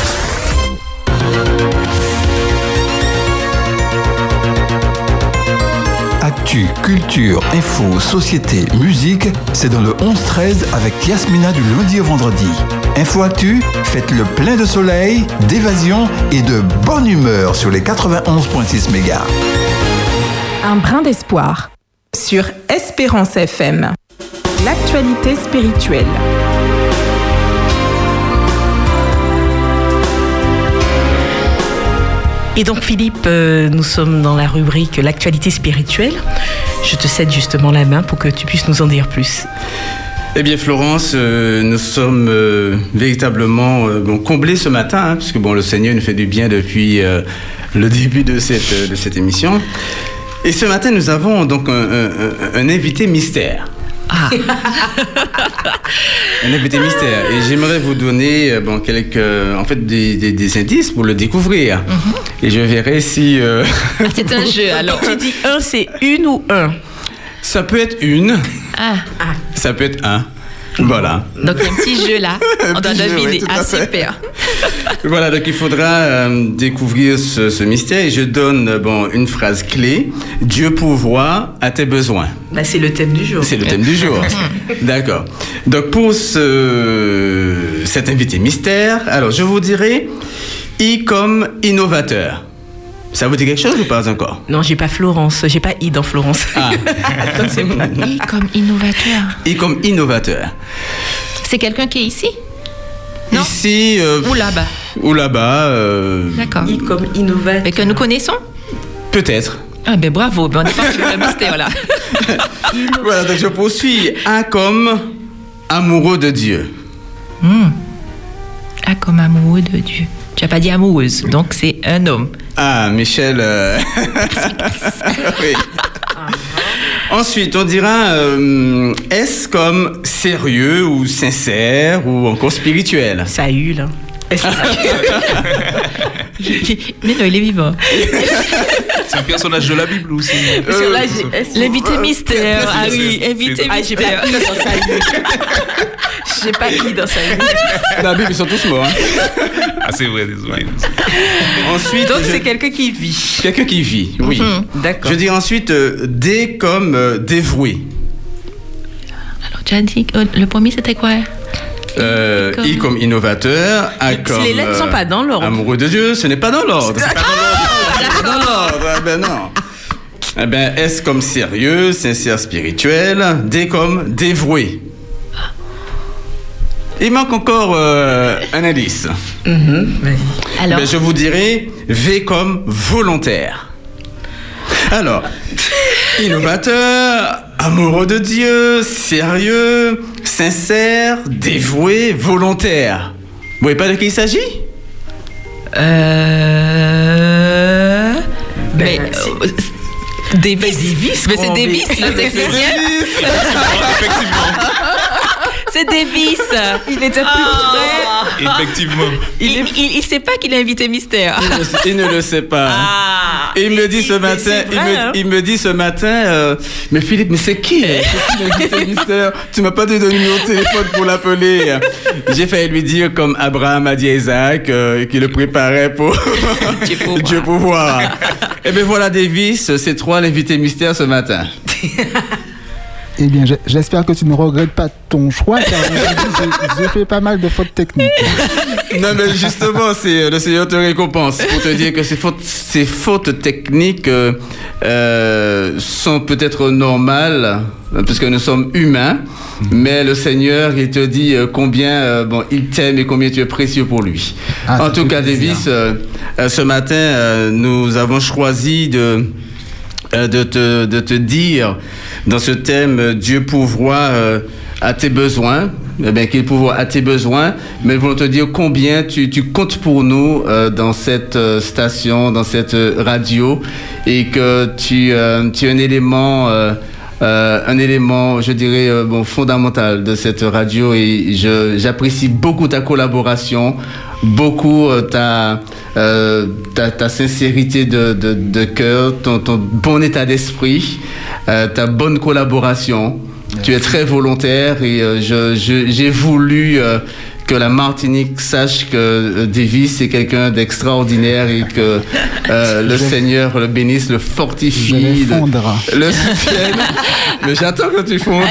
[SPEAKER 8] Actu, culture, info, société, musique, c'est dans le 11-13 avec Yasmina du lundi au vendredi. Info Actu, faites le plein de soleil, d'évasion et de bonne humeur sur les 91.6 mégas.
[SPEAKER 11] Un brin d'espoir sur Espérance FM. L'actualité spirituelle.
[SPEAKER 1] Et donc Philippe, nous sommes dans la rubrique l'actualité spirituelle. Je te cède justement la main pour que tu puisses nous en dire plus.
[SPEAKER 5] Eh bien Florence, nous sommes véritablement comblés ce matin, puisque le Seigneur nous fait du bien depuis le début de cette émission. Et ce matin, nous avons donc un invité mystère.
[SPEAKER 1] Ah.
[SPEAKER 5] Un invité mystère. Et j'aimerais vous donner des indices pour le découvrir. Mm-hmm. Et je verrai si...
[SPEAKER 3] c'est un jeu, alors.
[SPEAKER 1] Tu dis un, c'est une ou un?
[SPEAKER 5] Ça peut être une.
[SPEAKER 3] Ah.
[SPEAKER 5] Ça peut être un. Voilà.
[SPEAKER 3] Donc, il y a un petit jeu là. On doit deviner.
[SPEAKER 5] Oui,
[SPEAKER 3] ah, super.
[SPEAKER 5] Voilà, donc il faudra découvrir ce mystère. Et je donne une phrase clé. Dieu pourvoit à tes besoins.
[SPEAKER 1] Bah, c'est le thème du jour.
[SPEAKER 5] C'est le thème du jour. D'accord. Donc, pour cet invité mystère, alors je vous dirai I comme innovateur. Ça vous dit quelque chose ou pas encore?
[SPEAKER 1] Non, j'ai pas Florence. J'ai pas I dans Florence.
[SPEAKER 5] Ah.
[SPEAKER 3] C'est moi. I comme innovateur.
[SPEAKER 5] I comme innovateur.
[SPEAKER 3] C'est quelqu'un qui est ici? Non?
[SPEAKER 5] Ici.
[SPEAKER 3] Ou là-bas?
[SPEAKER 5] Ou là-bas.
[SPEAKER 3] D'accord.
[SPEAKER 1] I comme innovateur.
[SPEAKER 3] Et que nous connaissons?
[SPEAKER 5] Peut-être.
[SPEAKER 3] Ah ben bravo, on est parti pour le mystère là.
[SPEAKER 5] Voilà, donc je poursuis. A comme amoureux de Dieu.
[SPEAKER 3] A comme amoureux de Dieu. Tu n'as pas dit amoureuse, donc c'est un homme.
[SPEAKER 5] Ah, Michel. Oui. Ensuite, on dira S comme sérieux ou sincère ou encore spirituel.
[SPEAKER 1] Ça a eu là.
[SPEAKER 3] Mais non, il est vivant.
[SPEAKER 2] C'est un personnage de la Bible aussi.
[SPEAKER 3] L'invité mystère. Ah oui, invité mystère.
[SPEAKER 1] J'ai pas qui dans sa vie.
[SPEAKER 5] Dans la Bible, ils sont tous morts.
[SPEAKER 2] Ah, c'est vrai, désolé.
[SPEAKER 5] Ensuite,
[SPEAKER 1] donc, c'est quelqu'un qui vit.
[SPEAKER 5] Quelqu'un qui vit, oui.
[SPEAKER 1] D'accord.
[SPEAKER 5] Je dis ensuite D comme dévoué.
[SPEAKER 3] Alors, tu as dit, le premier, c'était quoi?
[SPEAKER 5] I comme innovateur, A comme
[SPEAKER 1] les lettres ne sont pas dans l'ordre.
[SPEAKER 5] Amoureux de Dieu, ce n'est pas dans l'ordre. C'est pas dans l'ordre. Ah ben non. Eh ben S comme sérieux, sincère, spirituel. D comme dévoué. Il manque encore un indice.
[SPEAKER 3] Alors,
[SPEAKER 5] je vous dirai V comme volontaire. Alors, innovateur, amoureux de Dieu, sérieux, sincère, dévoué, volontaire. Vous voyez pas de qui il s'agit?
[SPEAKER 3] Davis. Mais c'est Davis, le technicien.
[SPEAKER 2] Effectivement.
[SPEAKER 3] C'est Davis.
[SPEAKER 1] Il était plus près.
[SPEAKER 2] Effectivement.
[SPEAKER 3] Il sait pas qu'il est invité mystère.
[SPEAKER 5] Il ne le sait pas. Et il me dit ce matin, il me dit ce matin, mais Philippe, mais c'est qui l'invité mystère? Tu m'as pas donné de numéro de téléphone pour l'appeler. J'ai failli lui dire comme Abraham a dit à Isaac, qu'il le préparait pour Dieu pouvoir. Et bien voilà, Davis, c'est toi l'invité mystère ce matin.
[SPEAKER 10] Eh bien, j'espère que tu ne regrettes pas ton choix, car j'ai fait pas mal de fautes techniques.
[SPEAKER 5] Non, mais justement, c'est le Seigneur te récompense pour te dire que ces fautes techniques sont peut-être normales, puisque nous sommes humains, mais le Seigneur, il te dit combien il t'aime et combien tu es précieux pour lui. En tout cas, Davis, ce matin, nous avons choisi de te dire, dans ce thème, Dieu pourvoit à tes besoins, qu'il pourvoit à tes besoins, mais nous voulons te dire combien tu comptes pour nous dans cette station, dans cette radio, et que tu es un élément, je dirais, fondamental de cette radio, et j'apprécie beaucoup ta collaboration, beaucoup ta sincérité de cœur, ton bon état d'esprit, ta bonne collaboration. Merci. Tu es très volontaire et j'ai voulu que la Martinique sache que Davis est quelqu'un d'extraordinaire et que le Seigneur le bénisse, le fortifie, le soutienne. Mais j'attends que tu fondes.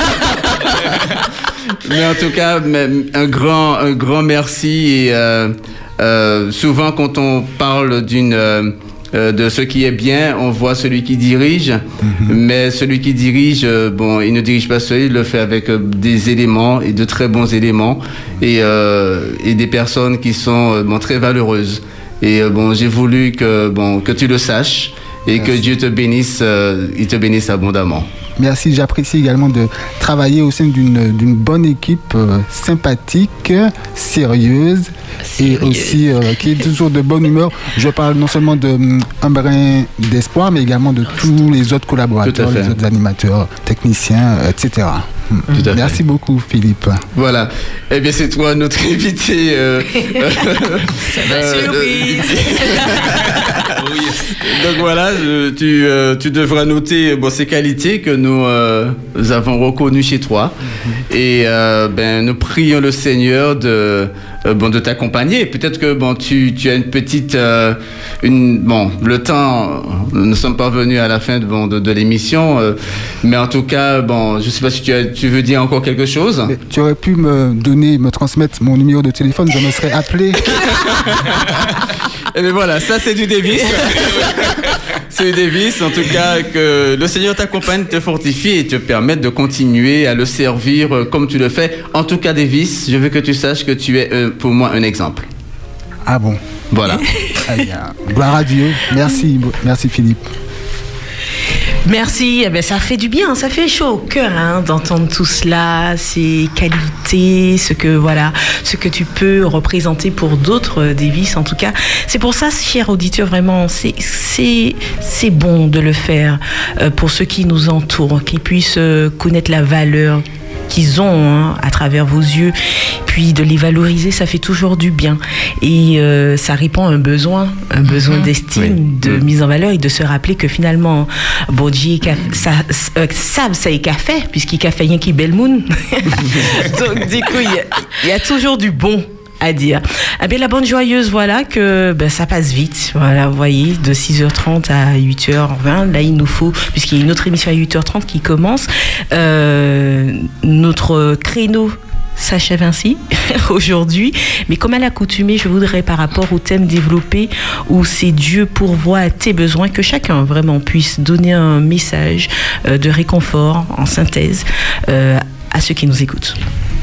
[SPEAKER 5] Mais en tout cas, un grand merci. Et souvent, quand on parle de ce qui est bien, on voit celui qui dirige, mais celui qui dirige, il ne dirige pas seul, il le fait avec des éléments, et de très bons éléments, et des personnes qui sont très valeureuses. Et j'ai voulu que tu le saches, et merci. Que Dieu te bénisse, il te bénisse abondamment.
[SPEAKER 10] Merci, j'apprécie également de travailler au sein d'une bonne équipe sympathique, sérieuse et aussi qui est toujours de bonne humeur. Je parle non seulement d'un brin d'espoir, mais également de tous les autres collaborateurs, les autres animateurs, techniciens, etc. Merci beaucoup, Philippe.
[SPEAKER 5] Voilà. Eh bien, c'est toi notre invité. Donc voilà, tu devras noter ces qualités que nous avons reconnues chez toi. Et nous prions le Seigneur de t'accompagner. Peut-être que tu as une petite... le temps, nous ne sommes pas venus à la fin de l'émission, mais en tout cas, je ne sais pas si tu veux dire encore quelque chose.
[SPEAKER 10] Mais tu aurais pu me transmettre mon numéro de téléphone, je me serais appelé.
[SPEAKER 5] Et bien voilà, ça c'est du Davis. C'est du Davis, en tout cas, que le Seigneur t'accompagne, te fortifie et te permette de continuer à le servir comme tu le fais. En tout cas, Davis, je veux que tu saches que tu es pour moi un exemple.
[SPEAKER 10] Ah bon?
[SPEAKER 5] Voilà.
[SPEAKER 10] Très bien. Gloire à Dieu. Merci Philippe.
[SPEAKER 1] Merci, ça fait du bien, ça fait chaud au cœur d'entendre tout cela, ces qualités, ce que tu peux représenter pour d'autres, Davis en tout cas. C'est pour ça, cher auditeur, vraiment, c'est bon de le faire pour ceux qui nous entourent, qu'ils puissent connaître la valeur qu'ils ont à travers vos yeux, puis de les valoriser, ça fait toujours du bien et ça répond à un besoin d'estime, de mise en valeur et de se rappeler que finalement Dieu ça est qu'a fait puisqu'il a fait rien qui belle moon. Donc du coup il y a toujours du bon à dire. La bonne joyeuse, voilà que ça passe vite. Voilà, vous voyez, de 6h30 à 8h20. Là, il nous faut, puisqu'il y a une autre émission à 8h30 qui commence, notre créneau s'achève ainsi aujourd'hui. Mais comme à l'accoutumée, je voudrais, par rapport au thème développé où c'est Dieu pourvoit à tes besoins, que chacun vraiment puisse donner un message de réconfort en synthèse à ceux qui nous écoutent.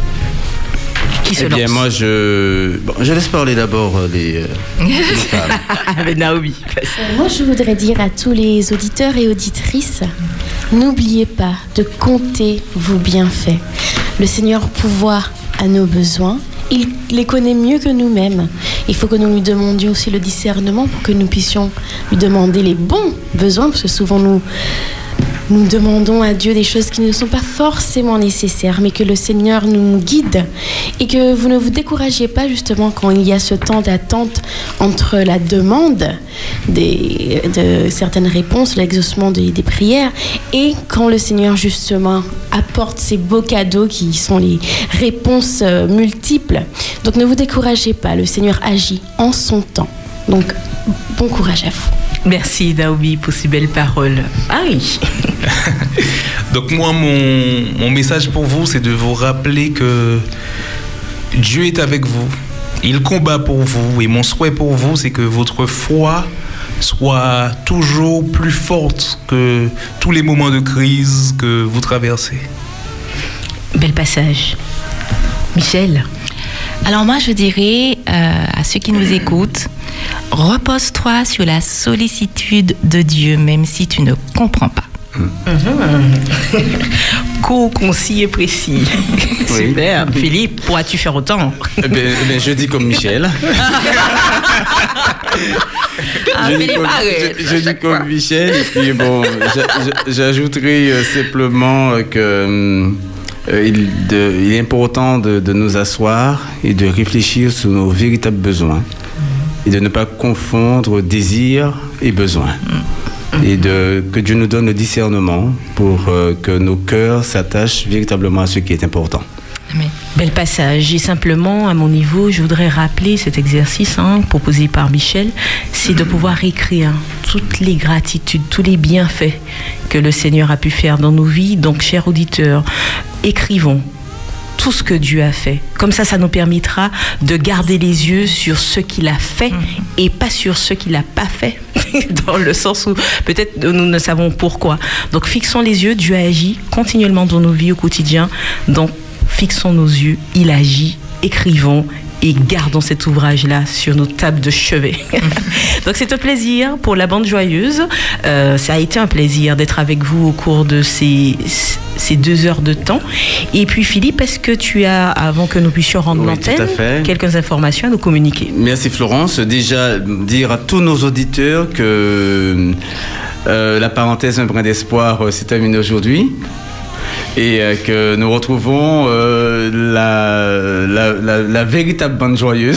[SPEAKER 5] Moi, je laisse parler d'abord les femmes.
[SPEAKER 1] Avec Naomi.
[SPEAKER 4] Moi, je voudrais dire à tous les auditeurs et auditrices, n'oubliez pas de compter vos bienfaits. Le Seigneur pourvoit à nos besoins. Il les connaît mieux que nous-mêmes. Il faut que nous lui demandions aussi le discernement pour que nous puissions lui demander les bons besoins, parce que souvent nous nous demandons à Dieu des choses qui ne sont pas forcément nécessaires, mais que le Seigneur nous guide et que vous ne vous découragez pas justement quand il y a ce temps d'attente entre la demande de certaines réponses, l'exaucement des prières, et quand le Seigneur justement apporte ces beaux cadeaux qui sont les réponses multiples. Donc ne vous découragez pas, le Seigneur agit en son temps. Donc bon courage à vous.
[SPEAKER 1] Merci Naomi pour ces belles paroles. Ah oui.
[SPEAKER 2] Donc moi, mon message pour vous, c'est de vous rappeler que Dieu est avec vous. Il combat pour vous. Et mon souhait pour vous, c'est que votre foi soit toujours plus forte que tous les moments de crise que vous traversez.
[SPEAKER 1] Bel passage. Michel.
[SPEAKER 3] Alors moi, je dirais à ceux qui nous écoutent, repose-toi sur la sollicitude de Dieu, même si tu ne comprends pas.
[SPEAKER 1] Court, concis et précis.
[SPEAKER 5] Oui.
[SPEAKER 1] Super. Philippe, pourras-tu faire autant?
[SPEAKER 5] Je dis comme Michel. Je dis comme Michel. Et puis bon, j'ajouterai simplement que il est important de nous asseoir et de réfléchir sur nos véritables besoins et de ne pas confondre désir et besoin. Et que Dieu nous donne le discernement pour que nos cœurs s'attachent véritablement à ce qui est important.
[SPEAKER 1] Amen. Bel passage. Et simplement, à mon niveau, je voudrais rappeler cet exercice proposé par Michel, c'est de pouvoir écrire toutes les gratitudes, tous les bienfaits que le Seigneur a pu faire dans nos vies. Donc, chers auditeurs, écrivons tout ce que Dieu a fait. Comme ça nous permettra de garder les yeux sur ce qu'il a fait et pas sur ce qu'il n'a pas fait. Dans le sens où peut-être nous ne savons pourquoi. Donc fixons les yeux, Dieu agit continuellement dans nos vies au quotidien. Donc fixons nos yeux, il agit, écrivons et gardons cet ouvrage-là sur nos tables de chevet. Donc c'est un plaisir pour la bande joyeuse. Ça a été un plaisir d'être avec vous au cours de ces 2 heures de temps. Et puis Philippe, est-ce que tu as, avant que nous puissions rendre l'antenne, quelques informations à nous communiquer?
[SPEAKER 5] Merci Florence. Déjà, dire à tous nos auditeurs que la parenthèse Un brin d'espoir s'est terminée aujourd'hui. Et que nous retrouvons la véritable bande joyeuse.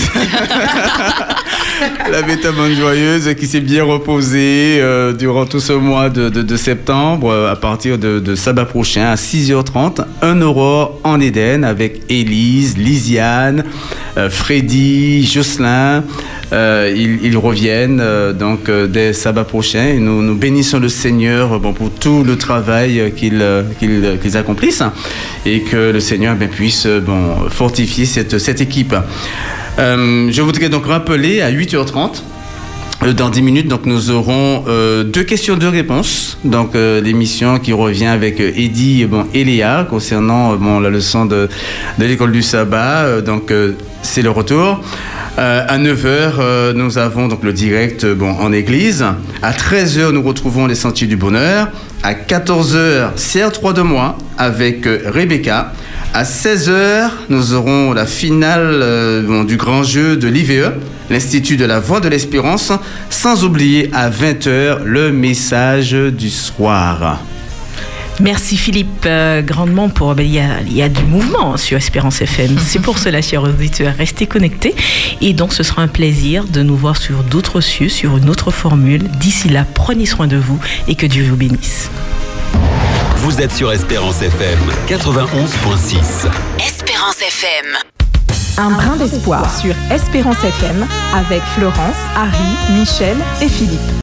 [SPEAKER 5] La véritable bande joyeuse qui s'est bien reposée durant tout ce mois de septembre, à partir de sabbat prochain à 6h30, un aurore en Éden avec Élise, Lisiane, Freddy, Jocelyn. Ils reviennent donc dès sabbat prochain et nous bénissons le Seigneur pour tout le travail qu'ils accomplissent et que le Seigneur puisse fortifier cette équipe. Je voudrais donc rappeler à 8h30 dans 10 minutes, donc nous aurons 2 questions de réponse. Donc l'émission qui revient avec Eddy et Léa concernant la leçon de l'école du sabbat. Donc c'est le retour. À 9h, nous avons donc le direct en église. À 13h, nous retrouvons les Sentiers du Bonheur. À 14h, CR3 de moi avec Rebecca. À 16h, nous aurons la finale du grand jeu de l'IVE, l'Institut de la Voix de l'Espérance. Sans oublier à 20h, le message du soir.
[SPEAKER 1] Merci Philippe, grandement pour... il y a du mouvement sur Espérance FM. C'est pour cela, chers auditeurs, restez connectés. Et donc, ce sera un plaisir de nous voir sur d'autres cieux, sur une autre formule. D'ici là, prenez soin de vous et que Dieu vous bénisse.
[SPEAKER 7] Vous êtes sur Espérance FM 91.6.
[SPEAKER 18] Espérance FM.
[SPEAKER 11] Un brin d'espoir sur Espérance FM avec Florence, Harry, Michel et Philippe.